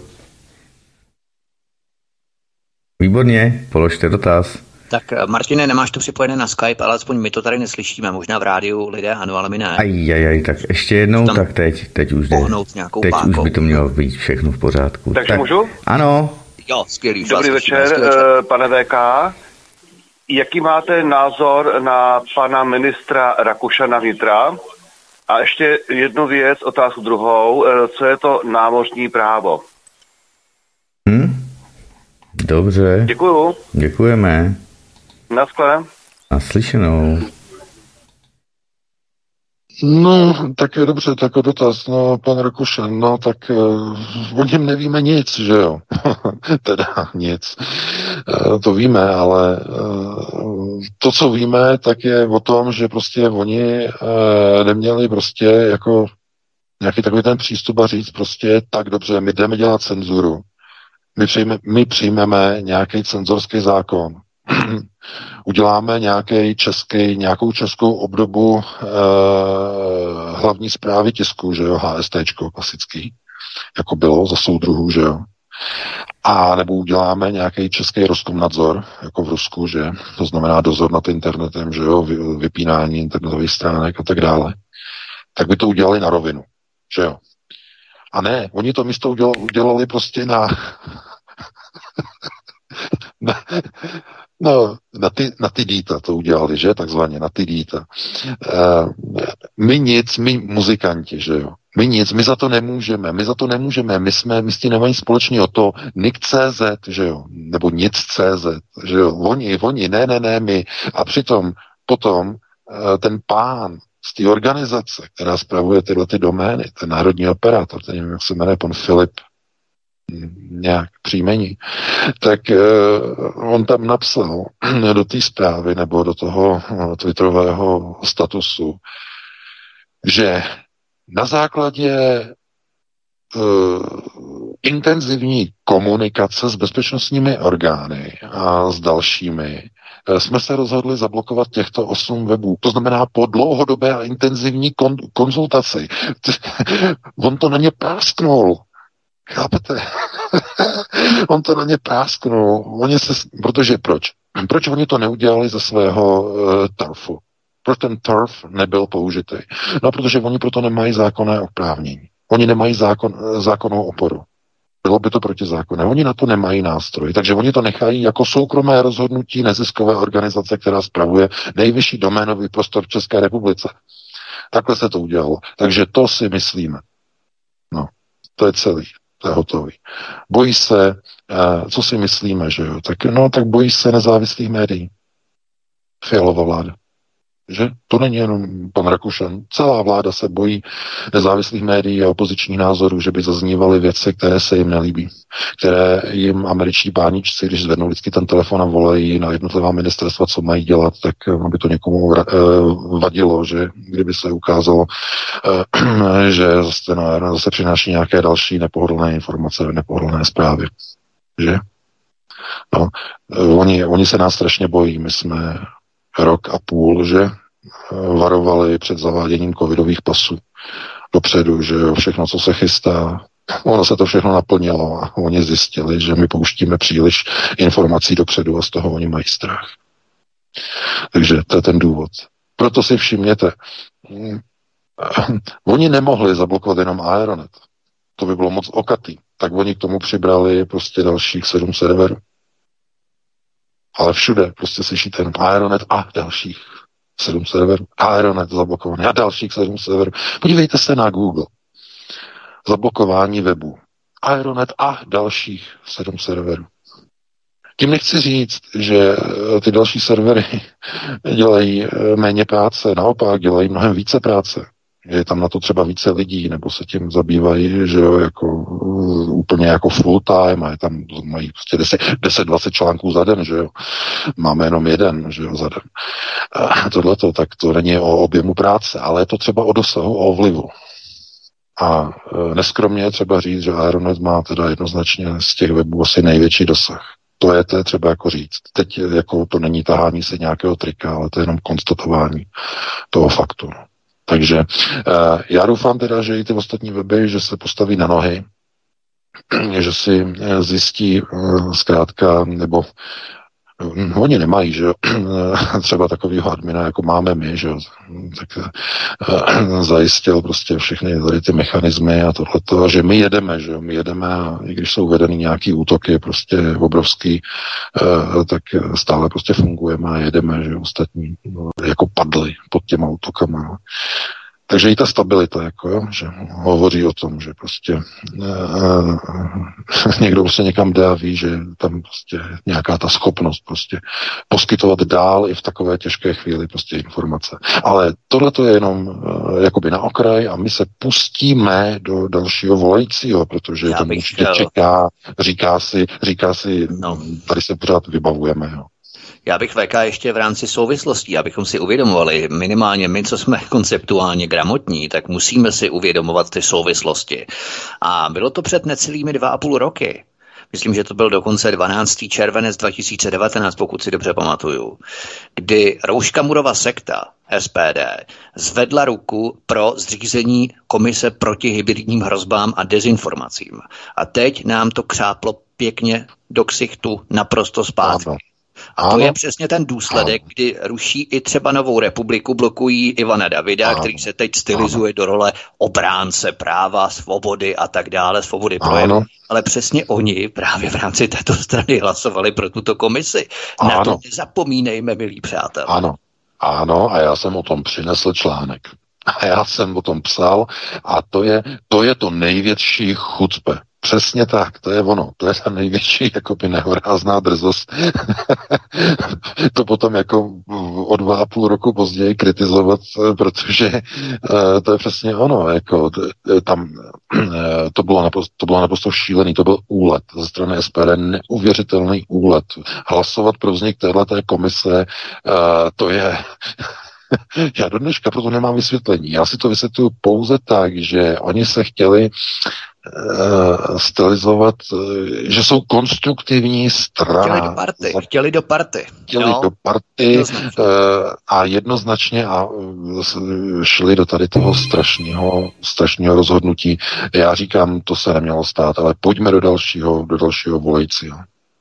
Výborně, položte dotaz. Tak Martine, nemáš to připojené na Skype, ale aspoň my to tady neslyšíme. Možná v rádiu lidé, ano, ale my ne. Aj, aj, aj, tak ještě jednou, tak teď, teď už jde. Teď pákou. Už by to mělo být všechno v pořádku. Takže tak, můžu? Ano. Jo, skvělý. Dobrý večer, večer, pane V K. Jaký máte názor na pana ministra Rakušana vnitra? A ještě jednu věc, otázku druhou. Co je to námořní právo? Hm? Dobře. Děkuju. Děkujeme. Naschle. Naslyšenou. No, tak je dobře, tak dotaz, no, pan Rakušan, no, tak uh, o něm nevíme nic, že jo, teda nic, uh, to víme, ale uh, to, co víme, tak je o tom, že prostě oni uh, neměli prostě jako nějaký takový ten přístup a říct prostě, tak dobře, my jdeme dělat cenzuru, my, přijme, my přijmeme nějaký cenzorský zákon, uděláme nějaký český, nějakou českou obdobu eh, hlavní zprávy tisku, že jo, HSTčko klasický, jako bylo za soudruhů, že jo. A nebo uděláme nějaký český Roskomnadzor, jako v Rusku, že to znamená dozor nad internetem, že jo, vypínání internetových stránek a tak dále. Tak by to udělali na rovinu, že jo. A ne, oni to místo udělali, udělali prostě na na, no, na ty, na ty dýta to udělali, že, takzvaně, na ty dýta. Uh, my nic, my muzikanti, že jo, my nic, my za to nemůžeme, my za to nemůžeme, my jsme, my s tím nemají společně to nic tečka cé zet, že jo, nebo nic tečka cé zet, že jo, oni, oni, ne, ne, ne, my. A přitom potom uh, ten pán z té organizace, která spravuje tyhle ty domény, ten národní operátor, ten nevím, jak se jmenuje, pan Filip, nějak příjmení, tak uh, on tam napsal do té zprávy nebo do toho uh, twitterového statusu, že na základě uh, intenzivní komunikace s bezpečnostními orgány a s dalšími uh, jsme se rozhodli zablokovat těchto osm webů. To znamená po dlouhodobé a intenzivní kon- konzultaci. On to na ně prásknul. Chápete? On to na ně prásknul. Oni se, protože proč? Proč oni to neudělali ze svého uh, turfu? Proč ten turf nebyl použitý? No, protože oni proto nemají zákonné oprávnění. Oni nemají zákon, zákonnou oporu. Bylo by to protizákonné. Oni na to nemají nástroj. Takže oni to nechají jako soukromé rozhodnutí neziskové organizace, která spravuje nejvyšší doménový prostor v České republice. Takhle se to udělalo. Takže to si myslíme. No, to je celý. To je hotový. Bojí se, co si myslíme, že jo? Tak, no, tak bojí se nezávislých médií. Fialová vláda. Že? To není jenom pan Rakušan. Celá vláda se bojí nezávislých médií a opozičních názorů, že by zaznívaly věci, které se jim nelíbí. Které jim američtí páničci, když zvednou vždycky ten telefon a volají na jednotlivá ministerstva, co mají dělat, tak aby to někomu vadilo, že kdyby se ukázalo, že zase, no, zase přináší nějaké další nepohodlné informace, nepohodlné zprávy. Že? No, oni, oni se nás strašně bojí. My jsme rok a půl, že varovali před zaváděním covidových pasů dopředu, že jo, všechno, co se chystá, ono se to všechno naplnilo a oni zjistili, že my pouštíme příliš informací dopředu a z toho oni mají strach. Takže to je ten důvod. Proto si všimněte, oni nemohli zablokovat jenom Aeronet. To by bylo moc okatý. Tak oni k tomu přibrali prostě dalších sedm serverů. Ale všude prostě slyšíte ten Aeronet a dalších sedm serverů. Aeronet zablokovaný a dalších sedm serverů. Podívejte se na Google. Zablokování webu. Aeronet a dalších sedm serverů. Tím nechci říct, že ty další servery dělají méně práce, naopak dělají mnohem více práce. Je tam na to třeba více lidí, nebo se tím zabývají, že jo, jako úplně jako full time, a je tam mají prostě deset dvacet článků za den, že jo. Máme jenom jeden, že jo, za den. A tohleto, tak to není o objemu práce, ale je to třeba o dosahu, o vlivu. A neskromně je třeba říct, že Aeronet má teda jednoznačně z těch webů asi největší dosah. To je, to je třeba jako říct. Teď jako to není tahání se nějakého trika, ale to je jenom konstatování toho faktu. Takže uh, já doufám teda, že i ty ostatní weby, že se postaví na nohy, že si zjistí uh, zkrátka, nebo uh, oni nemají, že třeba takovýho admina, jako máme my, že tak uh, zajistil prostě všechny tady ty mechanismy a tohleto, a že my jedeme, že my jedeme a i když jsou vedeny nějaký útoky prostě obrovský, uh, tak stále prostě fungujeme a jedeme, že ostatní no, jako padli pod těma útokama. Takže i ta stabilita, jako jo, že hovoří o tom, že prostě uh, někdo prostě někam jde a ví, že tam prostě nějaká ta schopnost prostě poskytovat dál i v takové těžké chvíli prostě informace. Ale tohle to je jenom uh, jakoby na okraj a my se pustíme do dalšího volajícího, protože Já ten bych určitě chtěl... čeká, říká si, říká si, no. Tady se pořád vybavujeme, jo. Já bych V K ještě v rámci souvislostí, abychom si uvědomovali, minimálně my, co jsme konceptuálně gramotní, tak musíme si uvědomovat ty souvislosti. A bylo to před necelými dva a půl roky. Myslím, že to byl dokonce dvanáctého červenec dva tisíce devatenáct, pokud si dobře pamatuju, kdy Rouškamurova sekta S P D zvedla ruku pro zřízení komise proti hybridním hrozbám a dezinformacím. A teď nám to křáplo pěkně do ksichtu naprosto zpátky. A to ano. je přesně ten důsledek, ano. kdy ruší i třeba Novou republiku, blokují Ivana Davida, ano. který se teď stylizuje ano. do role obránce práva, svobody a tak dále, svobody projevu. Ale přesně oni právě v rámci této strany hlasovali pro tuto komisi. Ano. Na to nezapomínejme, milí přátelé. Ano, ano, a já jsem o tom přinesl článek. A já jsem o tom psal a to je to, je to největší chucpe. Přesně tak, to je ono, to je ta největší jakoby nehorázná drzost. To potom jako o dva a půl roku později kritizovat, protože uh, to je přesně ono, jako tam uh, to bylo naprosto, to bylo naprosto šílený, to byl úlet ze strany S P D, neuvěřitelný úlet. Hlasovat pro vznik téhleté komise, uh, to je... Já do dneška proto nemám vysvětlení. Já si to vysvětluji pouze tak, že oni se chtěli uh, stylizovat, uh, že jsou konstruktivní strana. Chtěli do party. Za... Chtěli do party. Chtěli no. do party jednoznačně. Uh, a jednoznačně a uh, šli do tady toho strašného, strašného rozhodnutí. Já říkám, to se nemělo stát, ale pojďme do dalšího, do dalšího volajícího.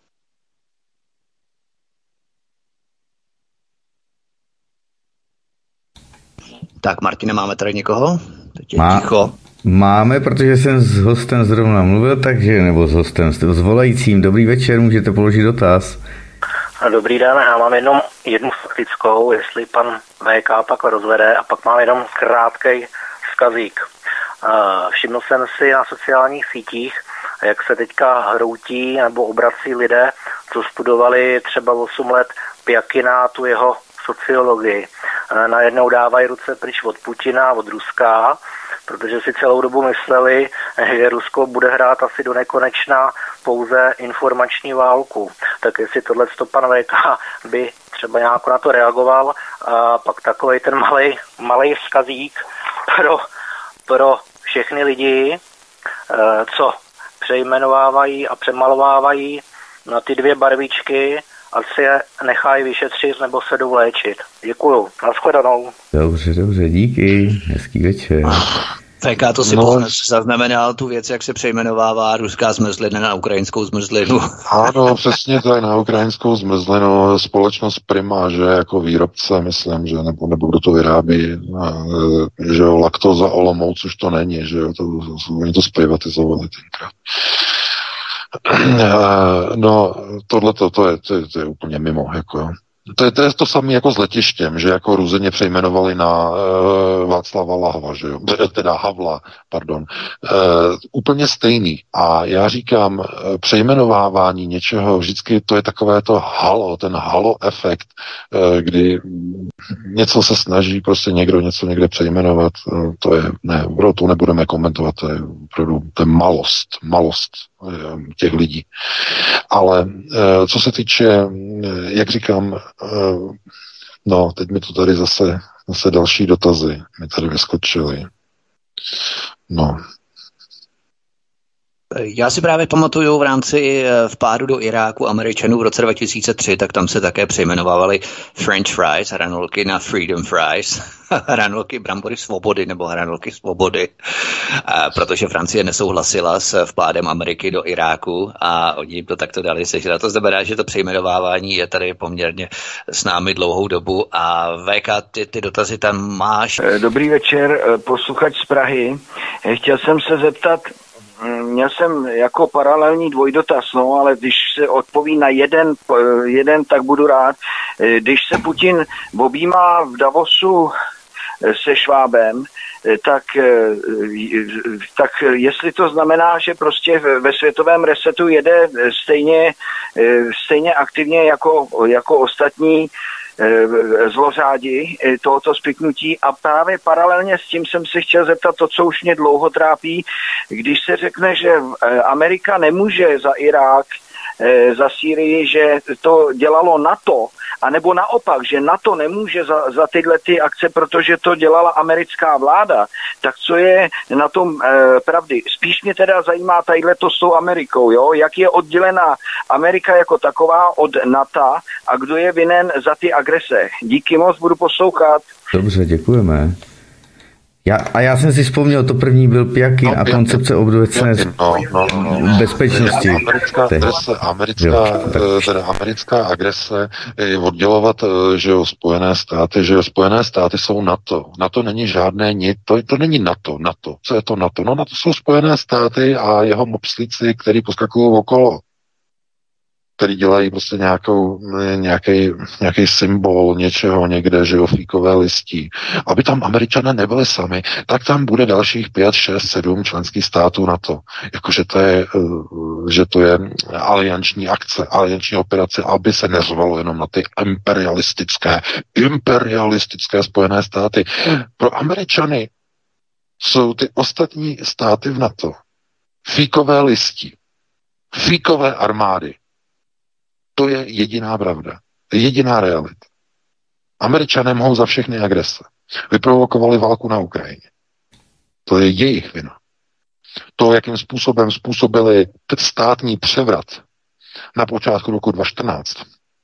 Tak, Martine, máme tady někoho? Teď je Má, ticho. Máme, protože jsem s hostem zrovna mluvil, takže, nebo s hostem, s volajícím. Dobrý večer, můžete položit dotaz. Dobrý den, já mám jenom jednu faktickou, jestli pan V K pak rozvede, a pak mám jenom krátkej vzkazík. Všiml jsem si na sociálních sítích, jak se teďka hroutí nebo obrací lidé, co studovali třeba osm let Pjakina, tu jeho sociologii. Najednou dávají ruce pryč od Putina, od Ruska, protože si celou dobu mysleli, že Rusko bude hrát asi do nekonečna pouze informační válku. Tak jestli tohle pan V K by třeba nějak na to reagoval, a pak takovej ten malej, malej vzkazík pro, pro všechny lidi, co přejmenovávají a přemalovávají na ty dvě barvičky, ať si je nechají vyšetřit nebo se jdou léčit. Děkuju. Nashledanou. Dobře, dobře, díky. Hezký večer. V K to si No. zaznamenal tu věc, jak se přejmenovává ruská zmrzlina na ukrajinskou zmrzlinu. Ano, přesně tak, na ukrajinskou zmrzlinu společnost Prima, že jako výrobce, myslím, že nebo, nebo kdo to vyrábí, že jo, Laktoza Olomouc už to není, že jo, to, oni to zprivatizovali tenkrát. No, tohle to, to, je, to, je, to je úplně mimo, jako jo. To je, to je to samé jako s letištěm, že jako Ruzeně přejmenovali na uh, Václava Lahva, že jo, teda Havla, pardon. Uh, úplně stejný. A já říkám, uh, přejmenovávání něčeho, vždycky to je takové to halo, ten halo efekt, uh, kdy něco se snaží prostě někdo něco někde přejmenovat, uh, to je, ne, bro, to nebudeme komentovat, to je opravdu, to je malost, malost uh, těch lidí. Ale uh, co se týče, uh, jak říkám, Uh, no, teď mi to tady zase, zase další dotazy mi tady vyskočily. No. Já si právě pamatuju v rámci vpádu do Iráku Američanů v roce dva tisíce tři, tak tam se také přejmenovávali French fries, hranolky na Freedom fries, hranolky brambory svobody nebo hranolky svobody, a protože Francie nesouhlasila s vpádem Ameriky do Iráku a oni jim to takto dali sežrat. To znamená, že to přejmenovávání je tady poměrně s námi dlouhou dobu a V K, ty, ty dotazy tam máš. Dobrý večer, posluchač z Prahy. Chtěl jsem se zeptat, měl jsem jako paralelní dvojdotaz, no, ale když se odpoví na jeden, jeden, tak budu rád. Když se Putin objímá v Davosu se Švábem, tak, tak jestli to znamená, že prostě ve světovém resetu jede stejně, stejně aktivně jako, jako ostatní zlořádi tohoto spiknutí a právě paralelně s tím jsem se chtěl zeptat to, co už mě dlouho trápí, když se řekne, že Amerika nemůže za Irák, za Sýrii, že to dělalo NATO, anebo naopak, že NATO nemůže za, za tyhle ty akce, protože to dělala americká vláda, tak co je na tom e, pravdy? Spíš mě teda zajímá tadyhle to s tou Amerikou, jo? Jak je oddělená Amerika jako taková od NATO a kdo je vinen za ty agrese? Díky moc, budu poslouchat. Dobře, děkujeme. Já, a já jsem si vzpomněl, to první byl Pjakin no, a koncepce obdobecné no, no, no, no. bezpečnosti. Americká agrese, americká, teda americká agrese je oddělovat, že jo, Spojené státy, že jo, Spojené státy jsou NATO. NATO není žádné nic, to, to není NATO, NATO. Co je to NATO? No NATO jsou Spojené státy a jeho mopslíci, který poskakují okolo, který dělají prostě nějakou, nějaký, nějaký symbol něčeho někde, že jo, fíkové listí. Aby tam Američané nebyli sami, tak tam bude dalších pět, šest, sedm členských států NATO. Jakože to je, že to je alianční akce, alianční operace, aby se neřvalo jenom na ty imperialistické, imperialistické Spojené státy. Pro Američany jsou ty ostatní státy v NATO fíkové listí, fíkové armády. To je jediná pravda. Jediná realita. Američané mohou za všechny agrese. Vyprovokovali válku na Ukrajině. To je jejich vina. To, jakým způsobem způsobili státní převrat na počátku roku dva tisíce čtrnáct.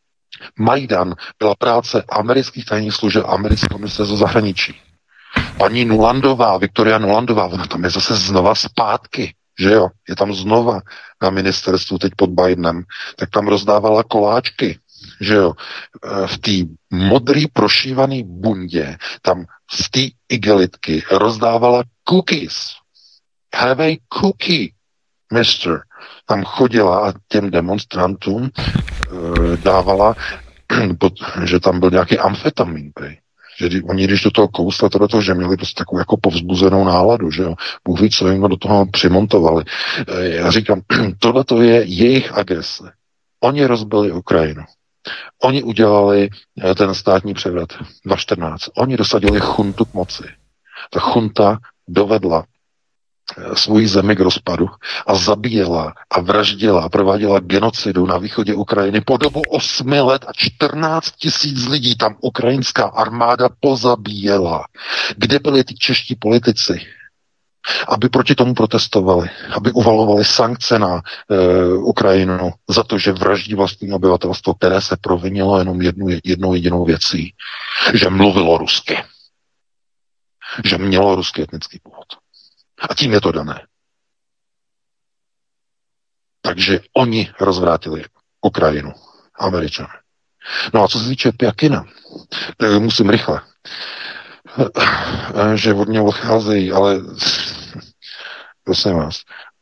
Majdan byla práce amerických tajných služeb amerického ministerstva zahraničí. Paní Nulandová, Viktoria Nulandová, ona tam je zase znova zpátky. Že jo, je tam znova na ministerstvu teď pod Bidenem, tak tam rozdávala koláčky, že jo, v té modrý prošívaný bundě, tam z té igelitky rozdávala cookies. Have a cookie, mister. Tam chodila a těm demonstrantům uh, dávala, že tam byl nějaký amfetamin, Že oni, když do toho kousli, to do toho, že měli prostě takovou jako povzbuzenou náladu, že jo. Bůh ví, co jim do toho přimontovali. Já říkám, tohle to je jejich agrese. Oni rozbili Ukrajinu. Oni udělali ten státní převrat dva tisíce čtrnáct. Oni dosadili chuntu k moci. Ta chunta dovedla svoji zemi k rozpadu a zabíjela a vraždila a prováděla genocidu na východě Ukrajiny po dobu osmi let a čtrnáct tisíc lidí tam ukrajinská armáda pozabíjela. Kde byli ty čeští politici, aby proti tomu protestovali, aby uvalovali sankce na e, Ukrajinu za to, že vraždí vlastní obyvatelstvo, které se provinilo jenom jednu, jednou jedinou věcí, že mluvilo rusky. Že mělo ruský etnický původ. A tím je to dané. Takže oni rozvrátili Ukrajinu, Američané. No a co se týče Pjakina, tak musím rychle, že od něho odcházejí, ale prosím vás,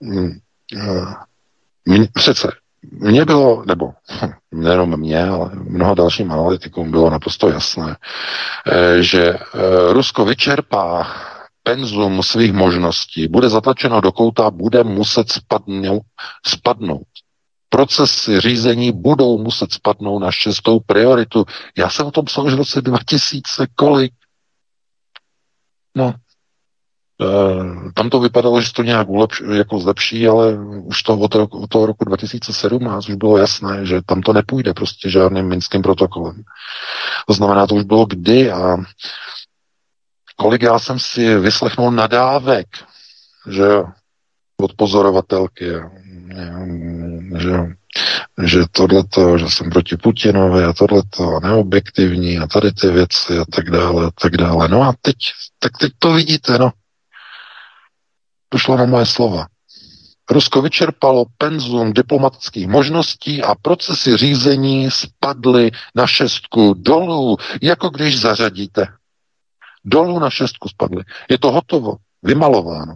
mě, přece mně bylo, nebo nejenom mě, ale mnoha dalším analytikům bylo naprosto jasné, že Rusko vyčerpá penzum svých možností, bude zatlačeno do kouta, bude muset spadnout, spadnout. Procesy řízení budou muset spadnout na šestou prioritu. Já jsem o tom psal už v roce dva tisíce kolik. No, e, tam to vypadalo, že to nějak ulepš, jako zlepší, ale už to od, roku, od toho roku dva tisíce sedmnáct už bylo jasné, že tam to nepůjde prostě žádným minským protokolem. To znamená, to už bylo kdy a kolik já jsem si vyslechnul nadávek, že jo, od pozorovatelky, že, že tohleto, že jsem proti Putinovi a tohleto a neobjektivní a tady ty věci a tak dále a tak dále. No a teď, tak teď to vidíte, no. Došlo na moje slova. Rusko vyčerpalo penzum diplomatických možností a procesy řízení spadly na šestku dolů, jako když zařadíte. Dolů na šestku spadly. Je to hotovo, vymalováno.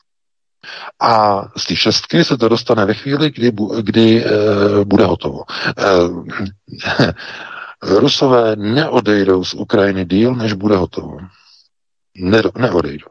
A z té šestky se to dostane ve chvíli, kdy, kdy e, bude hotovo. E, Rusové neodejdou z Ukrajiny díl, než bude hotovo. Ne, neodejdou.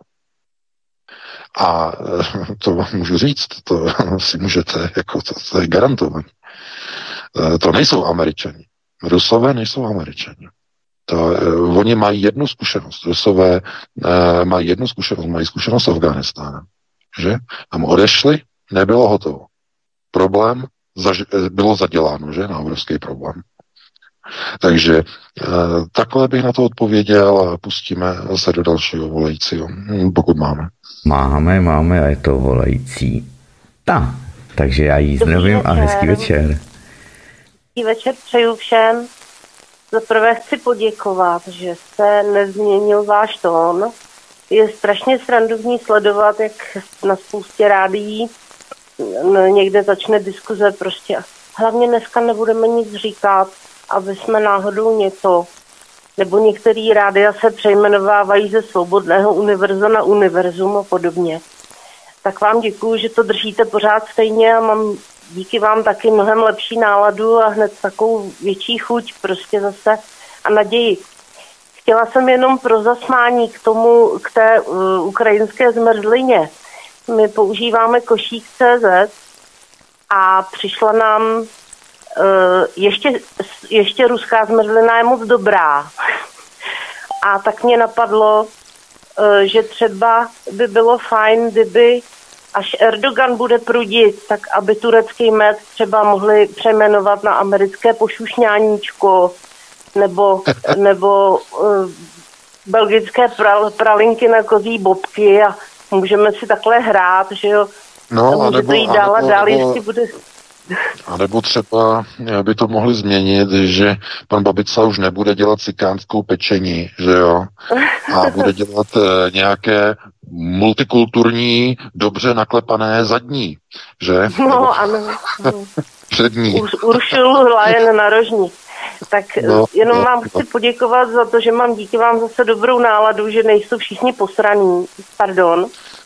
A e, to vám můžu říct, to si můžete, jako to, to je garantované. E, to nejsou Američani. Rusové nejsou Američani. To, e, oni mají jednu zkušenost. Rusové e, mají jednu zkušenost. Mají zkušenost s Afghánistánem. Že? Tam odešli, nebylo hotovo. Problém zaž, bylo zaděláno, že? Na obrovský problém. Takže e, takhle bych na to odpověděl a pustíme se do dalšího volajícího, pokud máme. Máme, máme a je to volající. Tak, takže já jí zdravím a hezký večer. Hezký večer přeju všem. Za prvé chci poděkovat, že se nezměnil váš tón. Je strašně srandovní sledovat, jak na spoustě rádií někde začne diskuze prostě. Hlavně dneska nebudeme nic říkat, aby jsme náhodou něco, nebo některý rádia se přejmenovávají ze svobodného univerza na univerzum a podobně. Tak vám děkuju, že to držíte pořád stejně a mám díky vám taky mnohem lepší náladu a hned takovou větší chuť prostě zase a naději. Chtěla jsem jenom pro zasmání k tomu, k té uh, ukrajinské zmrzlině. My používáme košík tečka cé zet a přišla nám uh, ještě, ještě ruská zmrzlina je moc dobrá. A tak mě napadlo, uh, že třeba by bylo fajn, kdyby až Erdogan bude prudit, tak aby turecký med třeba mohli přejmenovat na americké pošušňáníčko, nebo, nebo uh, belgické pral, pralinky na kozí bobky a můžeme si takhle hrát, že jo. No, a nebo, jít dál a dál, jestli bude... A nebo třeba by to mohli změnit, že pan Babica už nebude dělat cikánskou pečení, že jo, a bude dělat uh, nějaké multikulturní, dobře naklepané zadní, že? No, nebo... ano. Přední. Ur, Uršulu Lajen narožník. Tak no, jenom no, vám chci no. poděkovat za to, že mám díky vám zase dobrou náladu, že nejsou všichni posraní, pardon.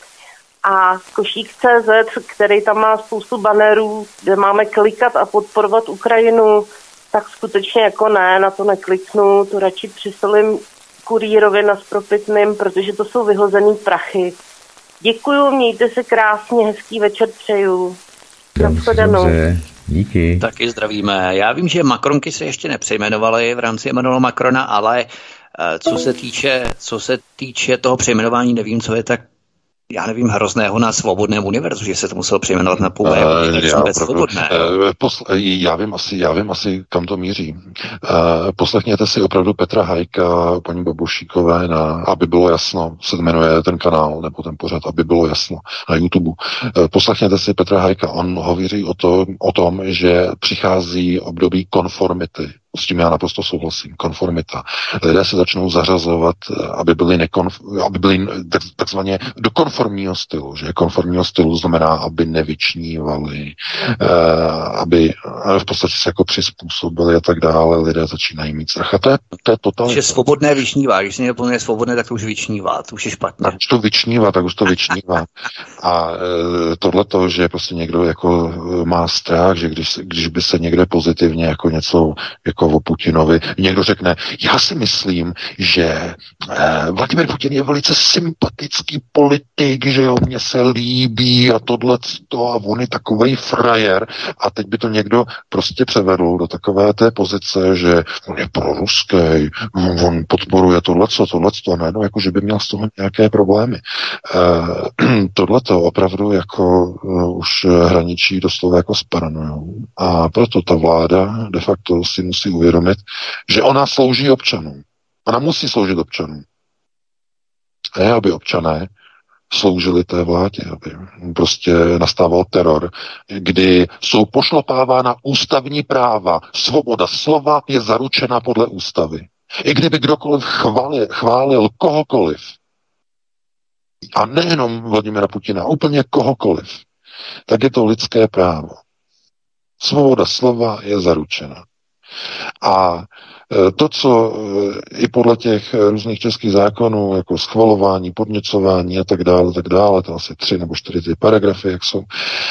A košík tečka cé zet, který tam má spoustu bannerů, kde máme klikat a podporovat Ukrajinu, tak skutečně jako ne, na to nekliknu, to radši přisolím kurýrovi na Spropitným, protože to jsou vyhozený prachy. Děkuju, mějte se krásně, hezký večer přeju. Nashledanou. Díky. Taky zdravíme. Já vím, že Macronky se ještě nepřejmenovaly v rámci Emmanuela Macrona, ale co se týče, co se týče toho přejmenování, nevím, co je tak, já nevím, hrozného na Svobodném univerzu, že se to muselo přejmenovat na původné uh, svobodné. Uh, posl- já vím asi, já vím asi, kam to míří. Uh, poslechněte si opravdu Petra Hajka, paní Babošíkové, na, aby bylo jasno, se jmenuje ten kanál, nebo ten pořad, aby bylo jasno, na YouTube. Uh, poslechněte si Petra Hajka, on hovoří o, to, o tom, že přichází období konformity. S tím já naprosto souhlasím. Konformita. Lidé se začnou zařazovat, aby byli, nekonf- aby byli tak, takzvaně do konformního stylu. Že konformního stylu znamená, aby nevyčnívali, eh, aby v podstatě se jako přizpůsobili a tak dále. Lidé začínají mít strach. A to je, to je totalita. Že svobodné vyčnívá. Když se někdo plně svobodné, tak to už vyčnívá. To už je špatně. Tak už to vyčnívá, tak už to vyčnívá. A eh, tohleto, že prostě někdo jako má strach, že když, když by se někde pozitivně jako něco jako o Putinovi. Někdo řekne, já si myslím, že eh, Vladimir Putin je velice sympatický politik, že jo, mně se líbí a tohleto a on je takovej frajer a teď by to někdo prostě převedl do takové té pozice, že on je proruský, on podporuje tohleto, tohleto, ne, no, jako že by měl z toho nějaké problémy. Eh, tohleto opravdu jako uh, už hraničí doslova jako s paranojou. A proto ta vláda de facto si musí uvědomit, že ona slouží občanům. Ona musí sloužit občanům. Ne, aby občané sloužili té vládě, aby prostě nastával teror, kdy jsou pošlapávána ústavní práva. Svoboda slova je zaručena podle ústavy. I kdyby kdokoliv chválil, chválil kohokoliv, a nejenom Vladimira Putina, úplně kohokoliv, tak je to lidské právo. Svoboda slova je zaručena. A to, co i podle těch různých českých zákonů, jako schvalování, podněcování a tak dále, tak dále, to asi tři nebo čtyři ty paragrafy, jak jsou,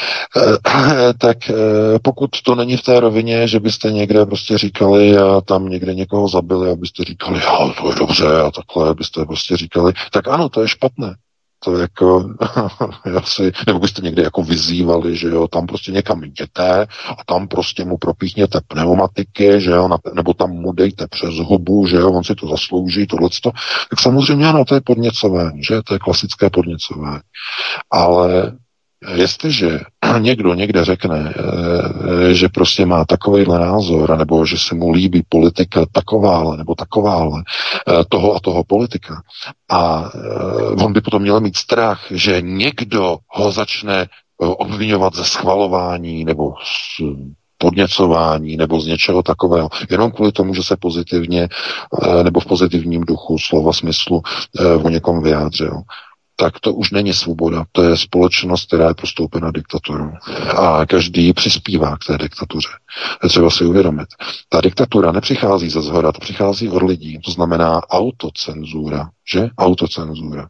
tak pokud to není v té rovině, že byste někde prostě říkali a tam někde někoho zabili, abyste říkali, jo, to je dobře a takhle, abyste prostě říkali, tak ano, to je špatné. To jako, asi, nebo byste někde jako vyzývali, že jo, tam prostě někam jděte a tam prostě mu propíchněte pneumatiky, že jo, nebo tam mu dejte přes hubu, že jo, on si to zaslouží, tohleto. Tak samozřejmě ano, to je podněcování, že, to je klasické podněcování. Ale jestliže někdo někde řekne, že prostě má takovýhle názor, nebo že se mu líbí politika takováhle, nebo takováhle, toho a toho politika, a on by potom měl mít strach, že někdo ho začne obvinovat ze schvalování, nebo z podněcování, nebo z něčeho takového, jenom kvůli tomu, že se pozitivně, nebo v pozitivním duchu slova smyslu o někom vyjádřil. Tak to už není svoboda, to je společnost, která je prostoupena diktaturou. A každý přispívá k té diktatuře. Je třeba si uvědomit. Ta diktatura nepřichází ze zhora, to přichází od lidí. To znamená autocenzura, že? Autocenzura.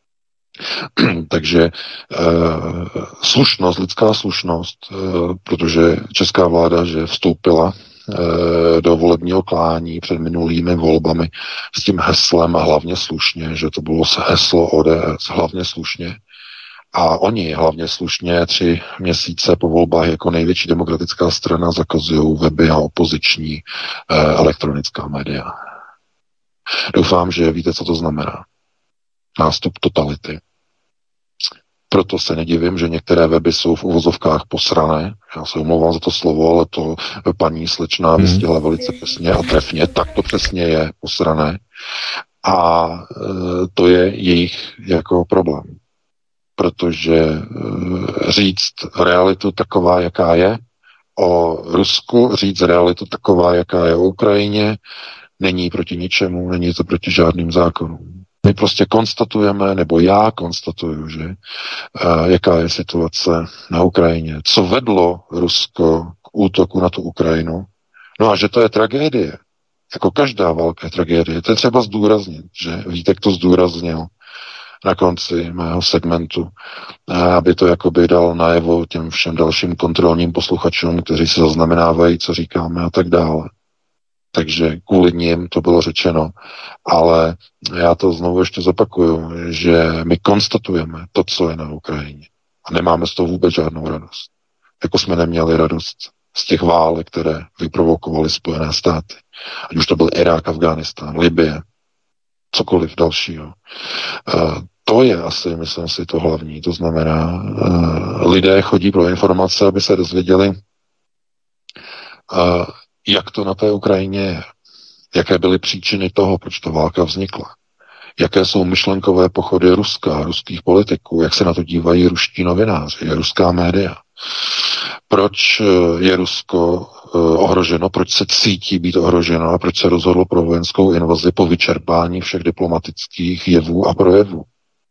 Takže e, slušnost, lidská slušnost, e, protože česká vláda, že vstoupila do volebního klání před minulými volbami s tím heslem a hlavně slušně, že to bylo heslo O D S, hlavně slušně. A oni hlavně slušně tři měsíce po volbách jako největší demokratická strana zakazují weby a opoziční eh, elektronická média. Doufám, že víte, co to znamená. Nástup totality. Proto se nedivím, že některé weby jsou v uvozovkách posrané. Já se omlouvám za to slovo, ale to paní slečna hmm. vystihla velice přesně a trefně. Tak to přesně je posrané. A e, to je jejich jako problém. Protože e, říct realitu taková, jaká je, o Rusku, říct realitu taková, jaká je o Ukrajině, není proti ničemu, není to proti žádným zákonům. My prostě konstatujeme, nebo já konstatuju, že uh, jaká je situace na Ukrajině, co vedlo Rusko k útoku na tu Ukrajinu, no a že to je tragédie, jako každá válka je tragédie, to je třeba zdůraznit, že Vítek to zdůraznil na konci mého segmentu, aby to jakoby dal najevo těm všem dalším kontrolním posluchačům, kteří se zaznamenávají, co říkáme a tak dále. Takže kvůli nim to bylo řečeno. Ale já to znovu ještě zopakuju, že my konstatujeme to, co je na Ukrajině. A nemáme z toho vůbec žádnou radost. Jako jsme neměli radost z těch válek, které vyprovokovaly Spojené státy. Ať už to byl Irák, Afghánistán, Libye, cokoliv dalšího. To je asi, myslím si, to hlavní. To znamená, lidé chodí pro informace, aby se dozvěděli, jak to na té Ukrajině je. Jaké byly příčiny toho, proč ta válka vznikla. Jaké jsou myšlenkové pochody Ruska, ruských politiků, jak se na to dívají ruští novináři, ruská média. Proč je Rusko ohroženo, proč se cítí být ohroženo a proč se rozhodlo pro vojenskou invazi po vyčerpání všech diplomatických jevů a projevů.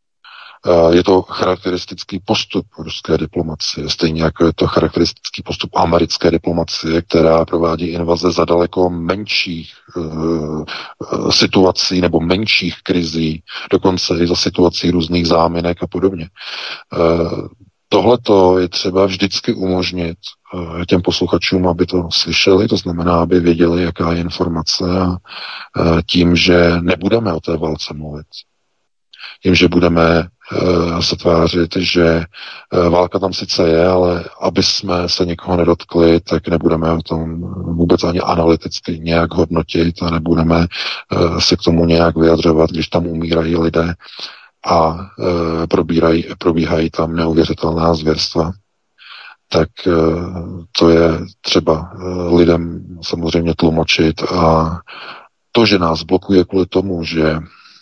Je to charakteristický postup ruské diplomacie, stejně jako je to charakteristický postup americké diplomacie, která provádí invaze za daleko menších uh, situací nebo menších krizí, dokonce i za situací různých záminek a podobně. Uh, Tohleto je třeba vždycky umožnit uh, těm posluchačům, aby to slyšeli, to znamená, aby věděli, jaká je informace a uh, tím, že nebudeme o té válce mluvit. Tím, že budeme uh, se tvářit, že uh, válka tam sice je, ale aby jsme se někoho nedotkli, tak nebudeme o tom vůbec ani analyticky nějak hodnotit a nebudeme uh, se k tomu nějak vyjadřovat, když tam umírají lidé a uh, probírají, probíhají tam neuvěřitelná zvěrstva. Tak uh, to je třeba uh, lidem samozřejmě tlumočit a to, že nás blokuje kvůli tomu, že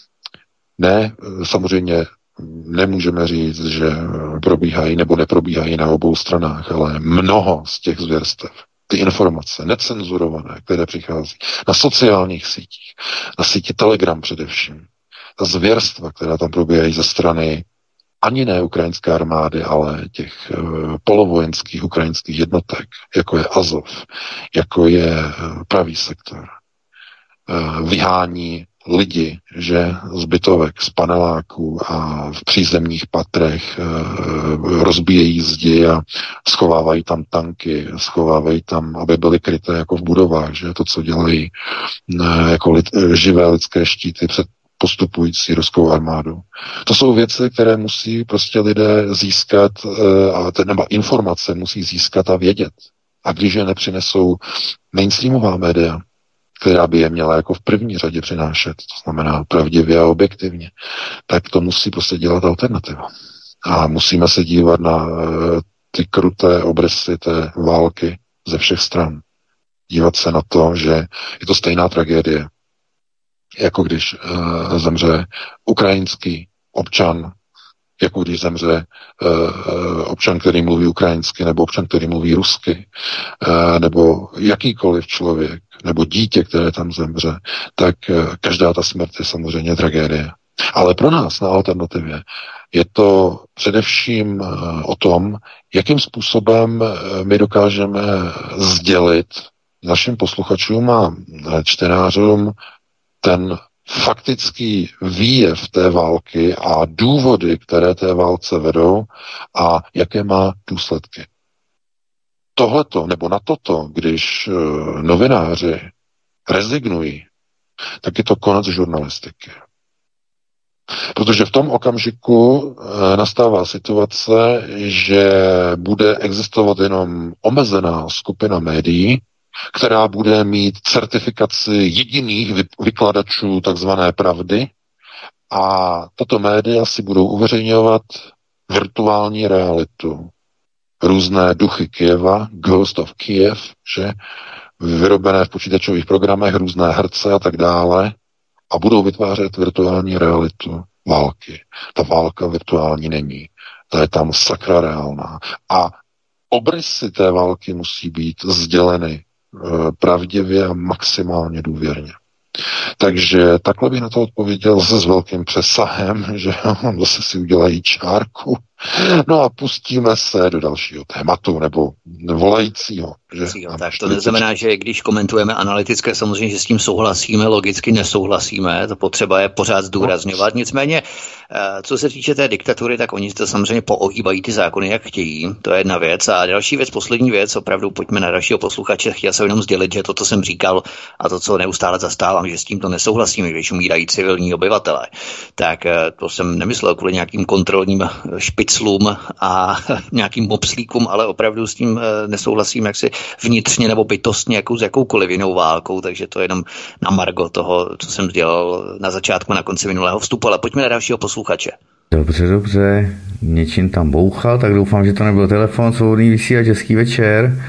ne, samozřejmě nemůžeme říct, že probíhají nebo neprobíhají na obou stranách, ale mnoho z těch zvěrstev, ty informace necenzurované, které přichází na sociálních sítích, na síti Telegram především, ta zvěrstva, která tam probíhají ze strany ani ne ukrajinské armády, ale těch uh, polovojenských ukrajinských jednotek, jako je Azov, jako je uh, pravý sektor, uh, vyhání lidi, že z bytovek, z paneláků a v přízemních patrech e, rozbíjejí zdi a schovávají tam tanky, schovávají tam, aby byly kryté jako v budovách, že to, co dělají e, jako lid, e, živé lidské štíty před postupující ruskou armádu. To jsou věci, které musí prostě lidé získat, e, a nebo informace musí získat a vědět. A když je nepřinesou mainstreamová média, která by je měla jako v první řadě přinášet, to znamená pravdivě a objektivně, tak to musí prostě dělat alternativa. A musíme se dívat na uh, ty kruté obrysy té války ze všech stran. Dívat se na to, že je to stejná tragédie, jako když uh, zemře ukrajinský občan, jako když zemře uh, občan, který mluví ukrajinsky, nebo občan, který mluví rusky, uh, nebo jakýkoliv člověk, nebo dítě, které tam zemře, tak uh, každá ta smrt je samozřejmě tragédie. Ale pro nás na alternativě je to především uh, o tom, jakým způsobem uh, my dokážeme sdělit našim posluchačům a čtenářům ten faktický výjev té války a důvody, které té válce vedou a jaké má důsledky. Tohleto, nebo na toto, když uh, novináři rezignují, tak je to konec žurnalistiky. Protože v tom okamžiku uh, nastává situace, že bude existovat jenom omezená skupina médií, která bude mít certifikaci jediných vykladačů takzvané pravdy a tato média si budou uveřejňovat virtuální realitu. Různé duchy Kyjeva, Ghost of Kiev, že vyrobené v počítačových programech, různé herce a tak dále a budou vytvářet virtuální realitu války. Ta válka virtuální není. Ta je tam sakra reálná. A obrysy té války musí být sděleny pravdivě a maximálně důvěrně. Takže takhle bych na to odpověděl zase s velkým přesahem, že on zase si udělají čárku No a pustíme se do dalšího tématu, nebo volajícího. Že? Tak to neznamená, že když komentujeme analytické, samozřejmě, že s tím souhlasíme, logicky nesouhlasíme, to potřeba je pořád zdůrazňovat. Nicméně, co se týče té diktatury, tak oni to samozřejmě poohýbají ty zákony, jak chtějí. To je jedna věc. A další věc, poslední věc, opravdu pojďme na dalšího posluchače. Chtěl jsem jenom sdělit, že to, co jsem říkal a to, co neustále zastávám, že s tím to nesouhlasím, když umírají civilní obyvatelé, tak to jsem nemyslel kvůli nějakým kontrolním špiclům a nějakým mopslíkům, ale opravdu s tím nesouhlasím jaksi vnitřně nebo bytostně jako s jakoukoliv jinou válkou, takže to je jenom na margo toho, co jsem dělal na začátku, na konci minulého vstupu, ale pojďme na dalšího posluchače. Dobře, dobře, něčím tam bouchal, tak doufám, že to nebyl telefon, svobodný vysílač, hezký večer.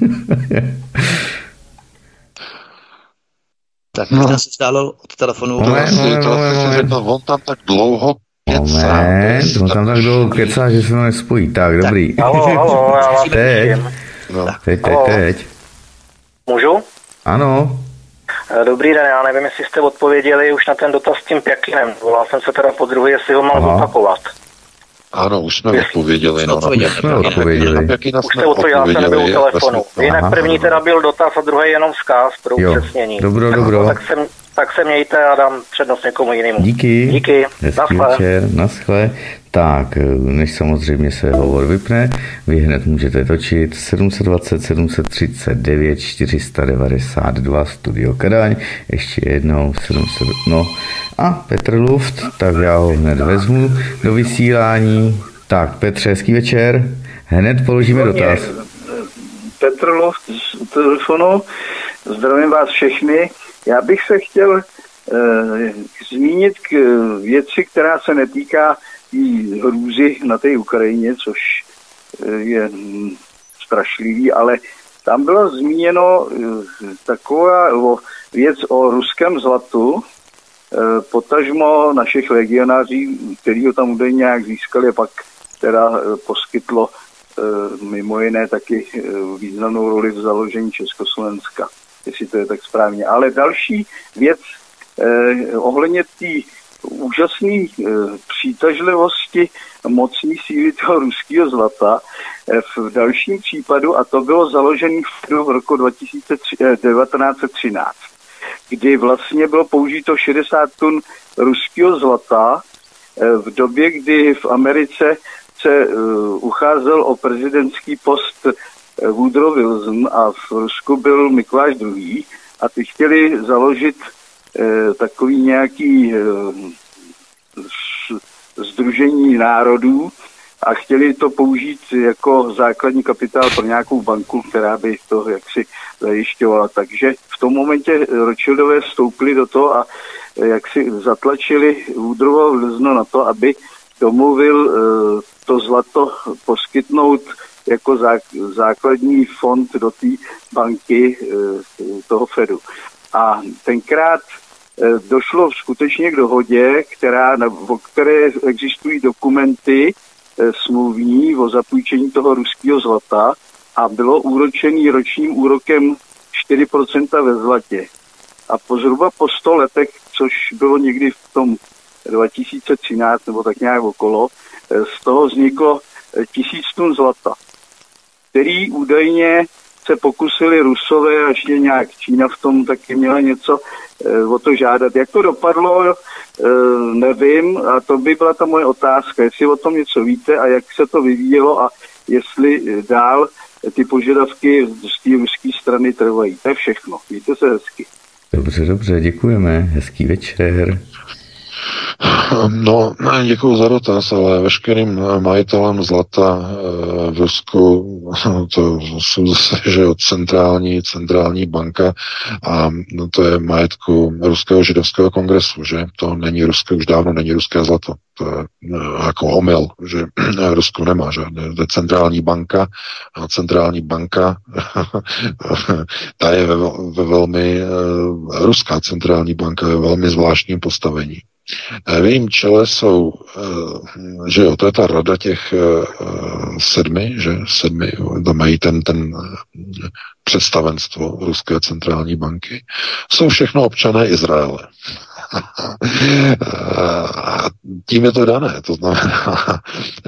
Tak možná no. se vzdálil od telefonu. No, ne, no, no, no, no, on tam tak dlouho kecá. Moment, on tam tak dlouho kecá, že se to nespojí. Tak, dobrý. Halo, halo, já vás teď, no. teď, teď, teď. Můžu? Ano. Dobrý den, já nevím, jestli jste odpověděli už na ten dotaz s tím Pjakinem. Volal jsem se teda po druhé, jestli ho mám zopakovat. Ano, už jsme odpověděli. No, odpověděli. Jsme odpověděli. Už jste odpověděli, já jsem nebyl u telefonu. Jinak aha, první teda byl dotaz a druhý jenom vzkaz pro upřesnění. Dobro, tak, dobro. Tak se, tak se mějte a dám přednost někomu jinému. Díky. Díky. Hezký večer, naschle. Tak, než samozřejmě se hovor vypne, vy hned můžete točit sedm set dvacet, sedm set třicet devět, čtyři sta devadesát dva Studio Kadaň, ještě jednou sedm set, no a Petr Luft, tak já ho hned vezmu do vysílání. Tak, Petře, hezký večer, hned položíme dotaz. Petr Luft z telefonu, zdravím vás všechny. Já bych se chtěl eh, zmínit k věci, která se netýká tý hrůzy na té Ukrajině, což je strašlivý, ale tam bylo zmíněno taková věc o ruském zlatu, potažmo našich legionářů, který ho tam údajně nějak získali a pak teda poskytlo mimo jiné taky významnou roli v založení Československa, jestli to je tak správně. Ale další věc ohledně té úžasné e, přitažlivosti mocní síly toho ruského zlata e, v dalším případu, a to bylo založené v roku devatenáct set třináct, kdy vlastně bylo použito šedesát tun ruského zlata e, v době, kdy v Americe se e, ucházel o prezidentský post e, Woodrow Wilson a v Rusku byl Mikuláš druhý. a ty chtěli založit eh, takový nějaký eh, sdružení národů a chtěli to použít jako základní kapitál pro nějakou banku, která by to jaksi zajišťovala. Takže v tom momentě Rothschildové vstoupili do toho a jaksi zatlačili Woodrowa Wilsona na to, aby domluvil eh, to zlato poskytnout jako základní fond do té banky toho Fedu. A tenkrát došlo skutečně k dohodě, která, o které existují dokumenty smluvní o zapůjčení toho ruského zlata a bylo úročený ročním úrokem čtyři procenta ve zlatě. A po zhruba po sto letech, což bylo někdy v tom dva tisíce třináct nebo tak nějak okolo, z toho vzniklo tisíc tun zlata, který údajně se pokusili Rusové a ještě nějak Čína v tom taky měla něco e, o to žádat. Jak to dopadlo, e, nevím, a to by byla ta moje otázka, jestli o tom něco víte a jak se to vyvíjelo a jestli dál ty požadavky z té ruské strany trvají. To je všechno. Víte se hezky. Dobře, dobře, děkujeme. Hezký večer. No, děkuji za dotaz, ale veškerým majitelem zlata v Rusku, to jsou zase, že jo, centrální, centrální banka a no, to je majetku Ruského židovského kongresu, že? To není ruské, už dávno není ruské zlato. To je jako omyl, že Rusko nemá žádné. To je centrální banka a centrální banka ta je ve, ve velmi, ruská centrální banka je ve velmi zvláštním postavení. V jejím čele jsou, že jo, to je ta rada těch sedmi, že sedmi, tam mají ten, ten představenstvo Ruské centrální banky, jsou všechno občané Izraele. Tím je to dané, to znamená,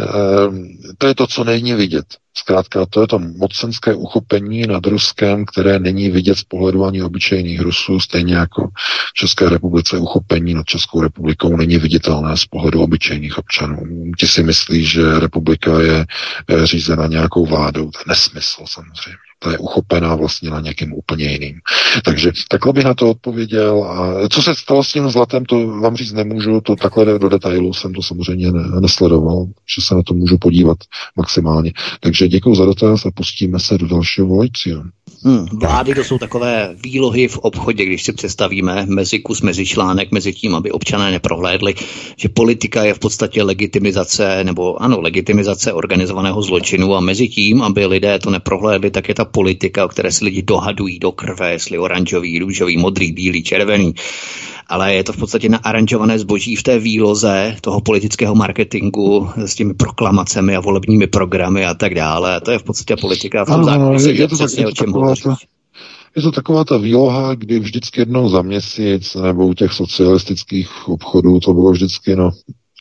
to je to, co není vidět. Zkrátka, to je to mocenské uchopení nad Ruskem, které není vidět z pohledu ani obyčejných Rusů, stejně jako v České republice uchopení nad Českou republikou není viditelné z pohledu obyčejných občanů. Ti si myslí, že republika je řízena nějakou vládou. To je nesmysl samozřejmě. To je uchopená vlastně na někým úplně jiným. Takže takhle bych na to odpověděl. A co se stalo s tím zlatem, to vám říct nemůžu, to takhle do detailu jsem to samozřejmě nesledoval, že se na to můžu podívat maximálně. Takže děkuji za dotaz a pustíme se do dalšího volajícího. Hmm, vlády to jsou takové výlohy v obchodě, když si představíme mezi kus, mezi článek, mezi tím, aby občané neprohlédli, že politika je v podstatě legitimizace, nebo ano, legitimizace organizovaného zločinu a mezi tím, aby lidé to neprohlédli, tak je ta politika, o které si lidi dohadují do krve, jestli oranžový, růžový, modrý, bílý, červený. Ale je to v podstatě naaranžované zboží v té výloze toho politického marketingu s těmi proklamacemi a volebními programy a tak dále. A to je v podstatě politika v tom zákulisí, je, je to přesně tak, o čem hovoříš. Je to taková ta výloha, kdy vždycky jednou za měsíc, nebo u těch socialistických obchodů, to bylo vždycky, no,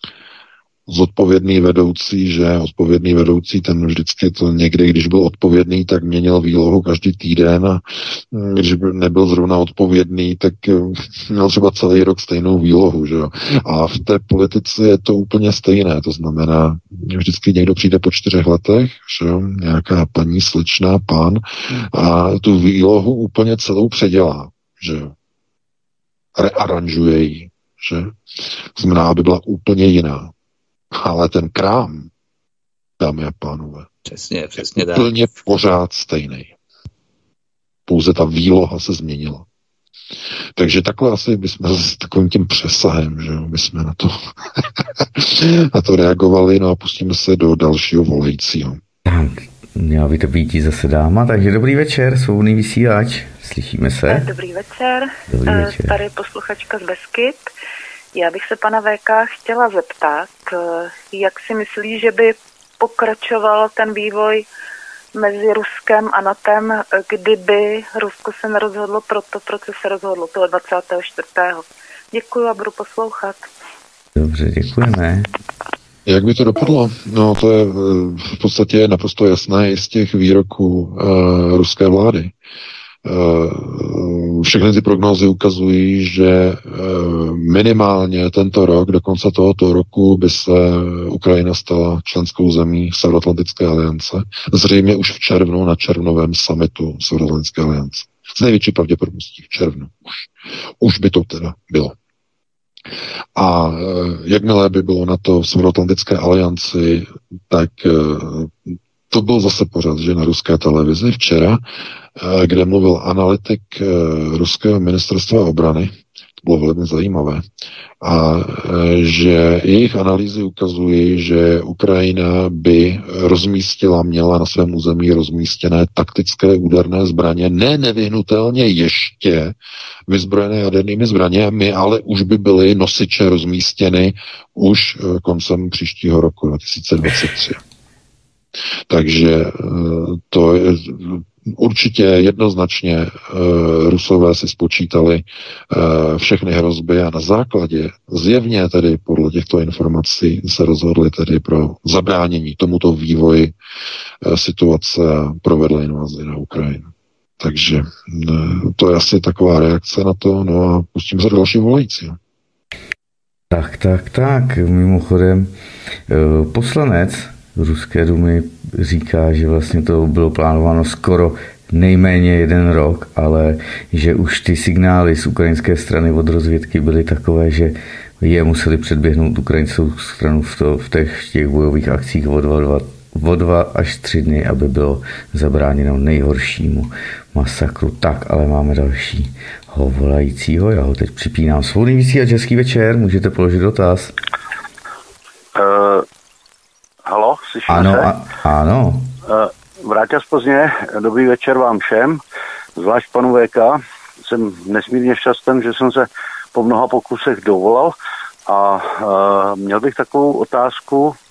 zodpovědný vedoucí, že odpovědný vedoucí, ten vždycky to někdy, když byl odpovědný, tak měnil výlohu každý týden a když nebyl zrovna odpovědný, tak měl třeba celý rok stejnou výlohu, že jo. A v té politice je to úplně stejné, to znamená, vždycky někdo přijde po čtyřech letech, že jo, nějaká paní, slečná, pán a tu výlohu úplně celou předělá, že jo. Rearanžuje ji, že. To znamená, aby byla úplně jiná. Ale ten krám, dámy a pánové, přesně, přesně tak. Úplně pořád stejný. Pouze ta výloha se změnila. Takže takhle asi bychom s takovým tím přesahem, že bychom na to, na to reagovali, no a pustíme se do dalšího volajícího. Tak, měla by to být zase dáma, takže dobrý večer, svobodný vysílač, slyšíme se. Dobrý večer, dobrý večer. Tady posluchačka z Beskyt. Já bych se pana V K chtěla zeptat, jak si myslí, že by pokračoval ten vývoj mezi Ruskem a NATEM, kdyby Rusko se nerozhodlo pro to, pro co se rozhodlo toho dvacátého čtvrtého Děkuji a budu poslouchat. Dobře, děkujeme. Jak by to dopadlo? No to je v podstatě naprosto jasné i z těch výroků uh, ruské vlády. Všechny ty prognózy ukazují, že minimálně tento rok, do konce tohoto roku, by se Ukrajina stala členskou zemí Severoatlantické aliance. Zřejmě už v červnu, na červnovém summitu Severoatlantické aliance. S největší pravděpodobností v červnu. Už, už by to teda bylo. A jakmile by bylo na to v Severoatlantické alianci, tak to byl zase pořad, že na ruské televizi včera, kde mluvil analytik ruského ministerstva obrany, to bylo velmi zajímavé, a že jejich analýzy ukazují, že Ukrajina by rozmístila, měla na svém území rozmístěné taktické úderné zbraně, ne nevyhnutelně ještě vyzbrojené jadernými zbraněmi, ale už by byly nosiče rozmístěny už koncem příštího roku dva tisíce dvacet tři. Takže to je určitě jednoznačně uh, Rusové si spočítali uh, všechny hrozby a na základě zjevně tedy podle těchto informací se rozhodli tedy pro zabránění tomuto vývoji uh, situace a provedli invazi na Ukrajinu. Takže uh, to je asi taková reakce na to, no a pustíme se do další volající. Tak, tak, tak, mimochodem uh, poslanec Ruské dumy říká, že vlastně to bylo plánováno skoro nejméně jeden rok, ale že už ty signály z ukrajinské strany od rozvědky byly takové, že je museli předběhnout ukrajinskou stranu v, to, v těch, těch bojových akcích o dva, dva, o dva až tři dny, aby bylo zabráněno nejhoršímu masakru. Tak, ale máme dalšího volajícího. Já ho teď připínám. Svobodný vysílač, hezký večer, můžete položit dotaz. Uh... Halo, slyšíme ano, se? A, ano. Vrátil z Plzně, dobrý večer vám všem, zvlášť panu V K. Jsem nesmírně šťastný, že jsem se po mnoha pokusech dovolal a uh, měl bych takovou otázku uh,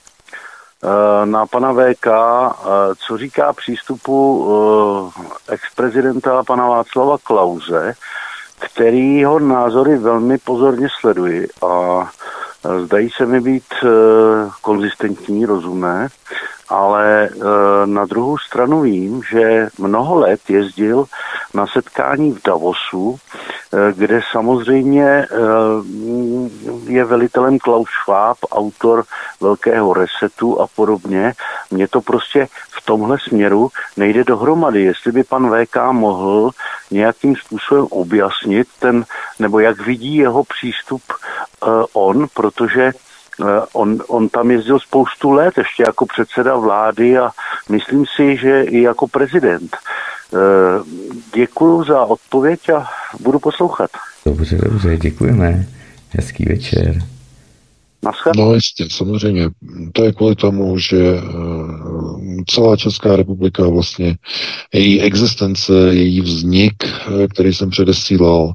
na pana V K. Uh, co říká přístupu uh, ex-prezidenta pana Václava Klause kterýho názory velmi pozorně sleduji a zdají se mi být e, konzistentní, rozumné, ale e, na druhou stranu vím, že mnoho let jezdil na setkání v Davosu, e, kde samozřejmě e, je velitelem Klaus Schwab, autor Velkého resetu a podobně. Mně to prostě v tomhle směru nejde dohromady. Jestli by pan V K mohl nějakým způsobem objasnit ten, nebo jak vidí jeho přístup uh, on, protože uh, on, on tam jezdil spoustu let, ještě jako předseda vlády a myslím si, že i jako prezident. Uh, děkuju za odpověď a budu poslouchat. Dobře, dobře, děkujeme. Hezký večer. No jistě, samozřejmě. To je kvůli tomu, že celá Česká republika vlastně, její existence, její vznik, který jsem předesílal,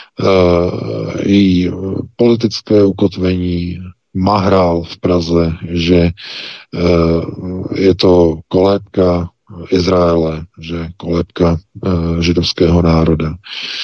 její politické ukotvení mahrál v Praze, že je to kolébka Izraele, že kolébka židovského národa.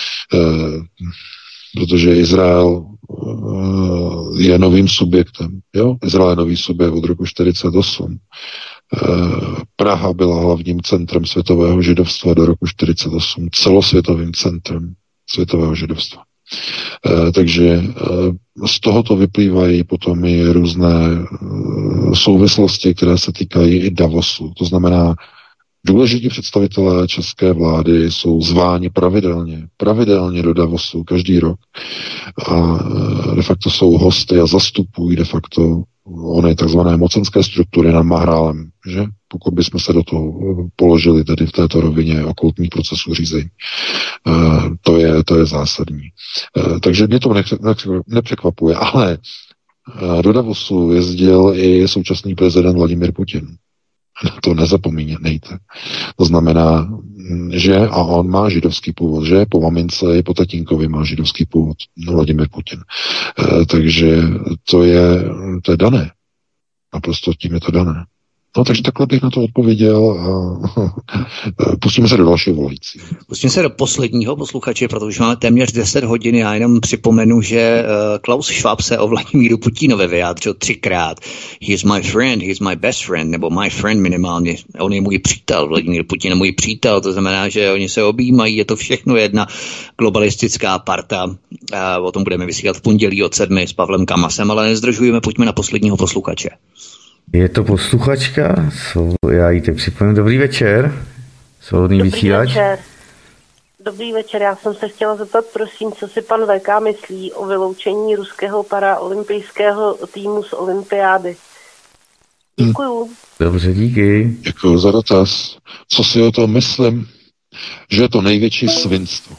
Protože Izrael je novým subjektem. Jo? Izrael je nový subjekt od roku čtyřicet osm. Praha byla hlavním centrem světového židovstva do roku čtyřicet osm, celosvětovým centrem světového židovstva. Takže z tohoto vyplývají potom i různé souvislosti, které se týkají i Davosu. To znamená, důležití představitelé české vlády jsou zváni pravidelně, pravidelně do Davosu každý rok a de facto jsou hosty a zastupují de facto ony takzvané mocenské struktury nad Mahrálem, že? Pokud bychom se do toho položili tedy v této rovině okultních procesů řízení. Uh, to, je, to je zásadní. Uh, takže mě to nepřekvapuje, ale uh, do Davosu jezdil i současný prezident Vladimír Putin. To nezapomínejte. To znamená, že a on má židovský původ, že po mamince i po tatínkovi má židovský původ, Vladimír Putin. E, takže to je, to je dané. Naprosto tím je to dané. No, takže takhle bych na to odpověděl a pustíme se do dalšího volající. Pustíme se do posledního posluchače, protože máme téměř deset hodin. Já jenom připomenu, že Klaus Schwab se o Vladimíru Putinovi vyjádřil třikrát. He is my friend, he is my best friend, nebo my friend minimálně. On je můj přítel, Vladimír Putin je můj přítel, to znamená, že oni se objímají, je to všechno jedna globalistická parta. A o tom budeme vysílat v pondělí od sedmi s Pavlem Kamasem, ale nezdržujeme, pojďme na posledního posluchače. Je to posluchačka, já jí teď připomínám. Dobrý večer, svobodný vysílač. Večer. Dobrý večer, já jsem se chtěla zeptat, prosím, co si pan V K myslí o vyloučení ruského paraolympijského týmu z olympiády. Děkuju. Dobře, díky. Děkuju za dotaz. Co si o tom myslím? Že je to největší svinstvo.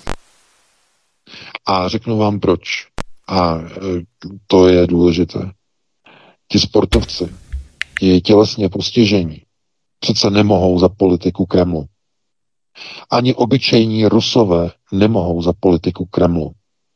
A řeknu vám proč. A to je důležité. Ti sportovci, ti tělesně postižení, přece nemohou za politiku Kremlu. Ani obyčejní Rusové nemohou za politiku Kremlu.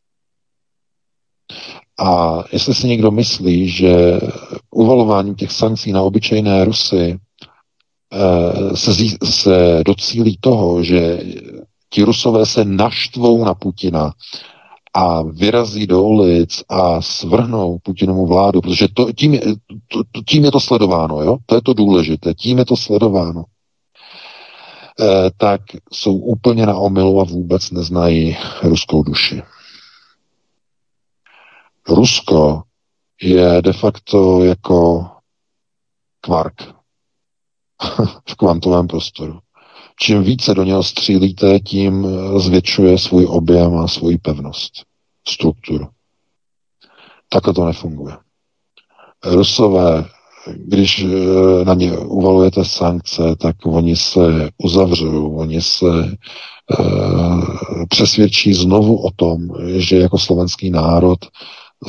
A jestli si někdo myslí, že uvalováním těch sankcí na obyčejné Rusy eh, se, zí, se docílí toho, že ti Rusové se naštvou na Putina a vyrazí do ulic a svrhnou Putinovu vládu, protože to, tím, je, to, tím je to sledováno, jo? To je to důležité, tím je to sledováno. E, tak jsou úplně na omylu a vůbec neznají ruskou duši. Rusko je de facto jako kvark v kvantovém prostoru. Čím více do něho střílíte, tím zvětšuje svůj objem a svoji pevnost, strukturu. Takhle to nefunguje. Rusové, když na ně uvalujete sankce, tak oni se uzavřou, oni se uh, přesvědčí znovu o tom, že jako slovenský národ,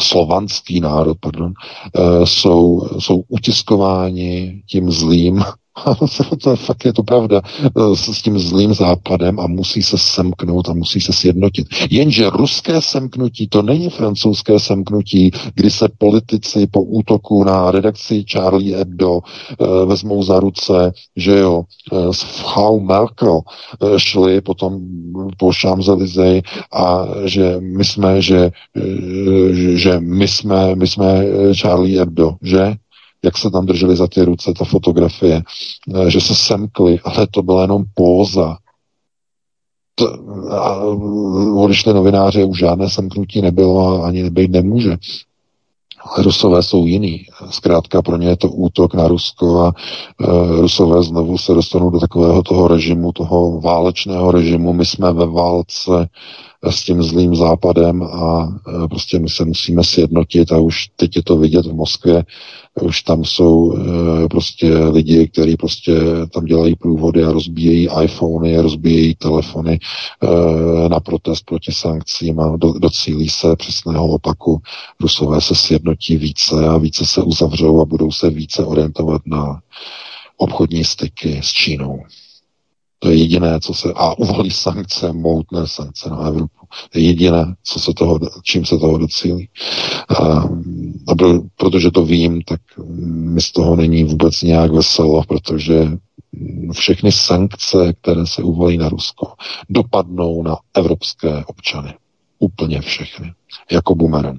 slovanský národ, pardon, uh, jsou, jsou utiskováni tím zlým To je fakt, je to pravda, s tím zlým západem a musí se semknout a musí se sjednotit. Jenže ruské semknutí, to není francouzské semknutí, kdy se politici po útoku na redakci Charlie Hebdo eh, vezmou za ruce, že jo, eh, s Frau Merkel eh, šli potom po Champs-Élysées a že my jsme, že, eh, že my jsme, my jsme Charlie Hebdo, že? Jak se tam drželi za ty ruce, ta fotografie, že se semkli, ale to byla jenom póza. To, a odešli novináři, už žádné semknutí nebylo a ani být nemůže. Ale Rusové jsou jiný. Zkrátka pro ně je to útok na Rusko a e, Rusové znovu se dostanou do takového toho režimu, toho válečného režimu. My jsme ve válce s tím zlým západem a e, prostě my se musíme sjednotit a už teď je to vidět v Moskvě. Už tam jsou e, prostě lidi, kteří prostě tam dělají průvody a rozbíjejí iPhony, rozbíjejí telefony e, na protest proti sankcím a do, docílí se přesného opaku. Rusové se sjednotí více a více se uzavřou a budou se více orientovat na obchodní styky s Čínou. To je jediné, co se... A uvalí sankce, mohutné sankce na Evropu. To je jediné, co se toho, čím se toho docílí. A, a pro, protože to vím, tak mi z toho není vůbec nějak veselo, protože všechny sankce, které se uvalí na Rusko, dopadnou na evropské občany. Úplně všechny. Jako bumerang.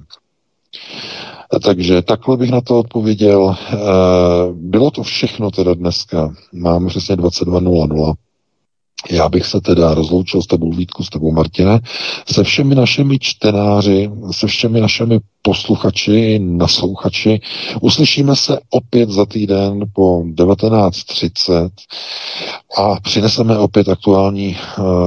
Takže takhle bych na to odpověděl. Bylo to všechno teda dneska. Máme přesně dvacet dva nula nula. Já bych se teda rozloučil s tebou, Vítku, s tebou, Martine, se všemi našimi čtenáři, se všemi našimi posluchači, naslouchači. Uslyšíme se opět za týden po devatenáct třicet a přineseme opět aktuální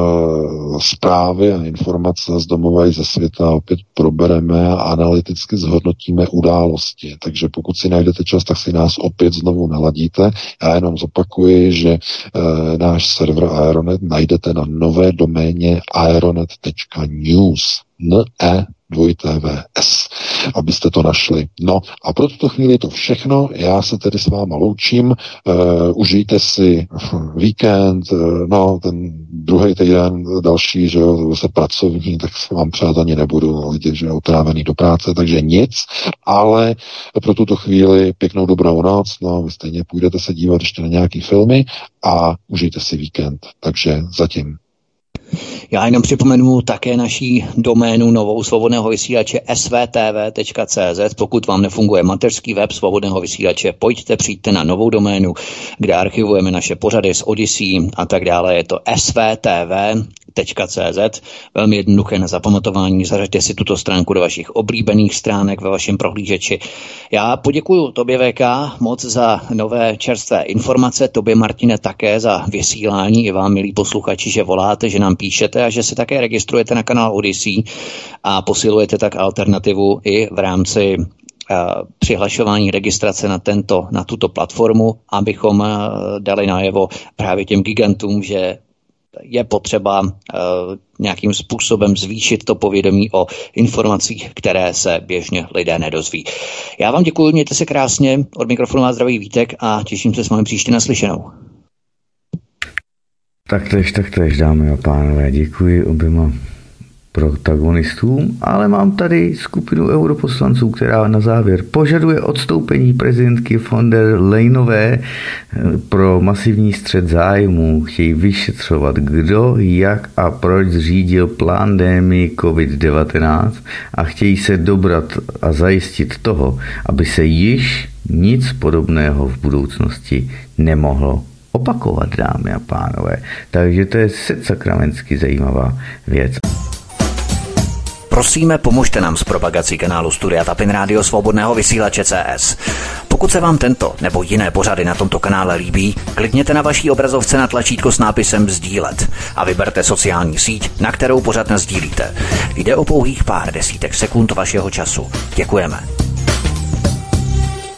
uh, zprávy a informace z domova i ze světa. Opět probereme a analyticky zhodnotíme události. Takže pokud si najdete čas, tak si nás opět znovu naladíte. Já jenom zopakuji, že uh, náš server Aeronet najdete na nové doméně aeronet tečka news. N-E dvojité V S, abyste to našli. No a pro tuto chvíli je to všechno. Já se tedy s váma loučím. Uh, užijte si víkend, uh, no ten druhý týden další, že jo, se pracovní, tak se vám přát ani nebudu, lidi, že jo, otrávený do práce, takže nic, ale pro tuto chvíli pěknou dobrou noc, no vy stejně půjdete se dívat ještě na nějaký filmy a užijte si víkend. Takže zatím. Já jenom připomenu také naší doménu novou svobodného vysílače s v t v tečka c z. Pokud vám nefunguje mateřský web svobodného vysílače, pojďte, přijďte na novou doménu, kde archivujeme naše pořady s Odyssey a tak dále. Je to s v t v tečka c z. Velmi jednoduché na zapamatování. Zařaďte si tuto stránku do vašich oblíbených stránek ve vašem prohlížeči. Já poděkuju tobě, V K, moc za nové čerstvé informace, tobě, Martine, také za vysílání, i vám, milí posluchači, že voláte, že nám píšete a že se také registrujete na kanál Odyssey a posilujete tak alternativu i v rámci uh, přihlašování registrace na, tento, na tuto platformu, abychom uh, dali najevo právě těm gigantům, že je potřeba uh, nějakým způsobem zvýšit to povědomí o informacích, které se běžně lidé nedozví. Já vám děkuji, mějte se krásně, od mikrofonu vás zdraví Vítek a těším se s vámi příště naslyšenou. Taktéž, taktéž, dámy a pánové, děkuji oběma protagonistům, ale mám tady skupinu europoslanců, která na závěr požaduje odstoupení prezidentky von der Leyenové pro masivní střet zájmů. Chtějí vyšetřovat, kdo, jak a proč zřídil pandemii covid devatenáct a chtějí se dobrat a zajistit toho, aby se již nic podobného v budoucnosti nemohlo opakovat, dámy a pánové. Takže to je sakramentsky zajímavá věc. Prosíme, pomožte nám s propagací kanálu Studia Tapin Rádio Svobodného vysílače C S. Pokud se vám tento nebo jiné pořady na tomto kanále líbí, klikněte na vaší obrazovce na tlačítko s nápisem sdílet a vyberte sociální síť, na kterou pořad nasdílíte. Jde o pouhých pár desítek sekund vašeho času. Děkujeme.